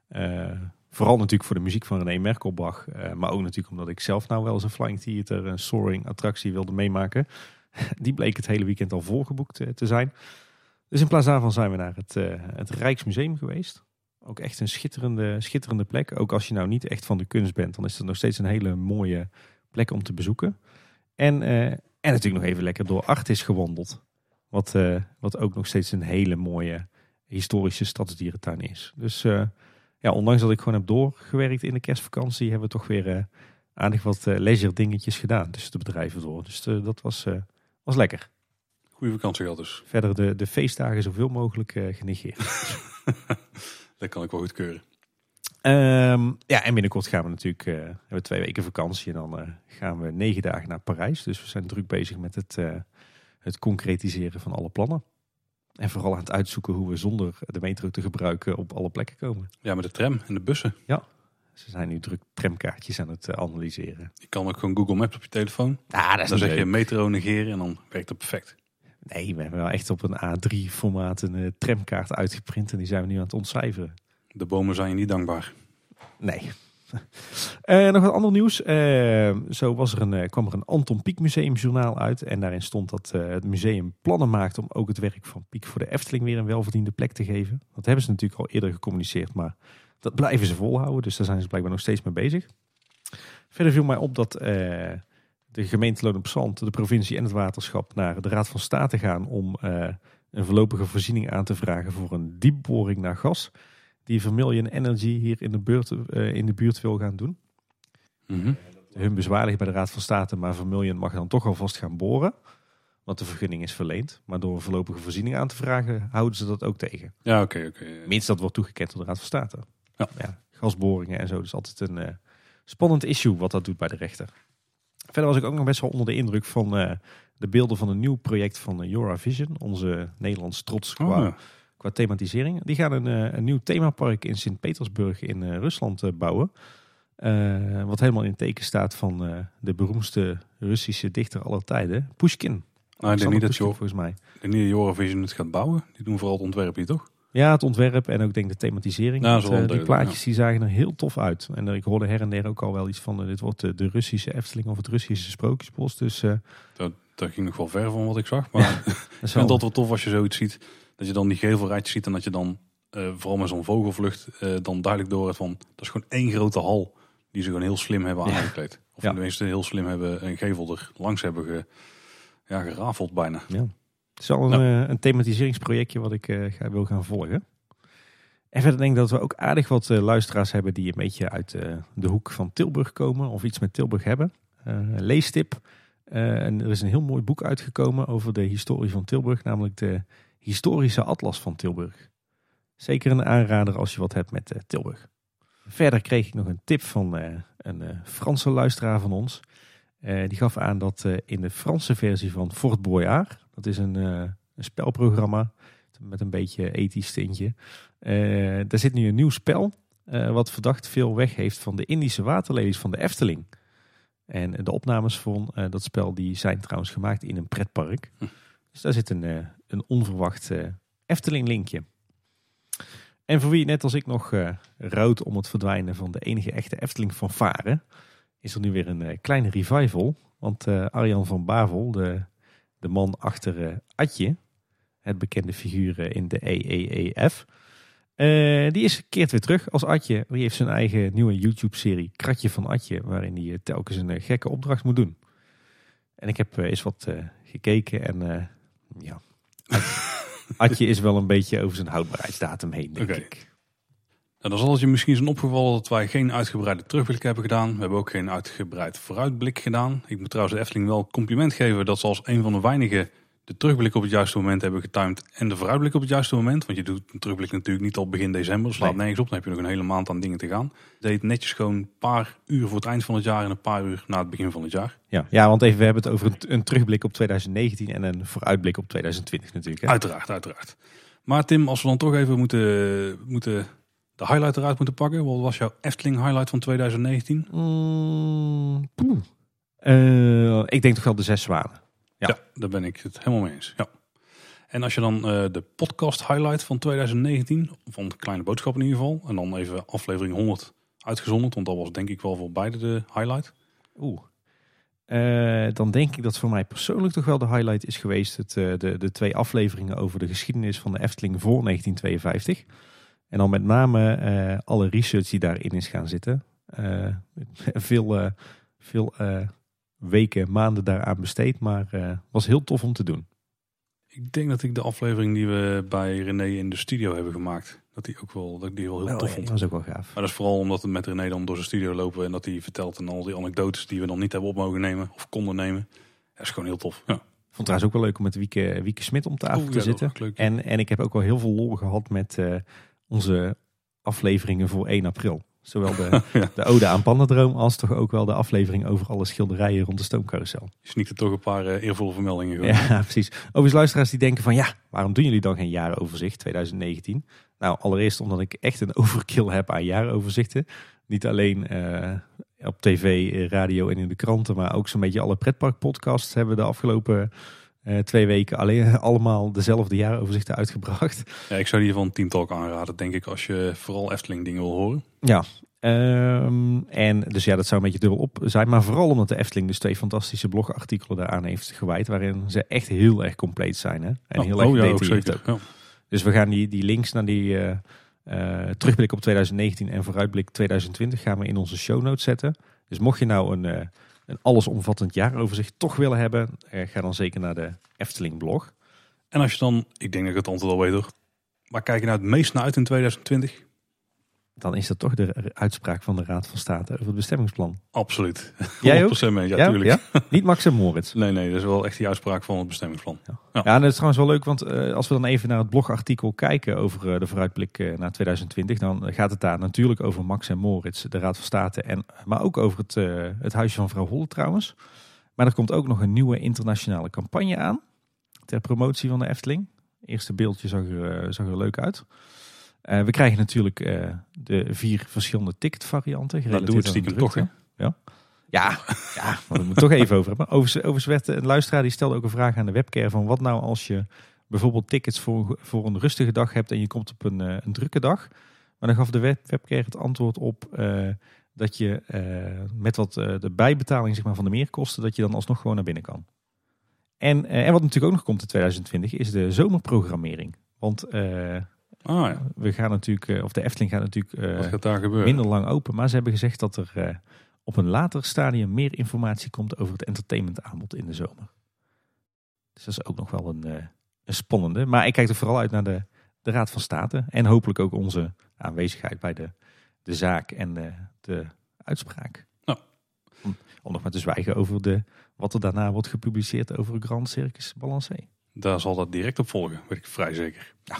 Speaker 2: Vooral natuurlijk voor de muziek van René Merkelbach. Maar ook natuurlijk omdat ik zelf nou wel eens een Flying Theater, een soaring attractie wilde meemaken. Die bleek het hele weekend al volgeboekt te zijn. Dus in plaats daarvan zijn we naar het Rijksmuseum geweest. Ook echt een schitterende plek. Ook als je nou niet echt van de kunst bent, dan is het nog steeds een hele mooie plek om te bezoeken. En natuurlijk nog even lekker door Artis gewandeld. Wat ook nog steeds een hele mooie historische stadsdierentuin is. Dus ondanks dat ik gewoon heb doorgewerkt in de kerstvakantie, hebben we toch weer aardig wat leisure dingetjes gedaan tussen de bedrijven door. Dus dat was lekker.
Speaker 1: Goeie vakantie gehad dus.
Speaker 2: Verder de feestdagen zoveel mogelijk genegeerd.
Speaker 1: Dat kan ik wel goedkeuren.
Speaker 2: En binnenkort gaan we natuurlijk hebben we 2 weken vakantie en dan gaan we 9 dagen naar Parijs. Dus we zijn druk bezig met het concretiseren van alle plannen. En vooral aan het uitzoeken hoe we zonder de metro te gebruiken op alle plekken komen. Ja,
Speaker 1: met de tram en de bussen.
Speaker 2: Ja, ze zijn nu druk tramkaartjes aan het analyseren.
Speaker 1: Je kan ook gewoon Google Maps op je telefoon.
Speaker 2: Ah, dat is
Speaker 1: dan zeg
Speaker 2: leuk.
Speaker 1: Je metro negeren en dan werkt het perfect.
Speaker 2: Nee, we hebben wel echt op een A3 formaat een tramkaart uitgeprint en die zijn we nu aan het ontcijferen.
Speaker 1: De bomen zijn je niet dankbaar.
Speaker 2: Nee, Nog wat ander nieuws. Zo kwam er een Anton Pieck museumjournaal uit. En daarin stond dat het museum plannen maakt om ook het werk van Pieck voor de Efteling weer een welverdiende plek te geven. Dat hebben ze natuurlijk al eerder gecommuniceerd, maar dat blijven ze volhouden. Dus daar zijn ze blijkbaar nog steeds mee bezig. Verder viel mij op dat de gemeente Loon op Zand, de provincie en het waterschap naar de Raad van State gaan om een voorlopige voorziening aan te vragen voor een diepboring naar gas. Die Vermilion Energy hier in de buurt wil gaan doen.
Speaker 1: Mm-hmm.
Speaker 2: Hun bezwaar ligt bij de Raad van State, maar Vermilion mag dan toch alvast gaan boren. Want de vergunning is verleend. Maar door een voorlopige voorziening aan te vragen, houden ze dat ook tegen.
Speaker 1: Ja, oké.
Speaker 2: Minstens dat wordt toegekend door de Raad van State.
Speaker 1: Ja.
Speaker 2: Gasboringen en zo. Dus altijd een spannend issue wat dat doet bij de rechter. Verder was ik ook nog best wel onder de indruk van de beelden van een nieuw project van Euravision. Onze Nederlands trots qua thematisering. Die gaan een nieuw themapark in Sint-Petersburg in Rusland bouwen. Wat helemaal in het teken staat van de beroemdste Russische dichter aller tijden, Pushkin.
Speaker 1: Ik denk niet dat
Speaker 2: volgens mij.
Speaker 1: Eurovision het gaat bouwen. Die doen vooral het ontwerp hier, toch?
Speaker 2: Ja, het ontwerp en ook denk de thematisering.
Speaker 1: Ja,
Speaker 2: die plaatjes die zagen er heel tof uit. En ik hoorde her en der ook al wel iets van dit wordt de Russische Efteling of het Russische Sprookjesbos. Dus,
Speaker 1: dat ging nog wel ver van wat ik zag. Maar ik vind dat wel tof als je zoiets ziet. Dat je dan die gevelrijtjes ziet en dat je dan vooral met zo'n vogelvlucht dan duidelijk door hebt van dat is gewoon één grote hal die ze gewoon heel slim hebben aangekleed. Of tenminste heel slim hebben een gevel er langs hebben gerafeld bijna.
Speaker 2: Ja. Het is al een thematiseringsprojectje wat ik wil gaan volgen. En verder denk ik dat we ook aardig wat luisteraars hebben die een beetje uit de hoek van Tilburg komen of iets met Tilburg hebben. Leestip. En er is een heel mooi boek uitgekomen over de historie van Tilburg, namelijk de Historische Atlas van Tilburg. Zeker een aanrader als je wat hebt met Tilburg. Verder kreeg ik nog een tip van een Franse luisteraar van ons. Die gaf aan dat in de Franse versie van Fort Boyard, dat is een spelprogramma met een beetje ethisch tintje. Daar zit nu een nieuw spel wat verdacht veel weg heeft van de Indische waterlelies van de Efteling. En de opnames van dat spel die zijn trouwens gemaakt in een pretpark. Dus daar zit een onverwacht Efteling linkje. En voor wie net als ik nog rouwt om het verdwijnen van de enige echte Efteling fanfare, is er nu weer een kleine revival. Want Arjan van Bavel, de man achter Atje, het bekende figuur in de EEEF, die keert weer terug als Atje. Die heeft zijn eigen nieuwe YouTube-serie Kratje van Atje, waarin hij telkens een gekke opdracht moet doen. En ik heb eens wat gekeken en Atje is wel een beetje over zijn houdbaarheidsdatum heen, denk ik.
Speaker 1: Nou, dan zal het je misschien zijn opgevallen dat wij geen uitgebreide terugblik hebben gedaan. We hebben ook geen uitgebreid vooruitblik gedaan. Ik moet trouwens de Efteling wel compliment geven dat ze als een van de weinigen de terugblik op het juiste moment hebben getimed en de vooruitblik op het juiste moment. Want je doet een terugblik natuurlijk niet al begin december. Dat slaat nergens op. Dan heb je nog een hele maand aan dingen te gaan. Je deed netjes gewoon een paar uur voor het eind van het jaar en een paar uur na het begin van het jaar.
Speaker 2: Ja, want even, we hebben het over een terugblik op 2019 en een vooruitblik op 2020 natuurlijk. Hè?
Speaker 1: Uiteraard. Maar Tim, als we dan toch even moeten de highlight eruit moeten pakken. Wat was jouw Efteling highlight van 2019?
Speaker 2: Ik denk toch wel de 6 zwanen.
Speaker 1: Ja, daar ben ik het helemaal mee eens. Ja. En als je dan de podcast highlight van 2019, van de Kleine Boodschap in ieder geval, en dan even aflevering 100 uitgezonderd, want dat was denk ik wel voor beide de highlight.
Speaker 2: Dan denk ik dat voor mij persoonlijk toch wel de highlight is geweest de 2 afleveringen over de geschiedenis van de Efteling voor 1952. En dan met name alle research die daarin is gaan zitten. Veel weken, maanden daaraan besteed, maar was heel tof om te doen.
Speaker 1: Ik denk dat ik de aflevering die we bij René in de studio hebben gemaakt, dat die wel heel tof vond.
Speaker 2: Dat was ook wel gaaf.
Speaker 1: Maar dat is vooral omdat we met René dan door zijn studio lopen en dat hij vertelt en al die anekdotes die we dan niet hebben op mogen nemen of konden nemen. Dat is gewoon heel tof. Ja.
Speaker 2: Ik vond het trouwens ook wel leuk om met Wieke Smit om tafel te zitten.
Speaker 1: Leuk.
Speaker 2: En ik heb ook wel heel veel lol gehad met onze afleveringen voor 1 april. Zowel de ode aan Pandadroom als toch ook wel de aflevering over alle schilderijen rond de stoomcarousel.
Speaker 1: Je sneakt er toch een paar eervolle vermeldingen. Gewoon.
Speaker 2: Ja, precies. Overigens luisteraars die denken van waarom doen jullie dan geen jaaroverzicht 2019? Nou, allereerst omdat ik echt een overkill heb aan jaaroverzichten. Niet alleen op tv, radio en in de kranten, maar ook zo'n beetje alle pretparkpodcasts hebben de afgelopen 2 weken allemaal dezelfde jaaroverzichten uitgebracht.
Speaker 1: Ja, ik zou die van Team Talk aanraden, denk ik, als je vooral Efteling dingen wil horen.
Speaker 2: Ja, En dus ja, dat zou een beetje dubbel op zijn. Maar vooral omdat de Efteling dus 2 fantastische blogartikelen daaraan heeft gewijd. Waarin ze echt heel erg compleet zijn. Hè? En heel erg gedetailleerd ook.
Speaker 1: Ja.
Speaker 2: Dus we gaan die links naar die terugblik op 2019 en vooruitblik 2020 gaan we in onze show notes zetten. Dus mocht je nou een allesomvattend jaaroverzicht toch willen hebben, ga dan zeker naar de Efteling blog.
Speaker 1: En als je dan, ik denk dat ik het antwoord al weet hoor. Waar kijk je nou het meest naar uit in 2020?
Speaker 2: Dan is dat toch de uitspraak van de Raad van State over het bestemmingsplan.
Speaker 1: Absoluut. 100%
Speaker 2: Jij ook?
Speaker 1: mee, ja, tuurlijk.
Speaker 2: Ja? Niet Max en Moritz.
Speaker 1: Nee, dat is wel echt die uitspraak van het bestemmingsplan.
Speaker 2: Ja, en dat is trouwens wel leuk, want als we dan even naar het blogartikel kijken over de vooruitblik naar 2020, dan gaat het daar natuurlijk over Max en Moritz, de Raad van State, maar ook over het huisje van vrouw Holle trouwens. Maar er komt ook nog een nieuwe internationale campagne aan ter promotie van de Efteling. Het eerste beeldje zag er leuk uit. We krijgen natuurlijk de 4 verschillende ticketvarianten.
Speaker 1: Dat doen we het stiekem toch, hè?
Speaker 2: Ja, maar we moeten het toch even over hebben. Overigens werd een luisteraar die stelde ook een vraag aan de webcare van wat nou als je bijvoorbeeld tickets voor een rustige dag hebt en je komt op een drukke dag. Maar dan gaf de webcare het antwoord op dat je met wat de bijbetaling zeg maar, van de meerkosten, dat je dan alsnog gewoon naar binnen kan. En wat natuurlijk ook nog komt in 2020 is de zomerprogrammering. Want we gaan natuurlijk, of de Efteling gaat natuurlijk
Speaker 1: wat gaat daar gebeuren?
Speaker 2: Minder lang open. Maar ze hebben gezegd dat er op een later stadium meer informatie komt over het entertainmentaanbod in de zomer. Dus dat is ook nog wel een spannende. Maar ik kijk er vooral uit naar de Raad van State. En hopelijk ook onze aanwezigheid bij de zaak en de uitspraak.
Speaker 1: Nou.
Speaker 2: Om nog maar te zwijgen over wat er daarna wordt gepubliceerd over het Grand Circus Balancé.
Speaker 1: Daar zal dat direct op volgen, weet ik vrij zeker. Ja.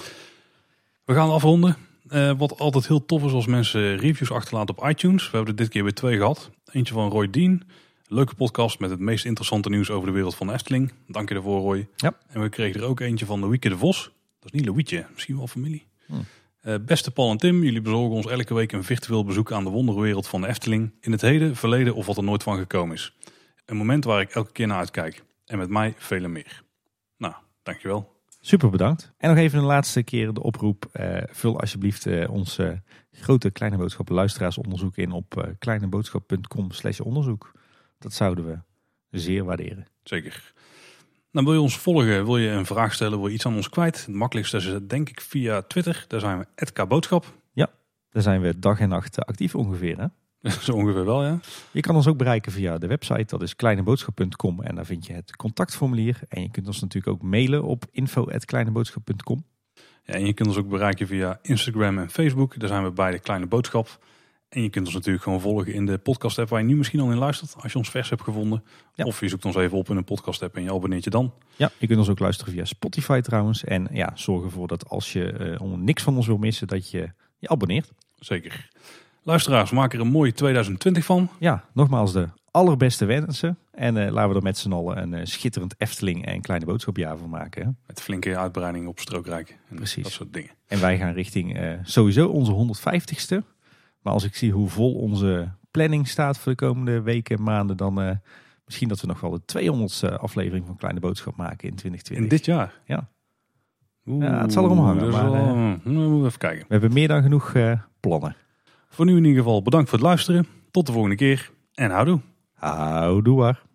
Speaker 1: We gaan afronden. Wat altijd heel tof is als mensen reviews achterlaten op iTunes. We hebben er dit keer weer 2 gehad. Eentje van Roy Dean. Leuke podcast met het meest interessante nieuws over de wereld van de Efteling. Dank je daarvoor, Roy.
Speaker 2: Ja.
Speaker 1: En we kregen er ook eentje van Louieke de Vos. Dat is niet Louietje, misschien wel familie. Beste Paul en Tim, jullie bezorgen ons elke week een virtueel bezoek aan de wonderwereld van de Efteling. In het heden, verleden of wat er nooit van gekomen is. Een moment waar ik elke keer naar uitkijk. En met mij vele meer. Nou, dankjewel.
Speaker 2: Super bedankt. En nog even een laatste keer de oproep. Vul alsjeblieft ons grote Kleine Boodschappen luisteraarsonderzoek in op kleineboodschap.com/onderzoek. Dat zouden we zeer waarderen.
Speaker 1: Zeker. Nou, wil je ons volgen, wil je een vraag stellen, wil je iets aan ons kwijt? Het makkelijkste is denk ik via Twitter. Daar zijn we @kboodschap.
Speaker 2: Ja, daar zijn we dag en nacht actief ongeveer. Hè?
Speaker 1: Zo ongeveer wel, ja.
Speaker 2: Je kan ons ook bereiken via de website, dat is kleineboodschap.com. En daar vind je het contactformulier. En je kunt ons natuurlijk ook mailen op info@kleineboodschap.com.
Speaker 1: Ja, en je kunt ons ook bereiken via Instagram en Facebook. Daar zijn we bij de Kleine Boodschap. En je kunt ons natuurlijk gewoon volgen in de podcast app waar je nu misschien al in luistert. Als je ons vers hebt gevonden. Ja. Of je zoekt ons even op in een podcast app en je abonneert je dan.
Speaker 2: Ja, je kunt ons ook luisteren via Spotify trouwens. En ja, zorg ervoor dat als je niks van ons wil missen, dat je je abonneert.
Speaker 1: Zeker. Luisteraars, we maken er een mooie 2020 van.
Speaker 2: Ja, nogmaals de allerbeste wensen. En laten we er met z'n allen een schitterend Efteling en Kleine Boodschapjaar van maken. Hè?
Speaker 1: Met flinke uitbreiding op Strookrijk. En
Speaker 2: precies.
Speaker 1: Dat soort dingen.
Speaker 2: En wij gaan richting sowieso onze 150ste. Maar als ik zie hoe vol onze planning staat voor de komende weken en maanden, dan misschien dat we nog wel de 200ste aflevering van Kleine Boodschap maken in 2020.
Speaker 1: In dit jaar?
Speaker 2: Ja. Ja, het zal erom hangen. Maar,
Speaker 1: we moeten even kijken.
Speaker 2: We hebben meer dan genoeg plannen.
Speaker 1: Voor nu in ieder geval bedankt voor het luisteren. Tot de volgende keer en houdoe.
Speaker 2: Houdoe waar.